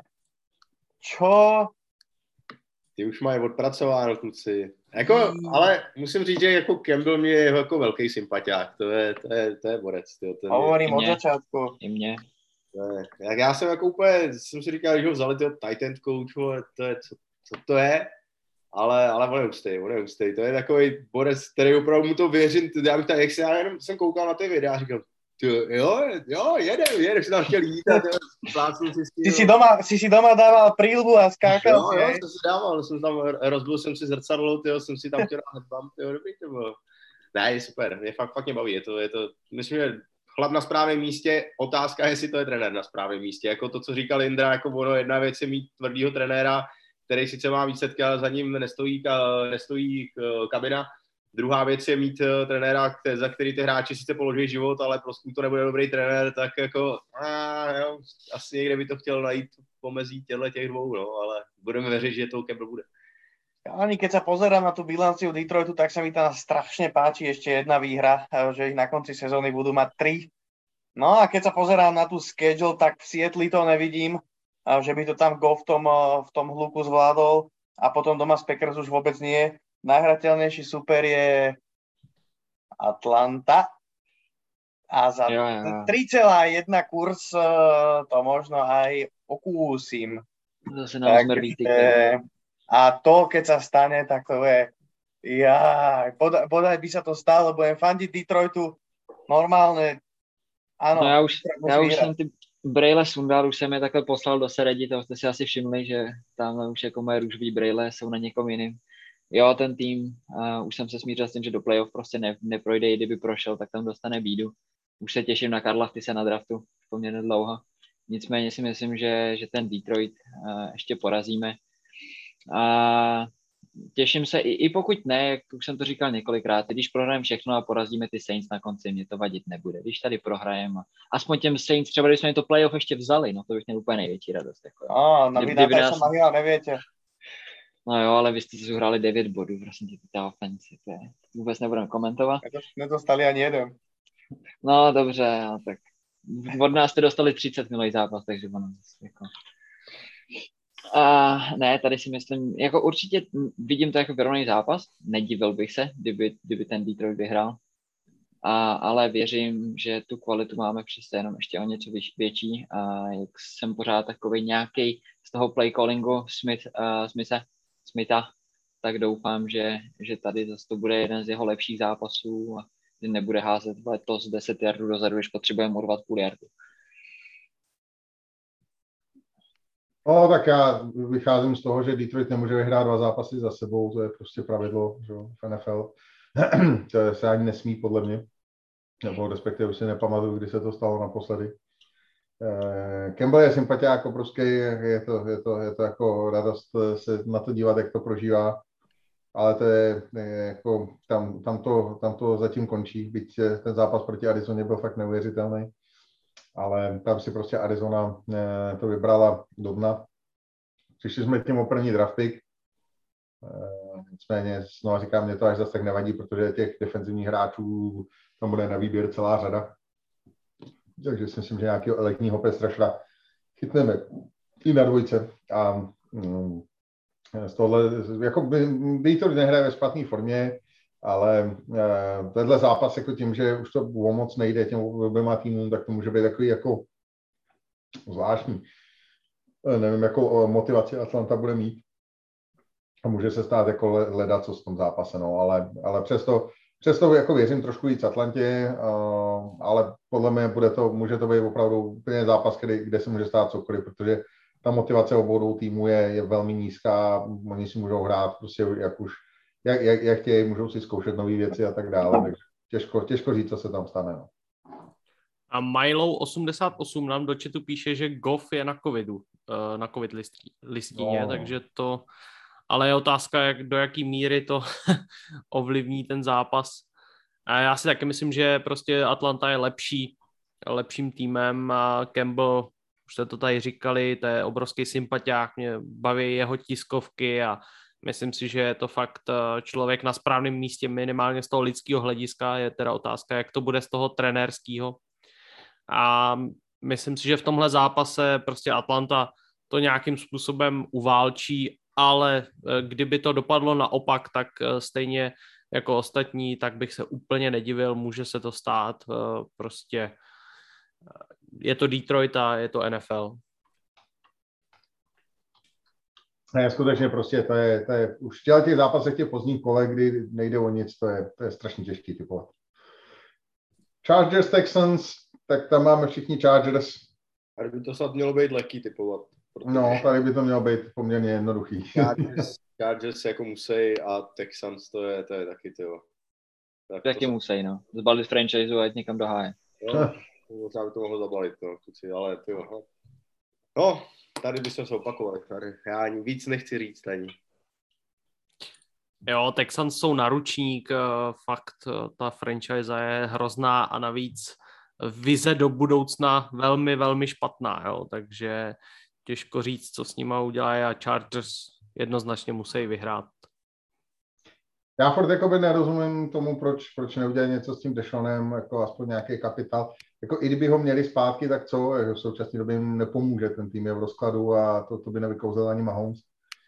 Čo? Ty už mají odpracováno, kluci. Jako, ale musím říct, že jako Campbell mě je jako velký sympatiák. To je, to je, to je borec. Hovorím od začátku. I mě. Jak já jsem jako úplně, jsem si říkal, že ho vzali toho tight end coach, to je, co, co to je? Ale, ale on je hustý, on je hustý. To je takový borec, který opravdu mu to věřím. Já bych tak, jak se, já jenom jsem koukal na ty videa a říkal, jo, jo, jede, jede, že tam chtěl jít a plácnul si s tím. Jsi si doma, jsi si doma dával prílbu a skákal jo, si, jo, jsem si dával, jsem tam, rozbil jsem si zrcadlo, tyjo, jsem si tam chtěl dát bam, tyjo, dobrý to bylo. Ne, je super, mě fakt, fakt mě baví, je to, je to, myslím, že chlap na správném místě, otázka je, jestli to je trenér na správném místě, jako to, co říkal Indra, jako ono, jedna věc je mít tvrdýho trenéra, který sice má výsledky, ale za ním nestojí, nestojí kabina. Druhá věc je mít trenéra, za který ty hráči sice položí život, ale prostě to nebude dobrý trenér, tak jako a, jo, asi někde by to chtěl najít pomezí těchto těch dvou, no, ale budeme věřit, že to Campbell bude. Ani keď sa pozerám na tú bilanciu Detroitu, tak sa mi tam strašne páči ešte jedna výhra, že ich na konci sezóny budú mať tri. No a keď sa pozerám na tú schedule, tak v Seattle to nevidím, že by to tam Goff v tom, v tom hluku zvládol a potom doma z Packers už vôbec nie. Najhrateľnejší super je Atlanta a za jo, jo. tri celá jedna kurz to možno aj okúsim. Zase nám zmrví ty. A to, keď sa stane, tak to je ja, podaj, podaj by sa to stalo, budem fandiť Detroitu normálne. Áno. No já už, já už jsem ty brejle sundal, už jsem je takhle poslal do Seredi, to jste si asi všimli, že tam už jako moje růžový brejle jsou na někom jiným. Jo, ten tým, uh, už jsem se smířil s tím, že do playoff prostě ne, neprojde, i kdyby prošel, tak tam dostane bídu. Už se těším na Karla Ftise na draftu, poměrně dlouho. Nicméně si myslím, že, že ten Detroit uh, ještě porazíme. A těším se, i, i pokud ne, jak už jsem to říkal několikrát, když prohrajeme všechno a porazíme ty Saints na konci, mě to vadit nebude. Když tady prohrajeme, aspoň těm Saints, třeba když jsme to playoff ještě vzali, no to bych měl úplně největší radost. Jako. No, na vydáte se Mahila, nevětě. No jo, ale vy jste si uhrali devět bodů, prosím tě, ta ofenci, to je, vůbec nebudeme komentovat. Nedostali ani jeden. No dobře, no, tak od nás jste dostali třicet minulý zápas, takže ono jako... A ne, tady si myslím, jako určitě vidím to jako vyrovnaný zápas, nedivil bych se, kdyby, kdyby ten Detroit vyhrál, a, ale věřím, že tu kvalitu máme přece jenom ještě o něco větší a jak jsem pořád takový nějaký z toho play callingu Smith, uh, Smitha, Smitha, tak doufám, že, že tady zase to bude jeden z jeho lepších zápasů a že nebude házet letos deset yardů dozadu, když potřebujeme urvat půl yardu. No, tak já vycházím z toho, že Detroit nemůže vyhrát dva zápasy za sebou, to je prostě pravidlo, že v N F L. To se ani nesmí, podle mě. Nebo respektive už si nepamatuju, kdy se to stalo naposledy. Eh, Campbell je sympatiák obrovský, je to, je, to, je to jako radost se na to dívat, jak to prožívá. ale to je, je jako, tam, tam, to, tam to zatím končí, byť ten zápas proti Arizoně byl fakt neuvěřitelný, ale tam si prostě Arizona eh, to vybrala do dna. Přišli jsme tím o první draft pick, eh, nicméně, no říkám, mě to až zase tak nevadí, protože těch defenzivních hráčů tam bude na výběr celá řada. Takže si myslím, že nějakého elitního Pestrašra chytneme i na dvojce. A mm, z tohle, jako by, by to nehraje ve špatné formě, ale eh, tenhle zápas jako tím, že už to o moc nejde těm oběma týmům, tak to může být takový jako zvláštní. Eh, nevím, jakou motivaci Atlanta bude mít. A může se stát jako leda, co v tom zápase, no, ale, ale přesto Přesto jako věřím trošku víc Atlantě, uh, ale podle mě bude to, může to být opravdu úplně zápas, kde, kde se může stát cokoliv, protože ta motivace obou týmů je, je velmi nízká, oni si můžou hrát prostě jak už, jak, jak, jak chtějí, můžou si zkoušet nové věci a tak dále, takže těžko, těžko říct, co se tam stane. No. A Milo osmdesát osm nám do chatu píše, že Goff je na covidu, na covid listině, no. Takže to... Ale je otázka, jak, do jaký míry to ovlivní ten zápas. A já si taky myslím, že prostě Atlanta je lepší, lepším týmem a Campbell, už jste to tady říkali, to je obrovský sympatiák, mě baví jeho tiskovky a myslím si, že je to fakt člověk na správném místě minimálně z toho lidského hlediska, je teda otázka, jak to bude z toho trenérského. A myslím si, že v tomhle zápase prostě Atlanta to nějakým způsobem uválčí, ale kdyby to dopadlo naopak, tak stejně jako ostatní, tak bych se úplně nedivil, může se to stát, prostě je to Detroit a je to N F L. Ne, skutečně prostě to je, to je už v těch zápasech těch pozdních kolek, kdy nejde o nic, to je, to je strašně těžký typovat. Chargers Texans, tak tam máme všichni Chargers. Ale by to snad mělo být lehký typovat. Protože... No, tady by to mělo být poměrně jednoduchý. Chargers, Chargers jako musí a Texans to je, to je taky tyjo. Tak taky to... musí, no. Zbalit franchise a jít někam do háje. No, možná by to mohlo zabalit, no, kluci, ale tyjo. No, tady bychom se opakovali, tady já ani víc nechci říct ani. Jo, Texans jsou naručník, fakt ta franchise je hrozná a navíc vize do budoucna velmi, velmi špatná, jo, takže těžko říct, co s nima udělají a Chargers jednoznačně musí vyhrát. Já furt jakoby nerozumím tomu, proč, proč neudělají něco s tím Deshanem, jako aspoň nějaký kapitál. Jako i kdyby ho měli zpátky, tak co? V současné době jim nepomůže, ten tým je v rozkladu a to, to by nevykouzel ani Mahomes.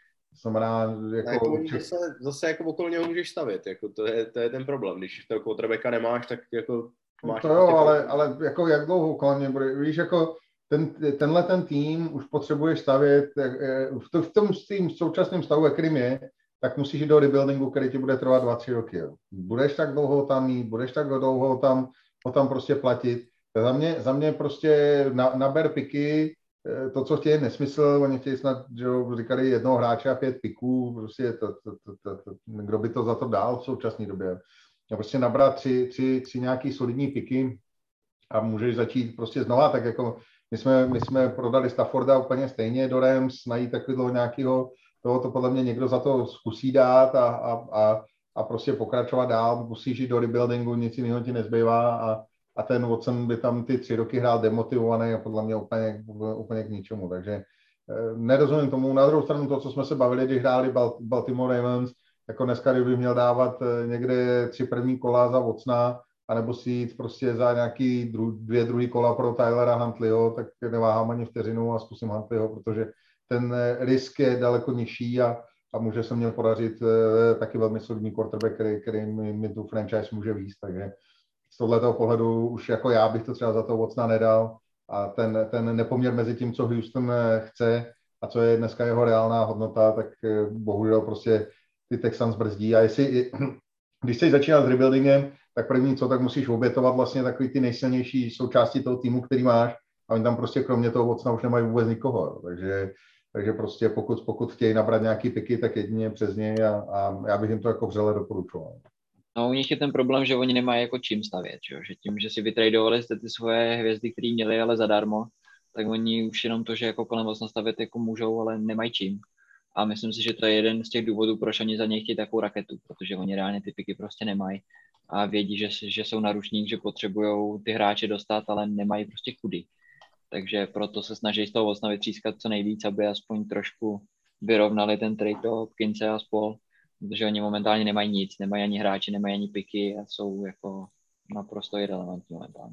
To znamená, jako... jako zase, zase jako okolo něho můžeš stavět, jako to je, to je ten problém. Když toho quarterbacka nemáš, tak jako máš... To jo, ale, ale jako jak dlouho okolo něj bude, víš, jako ten, tenhle ten tým už potřebuješ stavět v, to, v tom tým současném stavu, jakým je, tak musíš jít do rebuildingu, který ti bude trvat dva, tři roky. Jo. Budeš tak dlouho tam mít, budeš tak dlouho tam, ho tam prostě platit. Za mě, za mě prostě na, naber piky, to, co chtějí, nesmysl, oni chtějí snad, že říkali jednoho hráče a pět piků, prostě to, to, to, to, to, kdo by to za to dál v současné době. A prostě nabrat tři, tři, tři nějaký solidní piky a můžeš začít prostě znova, tak jako my jsme, my jsme prodali Stafforda úplně stejně do Rams, najít takového nějakého, toho to podle mě někdo za to zkusí dát a, a, a, a prostě pokračovat dál, musíš jít do rebuildingu, nic jiného ti nezbývá a, a ten Watson by tam ty tři roky hrál demotivovaný a podle mě úplně, úplně k ničemu, takže eh, nerozumím tomu. Na druhou stranu to, co jsme se bavili, když hráli Baltimore Ravens, jako dneska, kdyby měl dávat někde tři první kola za Watsona, anebo si jít prostě za nějaký dru, dvě druhý kola pro Tylera Huntleyho, tak neváhám ani vteřinu a zkusím Huntleyho, protože ten risk je daleko nižší a, a může se mně podařit eh, taky velmi solidní quarterback, který, který mi, mi tu franchise může víc, takže z tohletoho pohledu už jako já bych to třeba za toho Watsona nedal a ten, ten nepoměr mezi tím, co Houston chce a co je dneska jeho reálná hodnota, tak eh, bohužel prostě ty Texans brzdí a jestli, když chceš začínat s rebuildingem, tak první co, tak musíš obětovat vlastně takový ty nejsilnější součásti toho týmu, který máš a oni tam prostě kromě toho Watsona už nemají vůbec nikoho, jo. takže Takže prostě pokud, pokud chtějí nabrat nějaký piky, tak jedině přes něj a, a já bych jim to jako vřele doporučoval. No u nich je ten problém, že oni nemají jako čím stavět, že, že tím, že si vytradovali jste ty svoje hvězdy, které měli, ale zadarmo, tak oni už jenom to, že jako kolem vás nastavit jako můžou, ale nemají čím. A myslím si, že to je jeden z těch důvodů, proč oni za něj chtějí takovou raketu, protože oni reálně ty piky prostě nemají a vědí, že, že jsou na ručník, že potřebují ty hráče dostat, ale nemají prostě kudy. Takže proto se snaží z toho osna vytřískat co nejvíc, aby aspoň trošku vyrovnali ten trade do Hopkinse a spol, protože oni momentálně nemají nic, nemají ani hráči, nemají ani piky a jsou jako naprosto irrelevantní momentálně.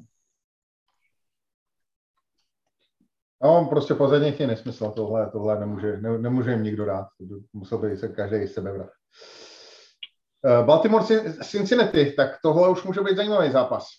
No, prostě pozadních je nesmysl, tohle, tohle nemůže, ne, nemůže jim nikdo dát, musel by se každý sebevrat. Uh, Baltimore Cincinnati, tak tohle už může být zajímavý zápas.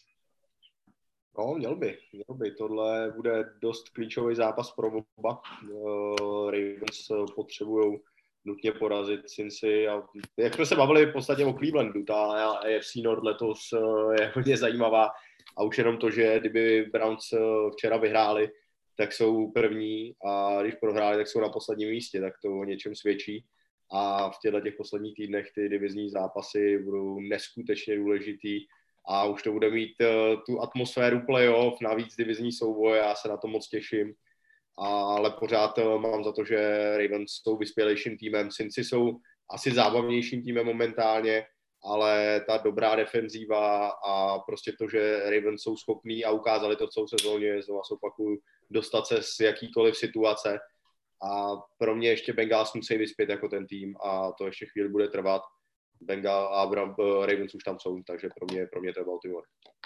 No, měl by, měl by. Tohle bude dost klíčový zápas pro oba. Uh, Ravens potřebují nutně porazit Cincy a jak jsme se bavili v podstatě o Clevelandu, ta A F C North letos je hodně zajímavá a už jenom to, že kdyby Browns včera vyhráli, tak jsou první a když prohráli, tak jsou na posledním místě, tak to o něčem svědčí. A v těchto těch posledních týdnech ty divizní zápasy budou neskutečně důležitý a už to bude mít uh, tu atmosféru playoff, navíc divizní souboje, já se na to moc těším. Ale pořád uh, mám za to, že Ravens jsou vyspělejším týmem, Cincy jsou asi zábavnějším týmem momentálně, ale ta dobrá defenzíva a prostě to, že Ravens jsou schopní a ukázali to v celou sezóně, znovu se opakuju, dostat se z jakýkoliv situace. A pro mě ještě Bengals musí vyspět jako ten tým a to ještě chvíli bude trvat. Bengal a Ravens už tam jsou, takže pro mě, pro mě to je Baltimore.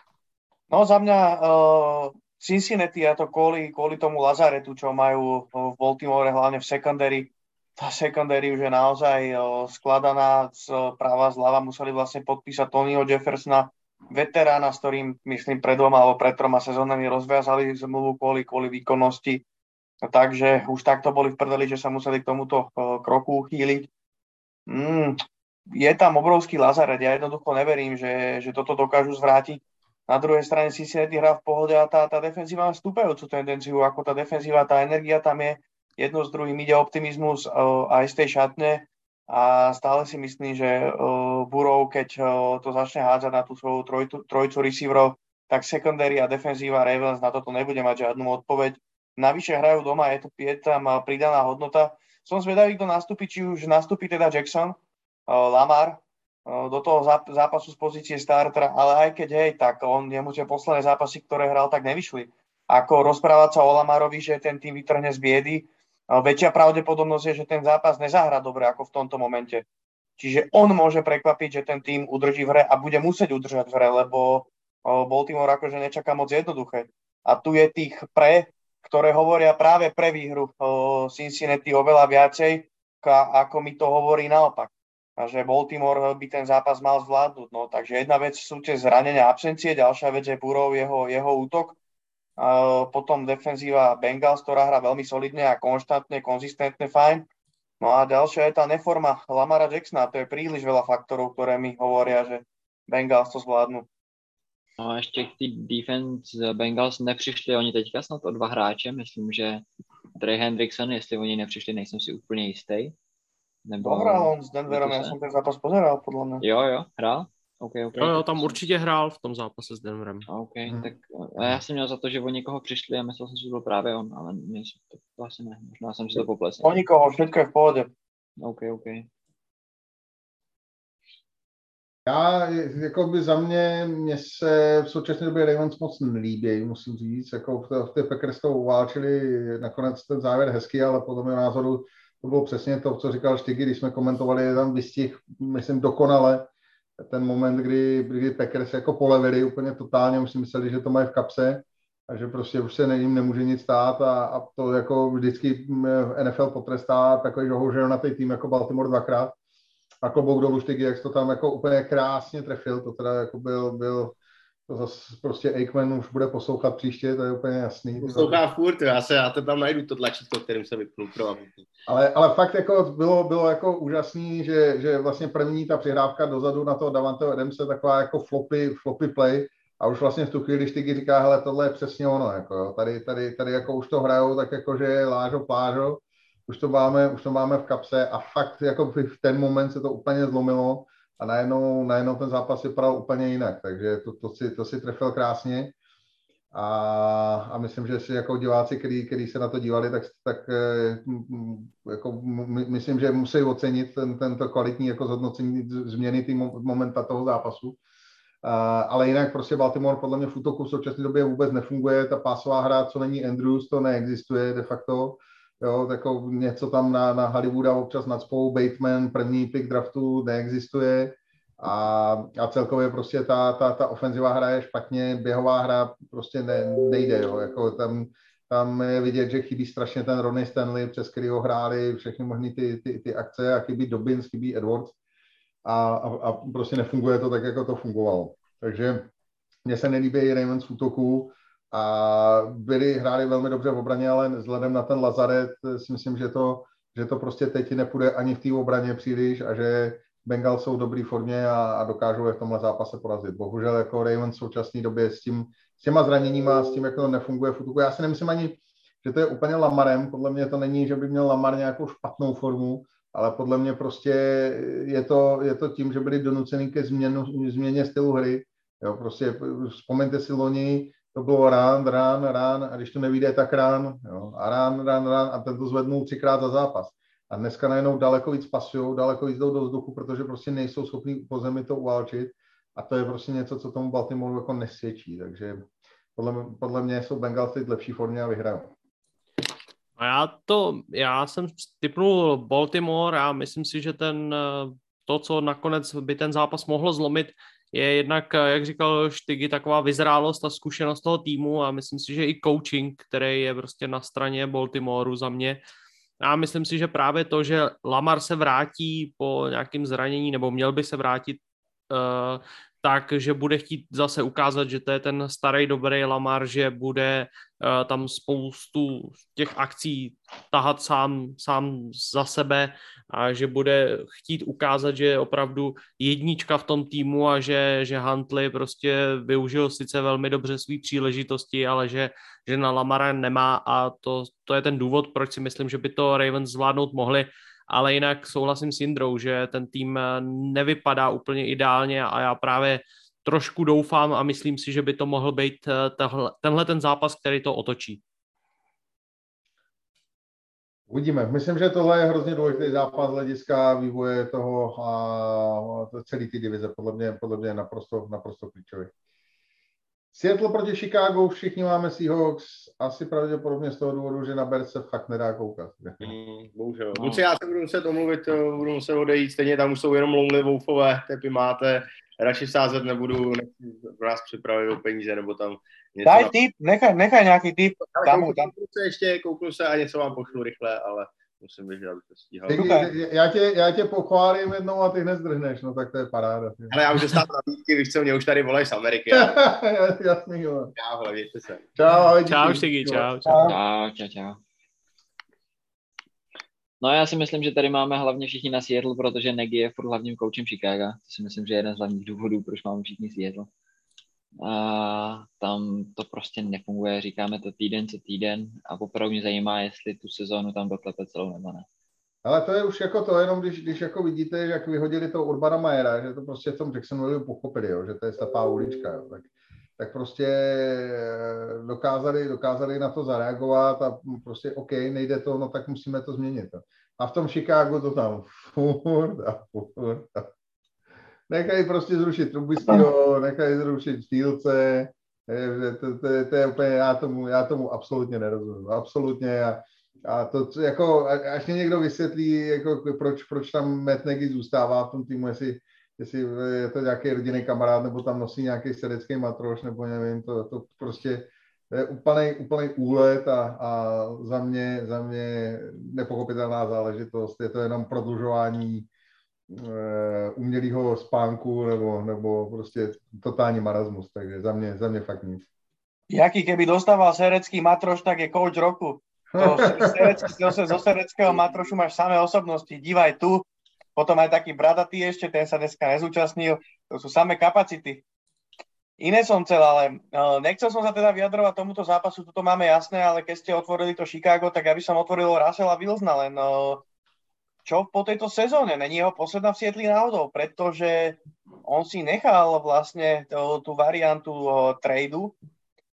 No za mňa uh, Cincinnati a to kvôli, kvôli tomu Lazaretu, čo majú v Baltimore, hlavne v secondary. Tá secondary už je naozaj uh, skladaná z práva zľava. Museli vlastne podpísať Tonyho Jeffersona, veterána, s ktorým, myslím, pred dvoma alebo pred troma sezónami rozviazali zmluvu kvôli, kvôli výkonnosti. Takže už takto boli v prdeli, že sa museli k tomuto uh, kroku chýliť. Mm, je tam obrovský Lazaret, ja jednoducho neverím, že, že toto dokážu zvrátiť. Na druhej strane Cincinnati hrá v pohode a tá, tá defenzíva má stúpajúcu tendenciu, ako tá defenzíva, tá energia tam je, jedno s druhým ide optimizmus uh, aj z tej šatne a stále si myslím, že uh, Burrow, keď uh, to začne hádzať na tú svoju trojtu, trojcu receiverov, tak secondary a defenzíva Ravens na toto nebude mať žiadnu odpoveď. Navyše hrajú doma, je, to, je tam pridaná hodnota. Som zvedavý, kto nastúpi, či už nastúpi teda Jackson, uh, Lamar, uh, do toho záp- zápasu z pozície startera, ale aj keď hej, tak on, jemu tie posledné zápasy, ktoré hral, tak nevyšli. Ako rozprávať sa o Lamarovi, že ten tým vytrhne z biedy, uh, väčšia pravdepodobnosť je, že ten zápas nezahrá dobre ako v tomto momente. Čiže on môže prekvapiť, že ten tým udrží v hre a bude musieť udržať v hre, lebo uh, Baltimore akože nečaká moc jednoduché. A tu je tých pre, ktoré hovoria práve pre výhru uh, Cincinnati oveľa viacej, ka, ako mi to hovorí naopak. A že Baltimore by ten zápas mal zvládnuť. No, takže jedna vec sú tie zranenia a absencie, ďalšia vec je Burrow, jeho, jeho útok. Uh, potom defenzíva Bengals, ktorá hrá veľmi solidne a konštantne, konzistentne, fajn. No a ďalšia je tá neforma Lamara Jacksona. To je príliš veľa faktorov, ktoré mi hovoria, že Bengals to zvládnu. No a ještě k té defense Bengals nepřišli oni teďka snad o dva hráče, myslím, že Trey Hendrickson, jestli oni nepřišli, nejsem si úplně jistý. Nebo... Hrál on s Denverem, já jsem ten zápas pozeral, podle mě. Jo, jo, hrál? Okay, okay. Jo, jo, tam určitě hrál v tom zápase s Denverem. OK, hmm. tak já jsem měl za to, že o někoho přišli a myslel jsem, že to byl právě on, ale nejsem, to, to asi ne, možná jsem si to poplesl. O nikoho, všetko je v pohodě. OK, OK. Já, jako by za mě, mně se v současné době Ravens moc nelíbí, musím říct, jako v té Packers to uválčili nakonec ten závěr hezký, ale podle mého názoru to bylo přesně to, co říkal Štygy, když jsme komentovali, je tam vystih, myslím, dokonale ten moment, kdy, kdy Packers jako polevili úplně totálně, už si mysleli, že to mají v kapse a že prostě už se jim nemůže nic stát a, a to jako vždycky N F L potrestá takový houževnatý tým jako Baltimore dvakrát. A klobouk dolů Štygy, jak to tam jako úplně krásně trefil, to teda jako byl, byl to zase prostě Aikman už bude poslouchat příště, to je úplně jasný. Poslouchá furt, já se, já to tam najdu to tlačítko, kterým se vypnul pro. Ale, ale fakt jako bylo, bylo jako úžasný, že, že vlastně první ta přihrávka dozadu na toho Davanteho Adamse, taková jako floppy, floppy play a už vlastně v tu chvíli Štygy říká, hele, tohle je přesně ono, jako jo. Tady, tady, tady jako už to hrajou tak jako, že lážo, plážo, už to máme, už to máme v kapse a fakt jako v ten moment se to úplně zlomilo a najednou, najednou ten zápas vypadal úplně jinak, takže to, to, si, to si trefil krásně. A, a myslím, že si jako diváci, který, který se na to dívali, tak, tak jako my, myslím, že musí ocenit ten, tento kvalitní jako zhodnocení změny tý momenta toho zápasu. A, ale jinak prostě Baltimore podle mě v útoku v současné době vůbec nefunguje, ta pásová hra, co není Andrews, to neexistuje de facto. Jo, jako něco tam na, na Hollywooda občas nacpou, Bateman, první pick draftu neexistuje. A, a celkově prostě ta, ta, ta ofenzivá hra je špatně, běhová hra prostě ne, nejde, jo. Jako tam, tam je vidět, že chybí strašně ten Ronnie Stanley, přes kterýho hráli všechny možné ty, ty, ty akce a chybí Dobbins, chybí Edwards a, a, a prostě nefunguje to tak, jako to fungovalo. Takže mně se nelíbí Ravens v útoku a byli, hráli velmi dobře v obraně, ale vzhledem na ten Lazaret si myslím, že to, že to prostě teď nepůjde ani v té obraně příliš a že Bengals jsou v dobré formě a, a dokážou je v tomhle zápase porazit. Bohužel jako Ravens v současné době s, tím, s těma zraněníma, s tím, jak to nefunguje v útoku. Já si nemyslím ani, že to je úplně Lamarem. Podle mě to není, že by měl Lamar nějakou špatnou formu, ale podle mě prostě je to, je to tím, že byli donuceni ke změnu, změně stylu hry. Jo, prostě vzpomeňte si loni, to bylo rán, rán, rán a když to nevyjde, tak rán. Jo, a rán, rán, rán a ten to zvednul třikrát za zápas. A dneska najednou daleko víc pasujou, daleko víc jdou do vzduchu, protože prostě nejsou schopní po zemi to uválčit. A to je prostě něco, co tomu Baltimoreu jako nesvědčí. Takže podle, podle mě jsou Bengals v lepší formě a vyhrajou. A já to, já jsem tipnul Baltimore a myslím si, že ten, to, co nakonec by ten zápas mohlo zlomit, je jednak, jak říkal Štygy, taková vyzrálost a zkušenost toho týmu a myslím si, že i coaching, který je prostě na straně Baltimoreu za mě. A myslím si, že právě to, že Lamar se vrátí po nějakém zranění, nebo měl by se vrátit, uh, tak, že bude chtít zase ukázat, že to je ten starý dobrý Lamar, že bude uh, tam spoustu těch akcí tahat sám, sám za sebe a že bude chtít ukázat, že je opravdu jednička v tom týmu a že, že Huntley prostě využil sice velmi dobře svý příležitosti, ale že, že na Lamara nemá a to, to je ten důvod, proč si myslím, že by to Ravens zvládnout mohli. Ale jinak souhlasím s Jindrou, že ten tým nevypadá úplně ideálně a já právě trošku doufám a myslím si, že by to mohl být tahle, tenhle ten zápas, který to otočí. Uvidíme. Myslím, že tohle je hrozně důležitý zápas z hlediska vývoje toho a celý ty divize. Podle mě, podle mě naprosto, naprosto klíčový. Seattle proti Chicago, všichni máme Seahawks, asi pravděpodobně z toho důvodu, že na Bears se fakt nedá koukat. Mm, bohužel. No. Luci, já se budu muset omluvit, budu muset odejít, stejně tam už jsou jenom Lonely Wolfové, tepy máte, radši sázet nebudu, nechci vás připravit o peníze, nebo tam něco. Daj na... tip, nechaj, nechaj nějaký tip. Tam, kouknu, tam. se ještě, kouknu se a něco vám pošlu rychle, ale musím běžet, aby to stíhal. Já tě, já tě pochválím jednou a ty hned zdrhneš, no tak to je paráda. Tě. Ale já už dostávám nabídky, víš co, mě už tady volají z Ameriky. Jasný, jo. Čau, mějte se. Čau, čau, Štygy, čau, čau. Čau, čau, čau. No já si myslím, že tady máme hlavně všichni na Seattle, protože Nagy je furt hlavním koučem Chicaga. To si myslím, že je jeden z hlavních důvodů, proč máme všichni Seattle. A tam to prostě nefunguje, říkáme to týden co týden a opravdu mě zajímá, jestli tu sezónu tam doklepe celou nebo ne. Ale to je už jako to, jenom když, když jako vidíte, jak vyhodili toho Urbana Mayera, že to prostě v tom Jacksonville pochopili, jo, že to je slepá ulička, jo, tak, tak prostě dokázali, dokázali na to zareagovat a prostě OK, nejde to, no tak musíme to změnit. Jo. A v tom Chicagu to tam furt a furt a nechají prostě zrušit Trubiskyho, nechají zrušit Fielce, to, to, to je úplně, já tomu, já tomu absolutně nerozumím, absolutně a, a to, jako, až mě někdo vysvětlí, jako, proč, proč tam Matt Nagy zůstává v tom týmu, jestli, jestli je to nějaký rodinný kamarád, nebo tam nosí nějaký sedecký matroš, nebo nevím, to, to prostě to je úplný, úplný úlet a, a za mě, za mě nepochopitelná záležitost, je to jenom prodlužování umělého spánku nebo, nebo prostě totální marasmus, takže za mě, za mě fakt nic. Jaký keby dostával serecký matroš, tak je coach roku. To serecký, zo sereckého matrošu máš samé osobnosti, dívaj tu, potom aj taký bradatý ešte, ten sa dneska nezúčastnil, to sú samé kapacity. Iné som chcel, ale uh, nechcel som sa teda vyjadrovať tomuto zápasu, toto máme jasné, ale keď ste otvorili to Chicago, tak ja by som otvoril Russella Wilsona, len uh, čo po tejto sezóne? Není jeho posledná v Sietli náhodou, pretože on si nechal vlastne tú, tú variantu uh, tradu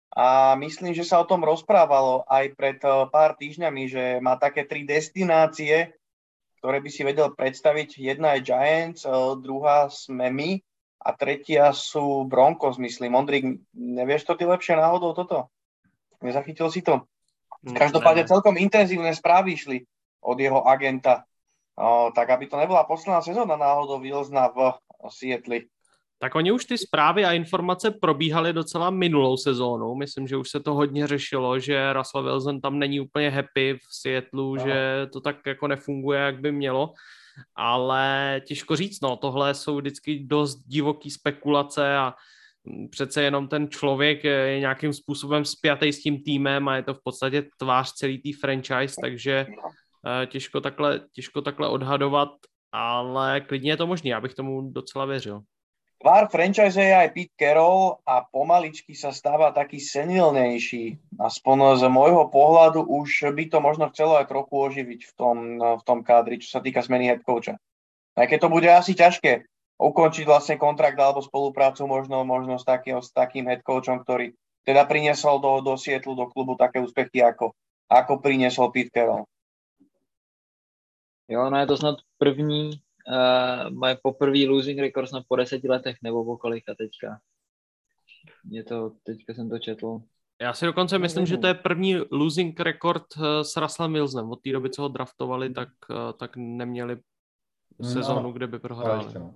a myslím, že sa o tom rozprávalo aj pred pár týždňami, že má také tri destinácie, ktoré by si vedel predstaviť. Jedna je Giants, druhá sme my a tretia sú Broncos, myslím. Ondrik, nevieš to ty lepšie náhodou toto? Nezachytil si to? Každopádne celkom intenzívne správy išli od jeho agenta. O, tak aby to nebyla posledná sezóna náhodou Wilsona v Seattle. Tak oni už ty zprávy a informace probíhaly docela minulou sezónu. Myslím, že už se to hodně řešilo, že Russell Wilson tam není úplně happy v Seattlu, no. Že to tak jako nefunguje, jak by mělo. Ale těžko říct, no, tohle jsou vždycky dost divoký spekulace a přece jenom ten člověk je nějakým způsobem spjatý s tím týmem a je to v podstatě tvář celý tý franchise, takže těžko takhle, těžko takhle odhadovat, ale klidně je to možné, já bych tomu docela věřil. Tvár franchise je aj Pete Carroll a pomaličky sa stáva taký senilnejší. Aspoň z môjho pohľadu už by to možno chcelo aj trochu oživiť v tom, v tom kádri, čo sa týka zmeny head coacha. Aj keď to bude asi ťažké ukončiť vlastne kontrakt alebo spoluprácu možno, možno s, taký, s takým head coachom, ktorý teda priniesol do, do Seattle, do klubu také úspechy, ako, ako priniesol Pete Carroll. Jo, no je to snad první Uh, mají poprvý losing record snad po deseti letech, nebo po kolika teďka. Je to, teďka jsem to četl. Já si dokonce myslím, že to je první losing record s Russellem Wilsonem. Od té doby, co ho draftovali, tak, tak neměli sezónu, no, kde by prohráli. No.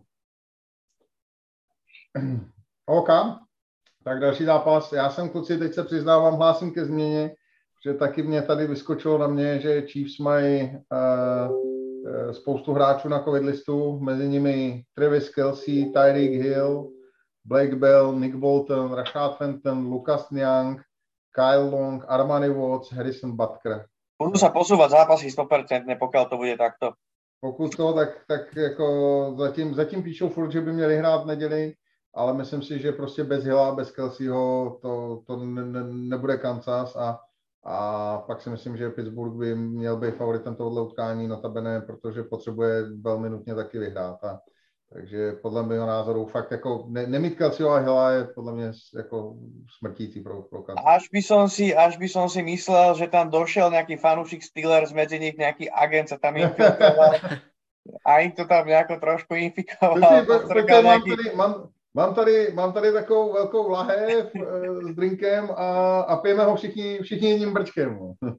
OK, tak další zápas. Já jsem, kluci, teď se přiznávám, hlásím ke změně, že taky mě tady vyskočilo na mě, že Chiefs mají uh, spoustu hráčů na covid listu, mezi nimi Travis Kelce, Tyreek Hill, Blake Bell, Nick Bolton, Rashad Fenton, Lucas Niang, Kyle Long, Armani Watts, Harrison Butker. Budú sa posúvať zápasy sto percent, pokiaľ to bude takto. Pokud to, tak, tak jako zatím, zatím píšou furt, že by měli hrát v neděli, ale myslím si, že prostě bez Hilla, bez Kelceho to, to ne, ne, nebude Kansas a A pak si myslím, že Pittsburgh by měl být favoritem tohoto utkání, notabene, protože potřebuje velmi nutně taky vyhrát. A, takže podle mého názoru fakt jako ne, nemít Kelceho a Hilla je podle mě jako smrtící pro, pro Kansas. Až by som si, až by som si myslel, že tam došel nejaký fanúšik Steelers, medzi nich nejaký agent sa tam infiltroval a ich to tam nejako trošku infikoval. Mám tady, mám, Mám tady, mám tady takovou velkou lahev e, s drinkem a, a pijeme ho všichni, všichni jedním brčkem.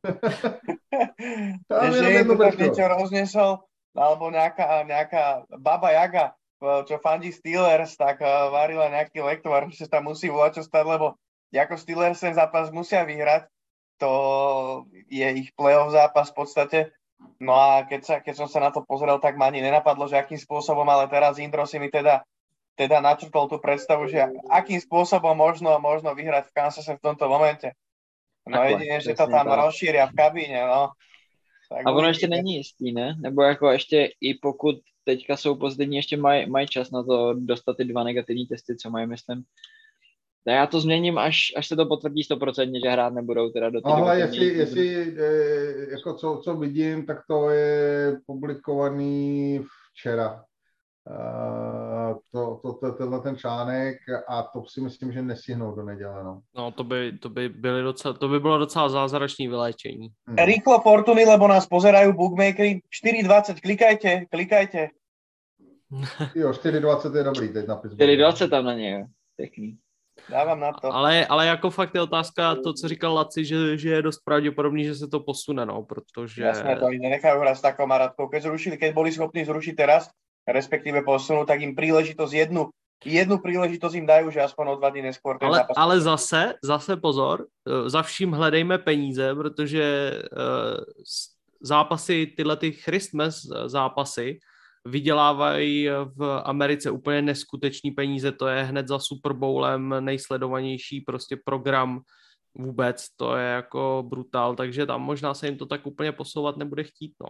Že je to tak niečo roznesol, alebo nejaká, nejaká baba Jaga, čo fandí Steelers, tak varila nejaký lektor, že tam musí volať čo stať, lebo ako Steelers ten zápas musia vyhrať, to je ich playoff zápas v podstate. No a keď, sa, keď som sa na to pozrel, tak ma ani nenapadlo, že akým spôsobom, ale teraz Indro si mi teda teda načrtol tú predstavu, že akým spôsobom možno, možno vyhrať v Kansase v tomto momente. No jedine, že to tam tak rozšíria v kabíne, no. Tak a ono ještě není jistý, ne? Nebo jako ještě i pokud teďka jsou pozitivní, ještě mají maj čas na to dostat ty dva negativní testy, co mají, myslím. Tak já to změním, až, až se to potvrdí stoprocentně, že hrát nebudou teda do té doby. Ale jestli, jestli jako co, co vidím, tak to je publikovaný včera. Uh, to, to, to, tenhle ten článek a to si myslím, že nestihnou do neděle. No, no to, by, to, by byly docela, to by bylo docela zázračné vyléčení. Hmm. Rýchlo Fortuny, lebo nás pozerajú bookmakery. štyri dvadsať, klikajte, klikajte. Jo, čtyři dvacet je dobrý teď na Pittsburghu. čtyři dvacet tam na něj, pěkný. Dávám na to. Ale, ale jako fakt je otázka to, co říkal Laci, že, že je dost pravděpodobný, že se to posune, no, protože... Jasné, to nenechajú hrať s takou Maratkou. Keď zrušili, keď boli schopní zrušiť teraz, respektíve posunú, tak im príležitosť jednu, jednu príležitosť im dajú, že aspoň o dva dny neskôr. Ale, zápas... ale zase, zase pozor, za vším hledejme peníze, protože uh, zápasy, tyhle ty Christmas zápasy vydělávají v Americe úplně neskutečný peníze, to je hned za Super Bowlem nejsledovanější prostě program vůbec, to je jako brutál, takže tam možná se jim to tak úplně posouvat nebude chtít, no.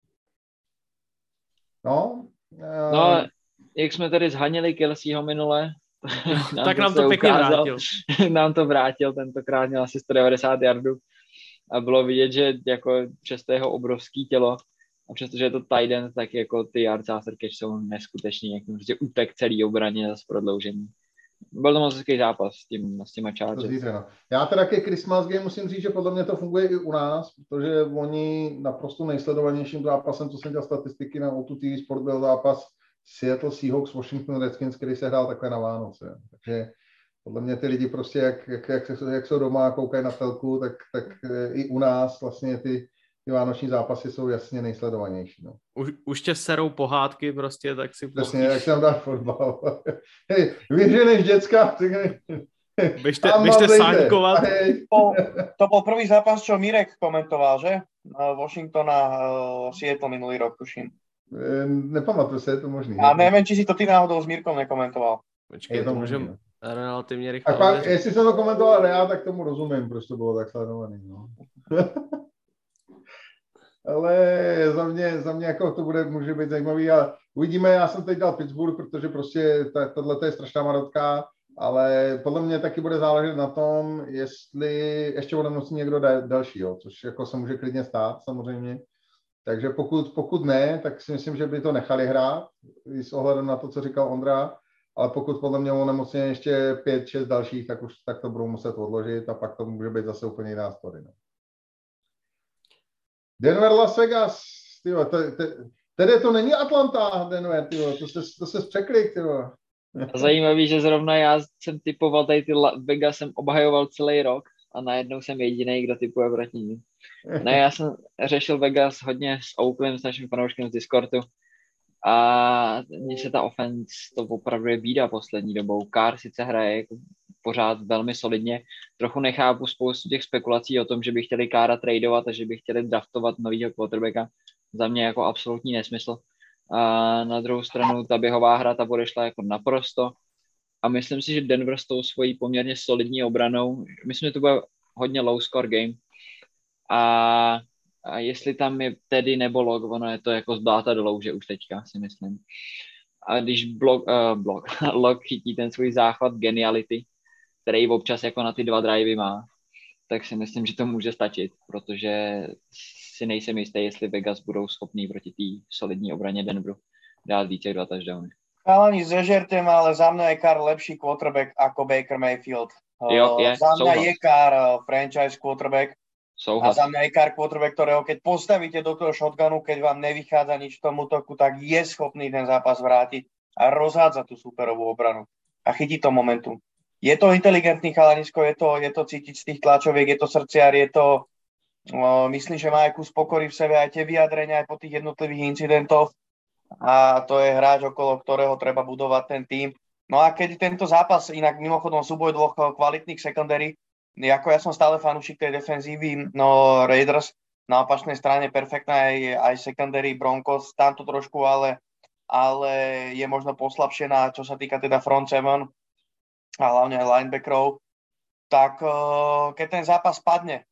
No, uh... no jak jsme tady zhanili Kelceho minule, nám tak to nám to pěkně ukázal, vrátil. Nám to vrátil, tentokrát měl asi sto devadesát yardů a bylo vidět, že jako přes to jeho obrovský tělo a přestože je to tight end, tak jako ty yards after catch jsou neskutečný, jak prostě útek celý obraně z prodloužení. Byl to moc hezký zápas s, tím, s těma Chargers. No. Já teda ke Christmas game musím říct, že podle mě to funguje i u nás, protože oni naprosto nejsledovanějším zápasem, co jsem dělal statistiky na O dva T V Sport, byl zápas Seattle Seahawks, Washington Redskins, který se hrál takhle na Vánoce. Takže podle mě ty lidi prostě, jak, jak, jak, jak jsou doma a koukají na telku, tak, tak i u nás vlastně ty, ty vánoční zápasy jsou jasně nejsledovanější. No. Už, už tě serou pohádky prostě, tak si Přesně, pustíš. jak jsem dát fotbal. Hej, víš, že než děcka, Běžte, běžte sáňkovat. To, to bol prvý zápas, čo Mirek komentoval, že? Washington a uh, Seattle minulý rok, tuším. Nepamatuji se, je to možný. A neviem, či si to ty náhodou s Mirkom nekomentoval. Počkej, to můžem relativně rychle. A pak, jestli jsem to komentoval já, tak tomu rozumím, proč to bylo tak sledovaný. No. Ale za mě, za mě jako to bude, může být zajímavý a uvidíme, já jsem teď dal Pittsburgh, protože prostě tohle je strašná marotka, ale podle mě taky bude záležet na tom, jestli ještě onemocní někdo dalšího, což jako se může klidně stát samozřejmě. Takže pokud, pokud ne, tak si myslím, že by to nechali hrát, s ohledem na to, co říkal Ondra, ale pokud podle mě onemocní ještě pět, šest dalších, tak už tak to budou muset odložit a pak to může být zase úplně jiná story. No. Denver, Las Vegas, tyjo, to, to, tedy to není Atlanta, Denver, tyjo, to se, to se zpřeklik, tyjo. Zajímavý, že zrovna já jsem typoval tady ty Vegas, jsem obhajoval celý rok a najednou jsem jediný, kdo typuje proti ním. Ne, já jsem řešil Vegas hodně s Oaklem, s naším fanouškem z Discordu a mně se ta offense to opravdu je bída poslední dobou. Carr sice hraje jako pořád velmi solidně, trochu nechápu spoustu těch spekulací o tom, že by chtěli Carra tradovat a že by chtěli draftovat novýho quarterbacka. Za mě jako absolutní nesmysl. A na druhou stranu ta běhová hra ta odešla jako naprosto a myslím si, že Denver s tou svojí poměrně solidní obranou, myslím, že to bude hodně low score game a, a jestli tam je Teddy nebo Lok, ono je to jako z bláta do louže už teďka, si myslím. A když blok, uh, blok, Lok chytí ten svůj záchvat geniality, který občas jako na ty dva drivey má, tak si myslím, že to může stačit, protože si nejsem jistý, jestli Vegas budou schopní proti té solidní obraně Denveru dát více jak dva touchdowny. Chalani, zežerte ma, ale za mňa je Carr lepší quarterback ako Baker Mayfield. Jo, je, za mňa souhlas. je Carr franchise quarterback. Souhlas. A za mňa je Carr quarterback, ktorého keď postavíte do toho shotgunu, keď vám nevychádza nič v tom útoku, tak je schopný ten zápas vrátiť a rozhádzať tú superovú obranu. A chytí to momentum. Je to inteligentný chalanisko, je to, je to cítiť z tých tlačoviek, je to srdciar, je to, uh, myslím, že má aj kus pokory v sebe, aj tie vyjadrenia, aj po tých jednotlivých incidentoch. A to je hráč, okolo ktorého treba budovať ten tým. No a keď tento zápas, inak mimochodom súboj dvoch kvalitných secondary, ako ja som stále fanúšik tej defenzívy, no Raiders na opačnej strane perfektná aj, aj secondary Broncos, tamto trošku, ale, ale je možno poslabšená, čo sa týka teda front seven a hlavne aj linebackerov, tak uh, keď ten zápas padne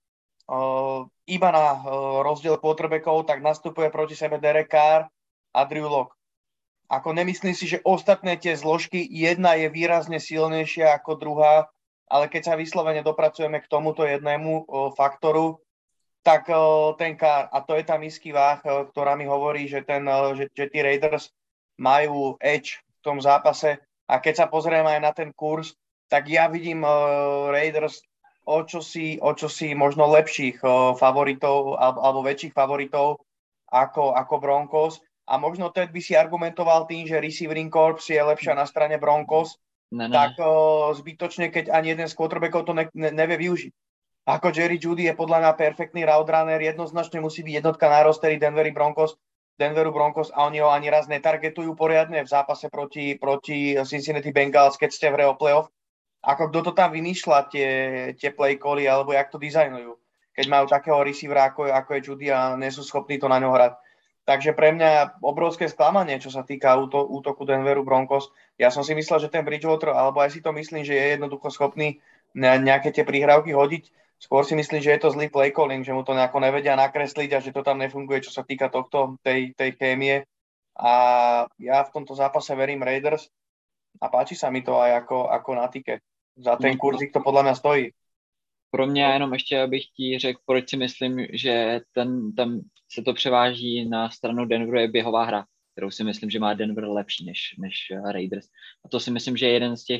uh, iba na uh, rozdiel quarterbackov, tak nastupuje proti sebe Derek Carr a Drew Lock. Ako nemyslím si, že ostatné tie zložky, jedna je výrazne silnejšia ako druhá, ale keď sa vyslovene dopracujeme k tomuto jednému o, faktoru, tak o, ten Carr, a to je tá misky váh, o, ktorá mi hovorí, že, ten, o, že, že tí Raiders majú edge v tom zápase a keď sa pozrieme aj na ten kurz, tak ja vidím o, Raiders o čosi, o čosi možno lepších o, favoritov alebo, alebo väčších favoritov ako, ako Broncos. A možno Ted by si argumentoval tým, že receiving corps je lepšia na strane Broncos, ne, ne. tak o, zbytočne, keď ani jeden z quarterbackov to ne, ne, nevie využiť. Ako Jerry Jeudy je podľa mňa perfektný route runner, jednoznačne musí byť jednotka na rosteri Denveru Broncos, Denveru Broncos a oni ho ani raz netargetujú poriadne v zápase proti, proti Cincinnati Bengals, keď ste v hre o playoff. Ako kto to tam vymýšľa, tie, tie play cally, alebo jak to dizajnujú, keď majú takého receivera, ako, ako je Jeudy a nie sú schopní to na ňo hrať. Takže pre mňa obrovské sklamanie, čo sa týka útoku Denveru Broncos. Ja som si myslel, že ten Bridgewater, alebo aj si to myslím, že je jednoducho schopný nejaké tie prihrávky hodiť. Skôr si myslím, že je to zlý play calling, že mu to nejako nevedia nakresliť a že to tam nefunguje, čo sa týka tohto, tej, tej chémie. A ja v tomto zápase verím Raiders a páči sa mi to aj ako, ako na tiket. Za ten kurzík to podľa mňa stojí. Pro mě jenom ještě, abych ti řekl, proč si myslím, že ten, tam se to převáží na stranu Denveru, je běhová hra, kterou si myslím, že má Denver lepší než, než Raiders. A to si myslím, že je jeden z těch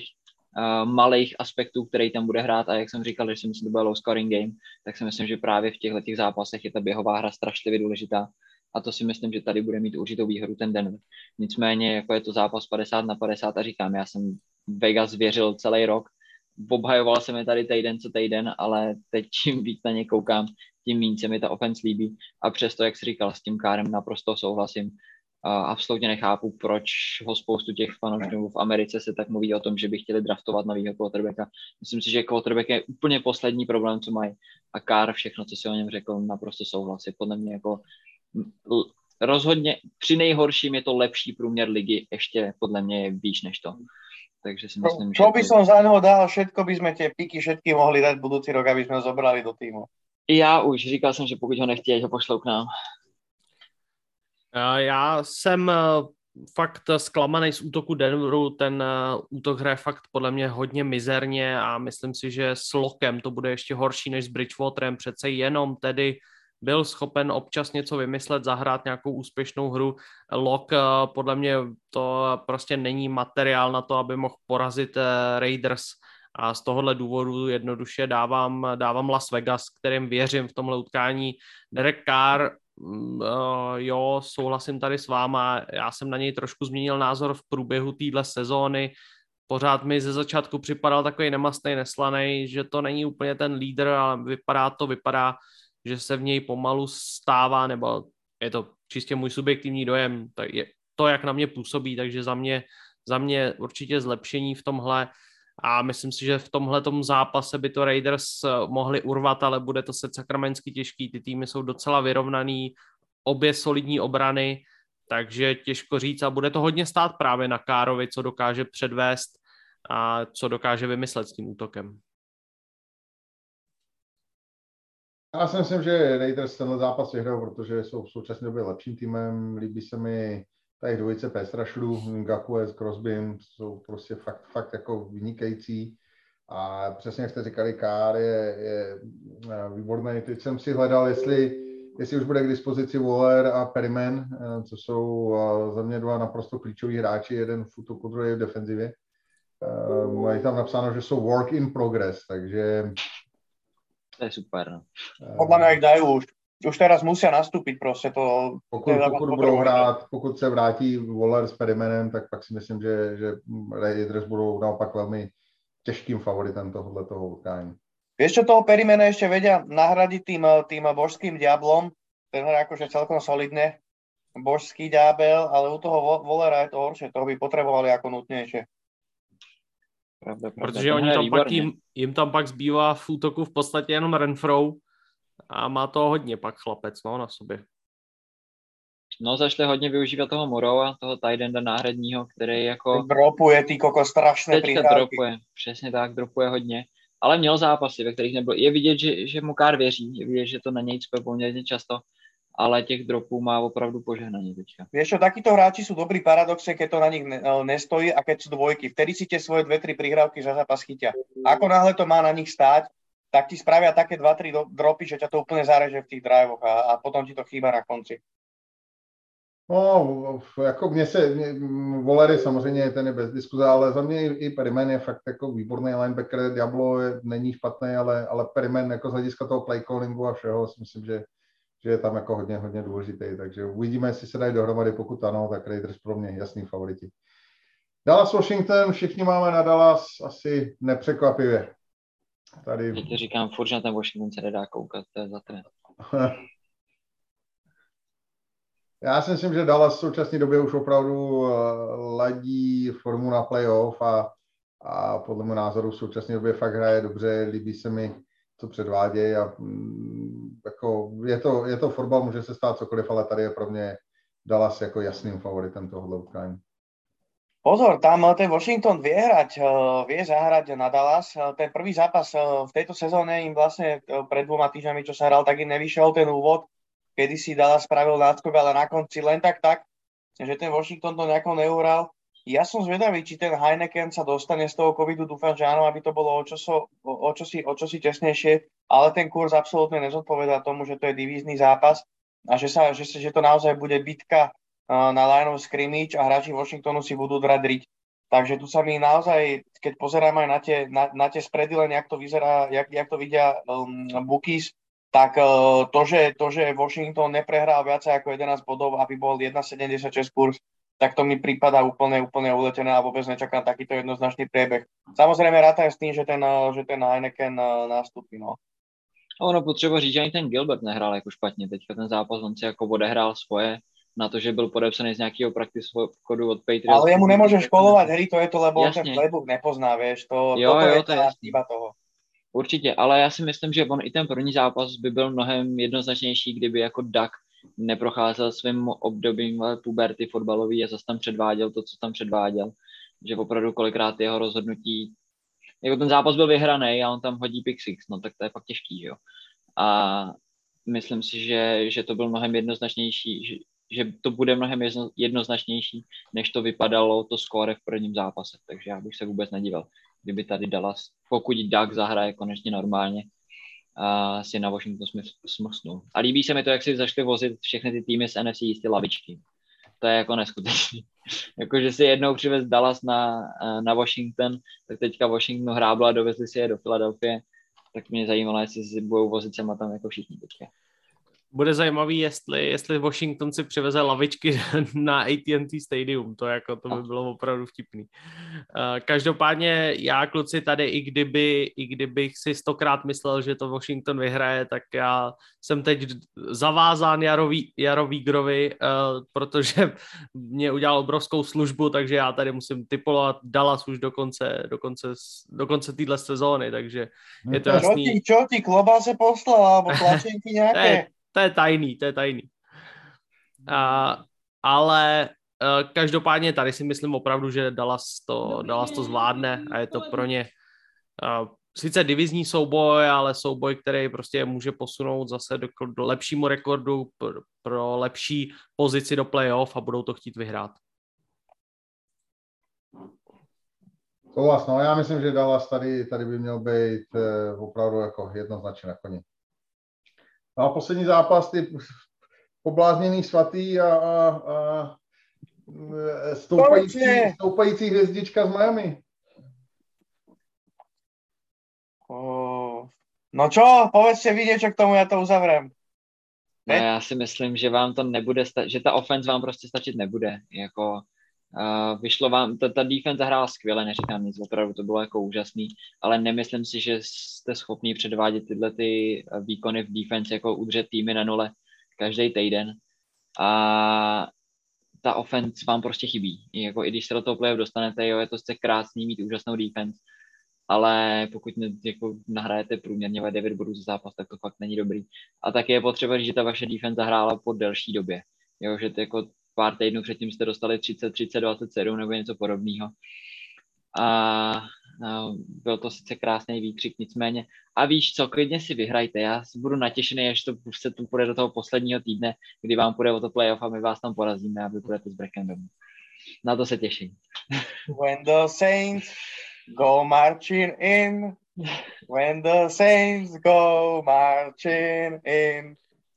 uh, malých aspektů, který tam bude hrát a jak jsem říkal, že si myslím, že to bude low scoring game, tak si myslím, že právě v těchto těch zápasech je ta běhová hra strašlivě důležitá a to si myslím, že tady bude mít určitou výhodu ten Denver. Nicméně jako je to zápas padesát na padesát a říkám, já jsem Vegas věřil celý rok, obhajoval jsem je tady týden co týden, ale teď čím víc na ně koukám, tím méně se mi ta offense líbí a přesto, jak jsi říkal, s tím Kárem naprosto souhlasím. A absolutně nechápu, proč ho spoustu těch fanoušků v Americe se tak mluví o tom, že by chtěli draftovat novýho quarterbacka. Myslím si, že quarterback je úplně poslední problém, co mají. A Carr, všechno, co si o něm řekl, naprosto souhlasí. Podle mě jako rozhodně při nejhorším je to lepší průměr ligy, ještě podle mě je výš než to. Takže si myslím, čo, čo že by to... som za neho dal, všetko by sme tie piky všetky mohli dať budúci rok, aby sme ho zobrali do týmu. Já už říkal jsem, že pokud ho nechtějí, ho pošlou k nám. Já jsem fakt zklamaný z útoku Denveru, ten útok hraje fakt podle mě hodně mizerně a myslím si, že s Lockem to bude ještě horší než s Bridgewaterem, přece jenom tedy byl schopen občas něco vymyslet, zahrát nějakou úspěšnou hru. Lock podle mě to prostě není materiál na to, aby mohl porazit Raiders a z tohohle důvodu jednoduše dávám, dávám Las Vegas, kterým věřím v tomhle utkání. Derek Carr, Uh, jo, souhlasím tady s váma, já jsem na něj trošku změnil názor v průběhu téhle sezóny, pořád mi ze začátku připadal takový nemastný, neslaný, že to není úplně ten lídr, ale vypadá to, vypadá, že se v něj pomalu stává, nebo je to čistě můj subjektivní dojem, to, je, to jak na mě působí, takže za mě, za mě určitě zlepšení v tomhle a myslím si, že v tomhletom zápase by to Raiders mohli urvat, ale bude to se sakramensky těžký, ty týmy jsou docela vyrovnaný, obě solidní obrany, takže těžko říct a bude to hodně stát právě na Carrovi, co dokáže předvést a co dokáže vymyslet s tím útokem. Já si myslím, že Raiders tenhle zápas vyhrál, protože jsou v současné době lepším týmem, líbí se mi tady dvojice pass rusherů, Ngakoue s Crosbym, jsou prostě fakt, fakt jako vynikající. A přesně jak jste říkali, Carr je, je výborný. Teď jsem si hledal, jestli, jestli už bude k dispozici Waller a Perryman, co jsou za mě dva naprosto klíčoví hráči, jeden v útoku, druhý v defenzivě. Mají tam napsáno, že jsou work in progress, takže... To je super, no. Podľa mňa ich dajú už. Už teraz musia nastúpiť proste to. Pokud, to pokud budou hrát, pokud se vrátí Waller s Perrymanem, tak pak si myslím, že, že Raiders budou naopak velmi těžkým favoritem tohoto utkání. Vieš čo, toho Perrymana ešte vedia nahradiť tým, tým božským diablom, ten hra akože celkom solidne, božský diabel, ale u toho Wallera je to horšie, toho by potrebovali ako nutnejšie. Pravda, pravda. Protože oni tam pak jim, jim tam pak zbývá v útoku v podstatě jenom Renfro a má to hodně pak chlapec, no, na sobě. No, zašli hodně využívat toho Morrowa, toho tight enda náhradního, který jako... Dropuje, ty koko, strašné prihrávky. Dropuje, přesně tak, dropuje hodně. Ale měl zápasy, ve kterých nebyl. Je vidět, že, že mu Carr věří, je vidět, že to na něj cpe poměrně často, ale těch dropů má opravdu požehnaní teďka. Vieš čo, takíto hráči sú dobrí paradoxe, keď to na nich ne, nestojí a keď sú dvojky. Vtedy si tie svoje dve tri prihrávky za zápas chytia. Ako náhle to má na nich stáť, tak ti spravia také dva tri dropy, že ťa to úplne zareže v tých drivoch a, a potom ti to chýba na konci. No, jako mně se, mě, Waller samozřejmě, ten je bez diskuze, ale za mě i, i Perryman je fakt jako výborný linebacker, Diablo je, není špatný, ale, ale Perryman jako z hlediska toho play callingu a všeho si myslím, že, že je tam jako hodně, hodně důležitý, takže uvidíme, jestli se dají dohromady, pokud ano, tak Raiders pro mě jasný favoriti. Dallas Washington, všichni máme na Dallas asi nepřekvapivě. Tady... Já ti říkám, furt, že na ten Washington se nedá koukat, to je za trend. Já si myslím, že Dallas v současné době už opravdu ladí formu na playoff a, a podle mého názoru v současné době fakt hraje dobře, líbí se mi, co předvádějí a mm, jako je to, je to fotbal, může se stát cokoliv, ale tady je pro mě Dallas jako jasným favoritem tohohle utkání. Pozor, tam ten Washington vie hrať, vie zahrať na Dallas. Ten prvý zápas v tejto sezóne im vlastne pred dvoma týždňami, čo sa hral, tak im nevyšiel ten úvod, kedy si Dallas spravil náskok, ale na konci len tak tak, že ten Washington to nejako neuhral. Ja som zvedavý, či ten Heineken sa dostane z toho covidu, dúfam, že áno, aby to bolo o čosi, o čosi, o čosi tesnejšie, ale ten kurz absolútne nezodpovedá tomu, že to je divízny zápas a že, sa, že, že to naozaj bude bitka na line of scrimmage a hráči Washingtonu si budú drať riť. Takže tu sa mi naozaj, keď pozerám aj na tie, na, na tie spready, len jak to vyzerá, jak, jak to vidia um, bookies, tak uh, to, že, to, že Washington neprehral viacej ako jedenásť bodov, aby bol jedna sedemdesiatšesť kurz, tak to mi prípada úplne, úplne uletené a vôbec nečakám takýto jednoznačný priebeh. Samozrejme rátajem s tým, že ten, že ten Heineken nástupí, no. Ono potřeba říct, že ani ten Gilbert nehrál jako špatně. Teďka ten zápas on si jako odehrál svoje, na to, že byl podepsaný z nějakého practice kodu od Patriots. Ale jemu nemôže školovať hry, to je to, lebo on ten playbook nepozná, vieš. To, jo, toto jo, je to je chyba toho. Určitě, ale já si myslím, že on i ten první zápas by byl mnohem jednoznačnější, kdyby jako Duck neprocházel svým obdobím puberty fotbalový a zase tam předváděl to, co tam předváděl. Že opravdu kolikrát jeho rozhodnutí, jako ten zápas byl vyhraný a on tam hodí pick six, no tak to je fakt těžký, jo. A myslím si, že, že to byl mnohem jednoznačnější, že, že to bude mnohem jednoznačnější, než to vypadalo to skóre v prvním zápase. Takže já bych se vůbec nedíval, kdyby tady Dallas, pokud Duck zahraje konečně normálně, a si na Washington smrsnul. A líbí se mi to, jak si zašli vozit všechny ty týmy z N F C jistě lavičky. To je jako neskutečný. Jako, že si jednou přivez Dallas na, na Washington, tak teďka Washington hrábla a dovezli si je do Filadelfie, tak mě zajímalo, jestli si budou vozit sem a tam jako všichni teďka. Bude zajímavý, jestli, jestli Washington si přiveze lavičky na A T and T Stadium, to, jako, to by bylo opravdu vtipný. Uh, každopádně já, kluci, tady, i, kdyby, i kdybych si stokrát myslel, že to Washington vyhraje, tak já jsem teď zavázán Jaro, Jaro Vígrovi, uh, protože mě udělal obrovskou službu, takže já tady musím tipovat Dallas už do konce, do konce, do konce téhle sezóny, takže je to jasný. Čo ti, čo ti klobáse poslal, alebo tlačenky nějaké? To je tajný, to je tajný. Uh, ale uh, každopádně tady si myslím opravdu, že Dallas to, Dallas to zvládne a je to pro ně uh, sice divizní souboj, ale souboj, který prostě může posunout zase do, do lepšímu rekordu, pro, pro lepší pozici do playoff a budou to chtít vyhrát. Souhlas, no, já myslím, že Dallas tady, tady by měl být uh, opravdu jako jednoznačně na koni. No a poslední zápas, ty poblázněný svatý a, a, a stoupající, stoupající hvězdička z Miami. Oh. No čo, povedzte vy niečo k tomu, já to uzavrem. No, já si myslím, že vám to nebude, sta- že ta offense vám prostě stačit nebude. Jako, uh, vyšlo vám, ta, ta defense hrála skvěle, neříkám nic, opravdu to bylo jako úžasný, ale nemyslím si, že jste schopní předvádět tyhle ty výkony v defense, jako udržet týmy na nule každý týden. A ta offense vám prostě chybí. Jako, i když se do toho playoff dostanete, jo, je to sice krásný mít úžasnou defense, ale pokud ne, jako nahrajete průměrně devět bodů za zápas, tak to fakt není dobrý. A taky je potřeba říct, že ta vaše defense hrála po delší době. Jo, že to jako pár týdnů předtím jste dostali třicet, třicet, dvacet sedm nebo něco podobného. A, a byl to sice krásný výkřik, nicméně. A víš co, klidně si vyhrajte. Já budu natěšený, až to se tu půjde do toho posledního týdne, kdy vám půjde o to playoff a my vás tam porazíme a vy půjdete s brekem domů. Na to se těším. When the Saints go marching in, when the Saints go marching in.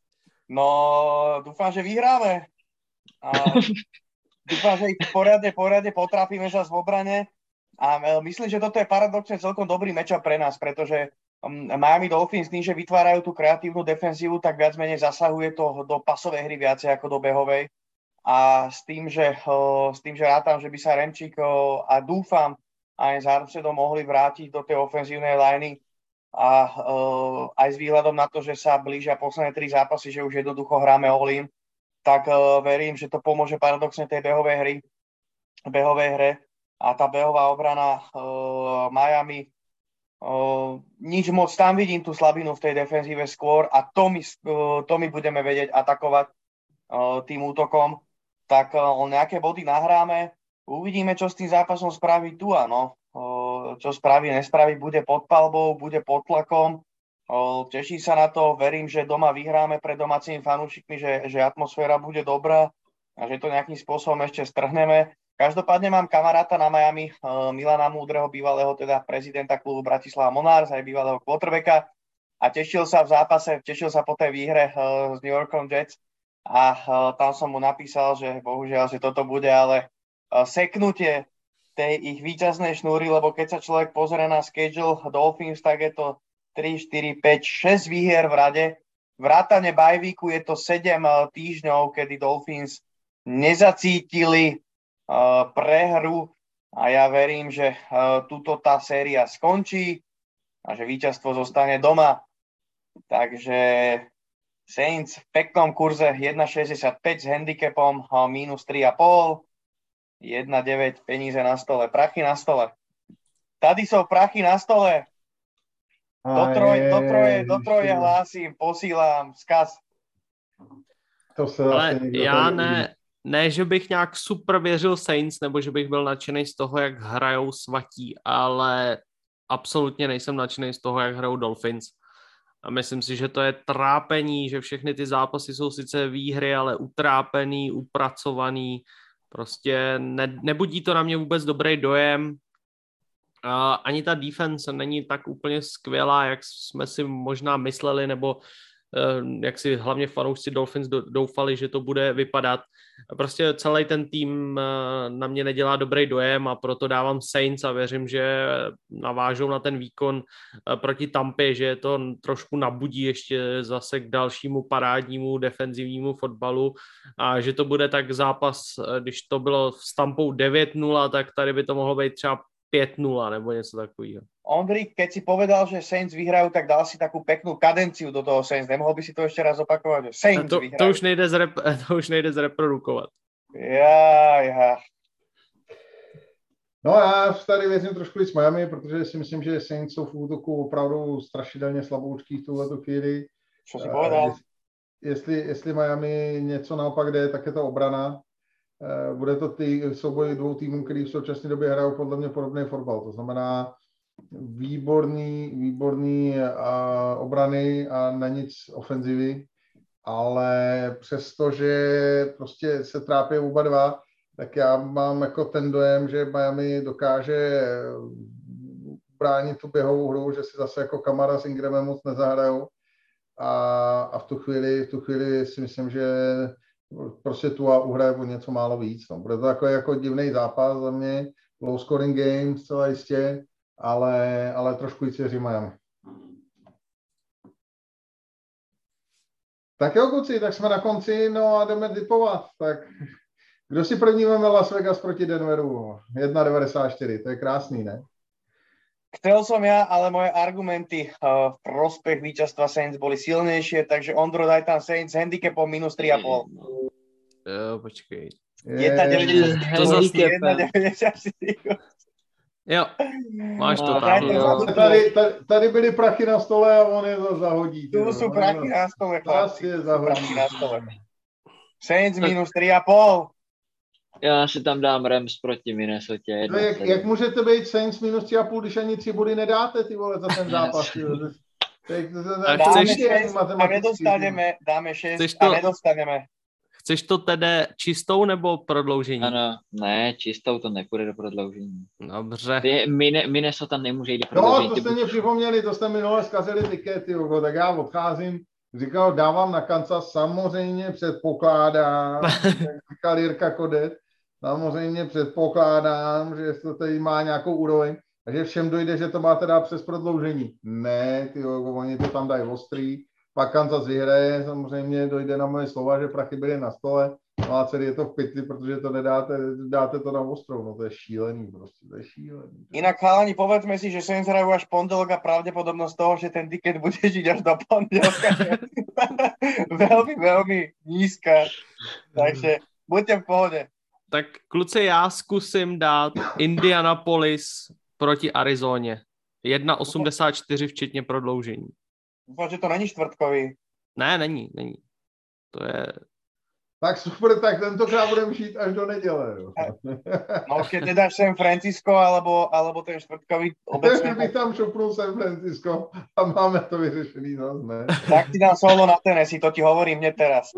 No, dúfam, že vyhráme. A dúfam, že ich poriadne, poriadne potrafíme sa v obrane. A myslím, že toto je paradoxne celkom dobrý matchup pre nás, pretože Miami Dolphins tým, že vytvárajú tú kreatívnu defenzívu, tak viac menej zasahuje to do pasovej hry viacej ako do behovej. A s tým, že, s tým, že rátam, že by sa Remčík a dúfam aj s Armsteadom mohli vrátiť do tej ofenzívnej liney a uh, aj s výhľadom na to, že sa blížia posledné tri zápasy, že už jednoducho hráme all-in, tak uh, verím, že to pomôže paradoxne tej behovej hry, behovej hre a tá behová obrana uh, Miami. Uh, nič moc tam vidím tú slabinu v tej defenzíve skôr a to my, uh, to my budeme vedieť atakovať uh, tým útokom, tak uh, nejaké body nahráme. Uvidíme, čo s tým zápasom spraví tu, áno. Čo spraví, nespraví, bude pod palbou, bude pod tlakom. Teší sa na to, verím, že doma vyhráme pred domácimi fanúšikmi, že, že atmosféra bude dobrá a že to nejakým spôsobom ešte strhneme. Každopádne mám kamaráta na Miami, Milana Múdreho, bývalého teda prezidenta klubu Bratislava Monarchs, aj bývalého quarterbacka a tešil sa v zápase, tešil sa po tej výhre s New Yorkom Jets a tam som mu napísal, že bohužiaľ, že toto bude ale seknutie tej ich víťaznej šnúry, lebo keď sa človek pozrie na schedule Dolphins, tak je to tri, štyri, päť, šesť výhier v rade. Vrátane bajvíku je to sedem týždňov, kedy Dolphins nezacítili uh, prehru a ja verím, že uh, túto tá séria skončí a že víťazstvo zostane doma. Takže Saints v peknom kurze jedna šesťdesiatpäť s handicapom mínus tri a pol, jedna deväť peníze na stole, prachy na stole. Tady sú prachy na stole. Do troje, do troje, do troje hlásím, posílám vzkaz. To se Ale já ne, ne, že bych nějak super věřil Saints, nebo že bych byl nadšený z toho, jak hrajou svatí, ale absolutně nejsem nadšený z toho, jak hrajou Dolphins. A myslím si, že to je trápení, že všechny ty zápasy jsou sice výhry, ale utrápený, upracovaný. Prostě ne, nebudí to na mě vůbec dobrý dojem. A ani ta defense není tak úplně skvělá, jak jsme si možná mysleli, nebo jak si hlavně fanoušci Dolphins doufali, že to bude vypadat. Prostě celý ten tým na mě nedělá dobrý dojem a proto dávám Saints a věřím, že navážou na ten výkon proti Tampě, že to trošku nabudí ještě zase k dalšímu parádnímu defenzivnímu fotbalu a že to bude tak zápas, když to bylo s Tampou devět nula, tak tady by to mohlo být třeba pět nula nebo něco takového. Ondrik, keď si povedal, že Saints vyhrajú, tak dal si takú peknú kadenciu do toho Saints. Nemohol by si to ešte raz opakovať? Saints to, vyhrajú. To už nejde, zrep, to už nejde zreprodukovat. Ja, ja. No já tady věřím trošku víc Miami, protože si myslím, že Saints jsou v útoku opravdu strašidelně slaboučký v tuhletu chvíli. Čo si povedal? Jestli, jestli Miami něco naopak jde, tak je to obrana. Bude to tý, souboj dvou týmů, který v současné době hrajou podle mě podobný fotbal. To znamená výborný, výborný a obrany a na nic ofenzivy, ale přesto, že prostě se trápí oba dva, tak já mám jako ten dojem, že Miami dokáže bránit tu běhovou hru, že si zase jako Kamara s Ingramem moc nezahrajou a, a v tu chvíli, v tu chvíli si myslím, že prostě tu a uhraje o něco málo víc. No. Bude to takový jako divný zápas za mě, low scoring game, zcela jistě, ale, ale trošku víc věřím Miami. Tak jo, kluci, tak jsme na konci, no a jdeme tipovat. Tak kdo si první veme Las Vegas proti Denveru? jedna devadesát čtyři, to je krásný, ne? Chcel som ja, ale moje argumenty uh, v prospech víťazstva Saints boli silnejšie, takže Ondro, daj tam Saints handicapom minus tri a pol. Jo, počkej. jedna deväťdesiat štyri. Jo, máš to No, tam. Tady, tady, tady byly prachy na stole a on je to zahodí. Tu sú prachy na stole, chlapci. je zahodí. Na stole. Saints minus tri a pol. Já si tam dám Rams proti Minnesota. No, jak, jak můžete být Saints minus tři a půl, když ani tři body nedáte, ty vole, za ten zápas? Dáme šesť a nedostaneme, dáme šesť a nedostaneme. Chceš to tedy čistou nebo prodloužení? Ano, ne, čistou to nepůjde do prodloužení. Dobře. Ty, Mine, Minnesota nemůže jít do prodloužení. No, to jste mě připomněli, to jste minule zkazili tikety, tak já odcházím. Říkal, dávám na Kansas, samozřejmě předpokládám, jak říkal Jirka Kodet, samozřejmě předpokládám, že to tady má nějakou úroveň, takže všem dojde, že to má teda přes prodloužení. Ne, ty, oni to tam dají ostrý, pak Kansas vyhraje, samozřejmě dojde na moje slova, že prachy byly na stole, no a celý je to v pytli, protože to nedáte, dáte to na ostrou, no to je šílený prostě, to je šílený. Inak chalani, povedzme si, že Saints hrajú až pondelok a pravdepodobnosť toho, že ten tiket bude žiť až do pondelka, je veľmi, veľmi nízka, takže buďte v pohode. Tak kluci, já zkusím dát Indianapolis proti Arizoně. jedna osmdesát čtyři včetně prodloužení. Dúfam, že to není štvrtkový. Ne, není, není. To je... Tak super, tak tentokrát budeme žít až do neděle. Jo. No, keď nedáš San Francisco, alebo, alebo ten štvrtkový obecne. bych tam šopnul San Francisco a máme to vyřešený zase, ne? Tak ti dám solo na Tennessee, to ti hovorím hneď teraz.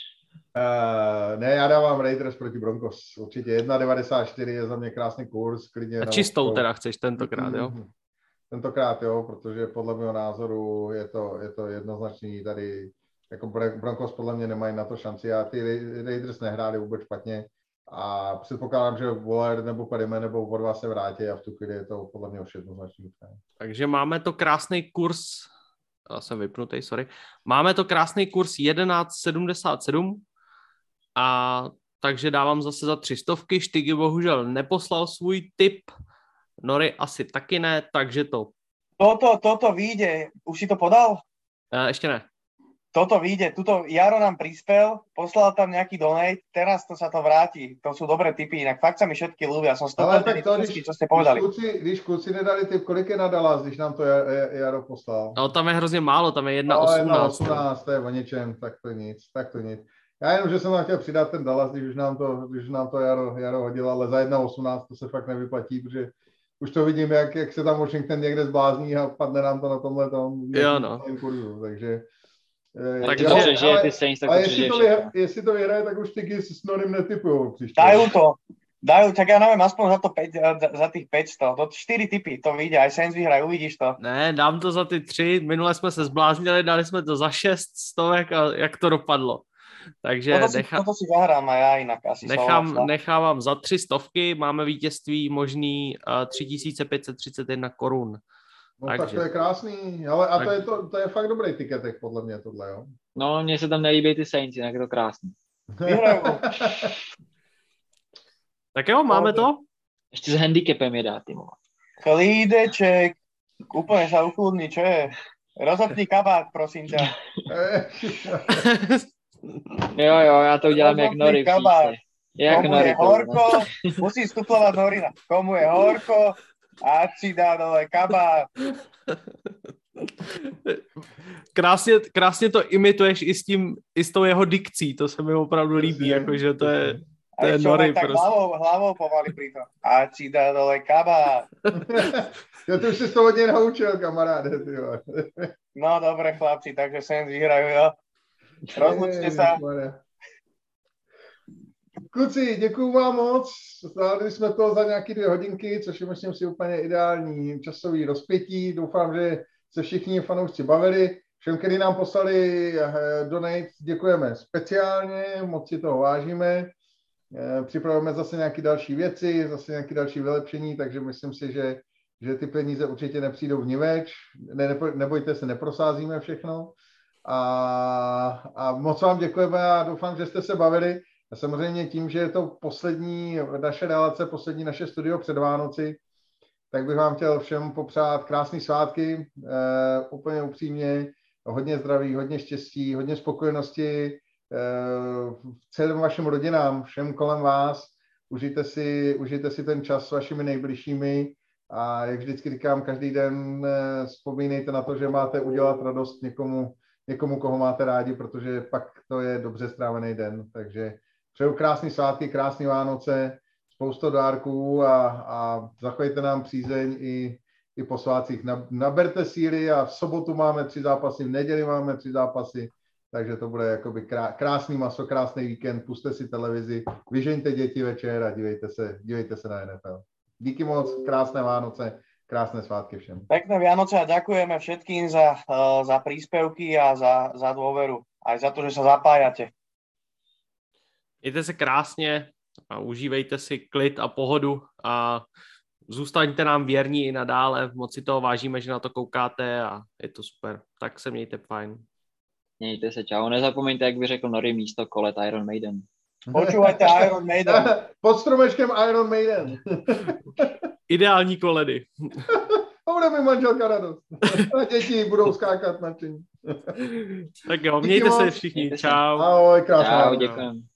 Uh, ne, já dávám Raiders proti Broncos. Určitě jedna devadesát čtyři je za mě krásný kurz. Klidně a čistou na teda chceš tentokrát, jo? Tentokrát jo, protože podle mého názoru je to, je to jednoznačný tady, jako Broncos podle mě nemají na to šanci a ty Raiders nehráli vůbec špatně a předpokládám, že Waller nebo Perryman nebo oba dva se vrátí a v tu chvíli je to podle mě už jednoznačný. Takže máme to krásný kurz, já jsem vypnutý, sorry, máme to krásný kurz jedenáct sedmdesát sedm a takže dávám zase za tři stovky, Štygy bohužel neposlal svůj tip, Nori asi taky ne, takže to. Toto, toto vyjde, už si to podal? E, ještě ne. Toto vyjde, tuto Jaro nám prispel, poslal tam nejaký donate, teraz to sa to vráti. To sú dobré tipy, inak fakt sa mi všetky ľúbia. Som sto percent všetky, čo ste povedali. Když kluci, když kluci nedali tip, kolik je na Dallas, když nám to Jaro poslal? No tam je hrozně málo, tam je jedna osmnáct. To je o něčem, tak to nic, tak to nic. Já jenom, že jsem vám chtěl přidat ten Dallas, když už nám to, když už nám to Jaro, Jaro hodil, ale za jedna osmnáct to se fakt nevyplatí, protože už to vidím, jak, jak se tam Washington někde zblázní a padne nám to na tomhle tom kurzu, takže Takže to přežije ty Saints, tak to jestli to, vyhraje, jestli to vyhraje, tak už ty s Norim netypujou příště. Dajú to, dajú, tak ja neviem, aspoň za, to päť, za tých päťsto, to čtyři tipy, to vyjde, aj Saints vyhraje, uvidíš to. Ne, dám to za ty tři, minule jsme se zbláznili, dali jsme to za šest stovek a jak to dopadlo. Takže toto si, nechá... toto si zahrám a já jinak asi. Nechám, nechávám za tři stovky, máme vítězství možný uh, tři tisíce pět set třicet jedna korun. No takže. Tak to je krásný, ale a tak. to, je to, to je fakt dobrý tiketek podle mě tohle, jo? No, mně se tam nelíbí ty Saints, jinak je to krásný. Tak jo, máme to? Ještě s handicapem je dát, ty vole. Klídeček, úplně sa ukludni, čo je? Rozopni kabát, prosím ťa. Jo, jo, já to udělám jak Nori příště. Jak Komu Nori je horko, musí vstuplovat Norina. Komu je horko, ať si dá dole kabát. Krásně, krásně to imituješ i s tím, i s tou jeho dikcí, to se mi opravdu líbí, jakože to je, to je Nori tak prostě. hlavou, hlavou pomaly pri tom. Ať si dá dole kabát. Ja to už si to hodně naučil, kamaráde. Tyjo. No dobre, chlapci, takže Saints vyhrajú, jo. Rozlučte sa. Kluci, děkuju vám moc. Zvládli jsme to za nějaké dvě hodinky, což je myslím si úplně ideální časový rozpětí. Doufám, že se všichni fanoušci bavili. Všem, kteří nám poslali donate, děkujeme speciálně, moc si toho vážíme. Připravujeme zase nějaké další věci, zase nějaké další vylepšení, takže myslím si, že, že ty peníze určitě nepřijdou vniveč. Ne, nebojte se, neprosázíme všechno. A, a moc vám děkujeme a doufám, že jste se bavili. A samozřejmě tím, že je to poslední naše relace, poslední naše studio před Vánoci, tak bych vám chtěl všem popřát krásné svátky, eh, úplně upřímně, hodně zdraví, hodně štěstí, hodně spokojenosti eh, celým vašim rodinám, všem kolem vás. Užijte si, užijte si ten čas s vašimi nejbližšími a jak vždycky říkám, každý den eh, vzpomínejte na to, že máte udělat radost někomu, někomu, koho máte rádi, protože pak to je dobře strávený den. Takže přeju krásný svátky, krásný Vánoce, spoustu dárků a, a zachovejte nám přízeň i, i po svátcích. Naberte síly a v sobotu máme tři zápasy, v neděli máme tři zápasy, takže to bude jakoby krá, krásný maso, krásný víkend, puste si televizi, vyžeňte děti večer a dívejte se, dívejte se na N F L. Díky moc, krásné Vánoce, krásné svátky všem. Pekné Vianoce a ďakujeme všetkým za, za príspevky a za, za dôveru. Aj za to, že sa zapájate. Mějte se krásně a užívejte si klid a pohodu a zůstaňte nám věrní i nadále. Moc si toho vážíme, že na to koukáte a je to super. Tak se mějte fajn. Mějte se, čau. Nezapomeňte, jak by řekl Nori, místo kolet Iron Maiden. Počúvajte Iron Maiden. Pod stromečkem Iron Maiden. Ideální koledy. Bude mi manželka radost. A děti budou skákat nadšení. Tak jo, mějte se všichni. Čau. Ahoj, krásná. Čau, děkujeme.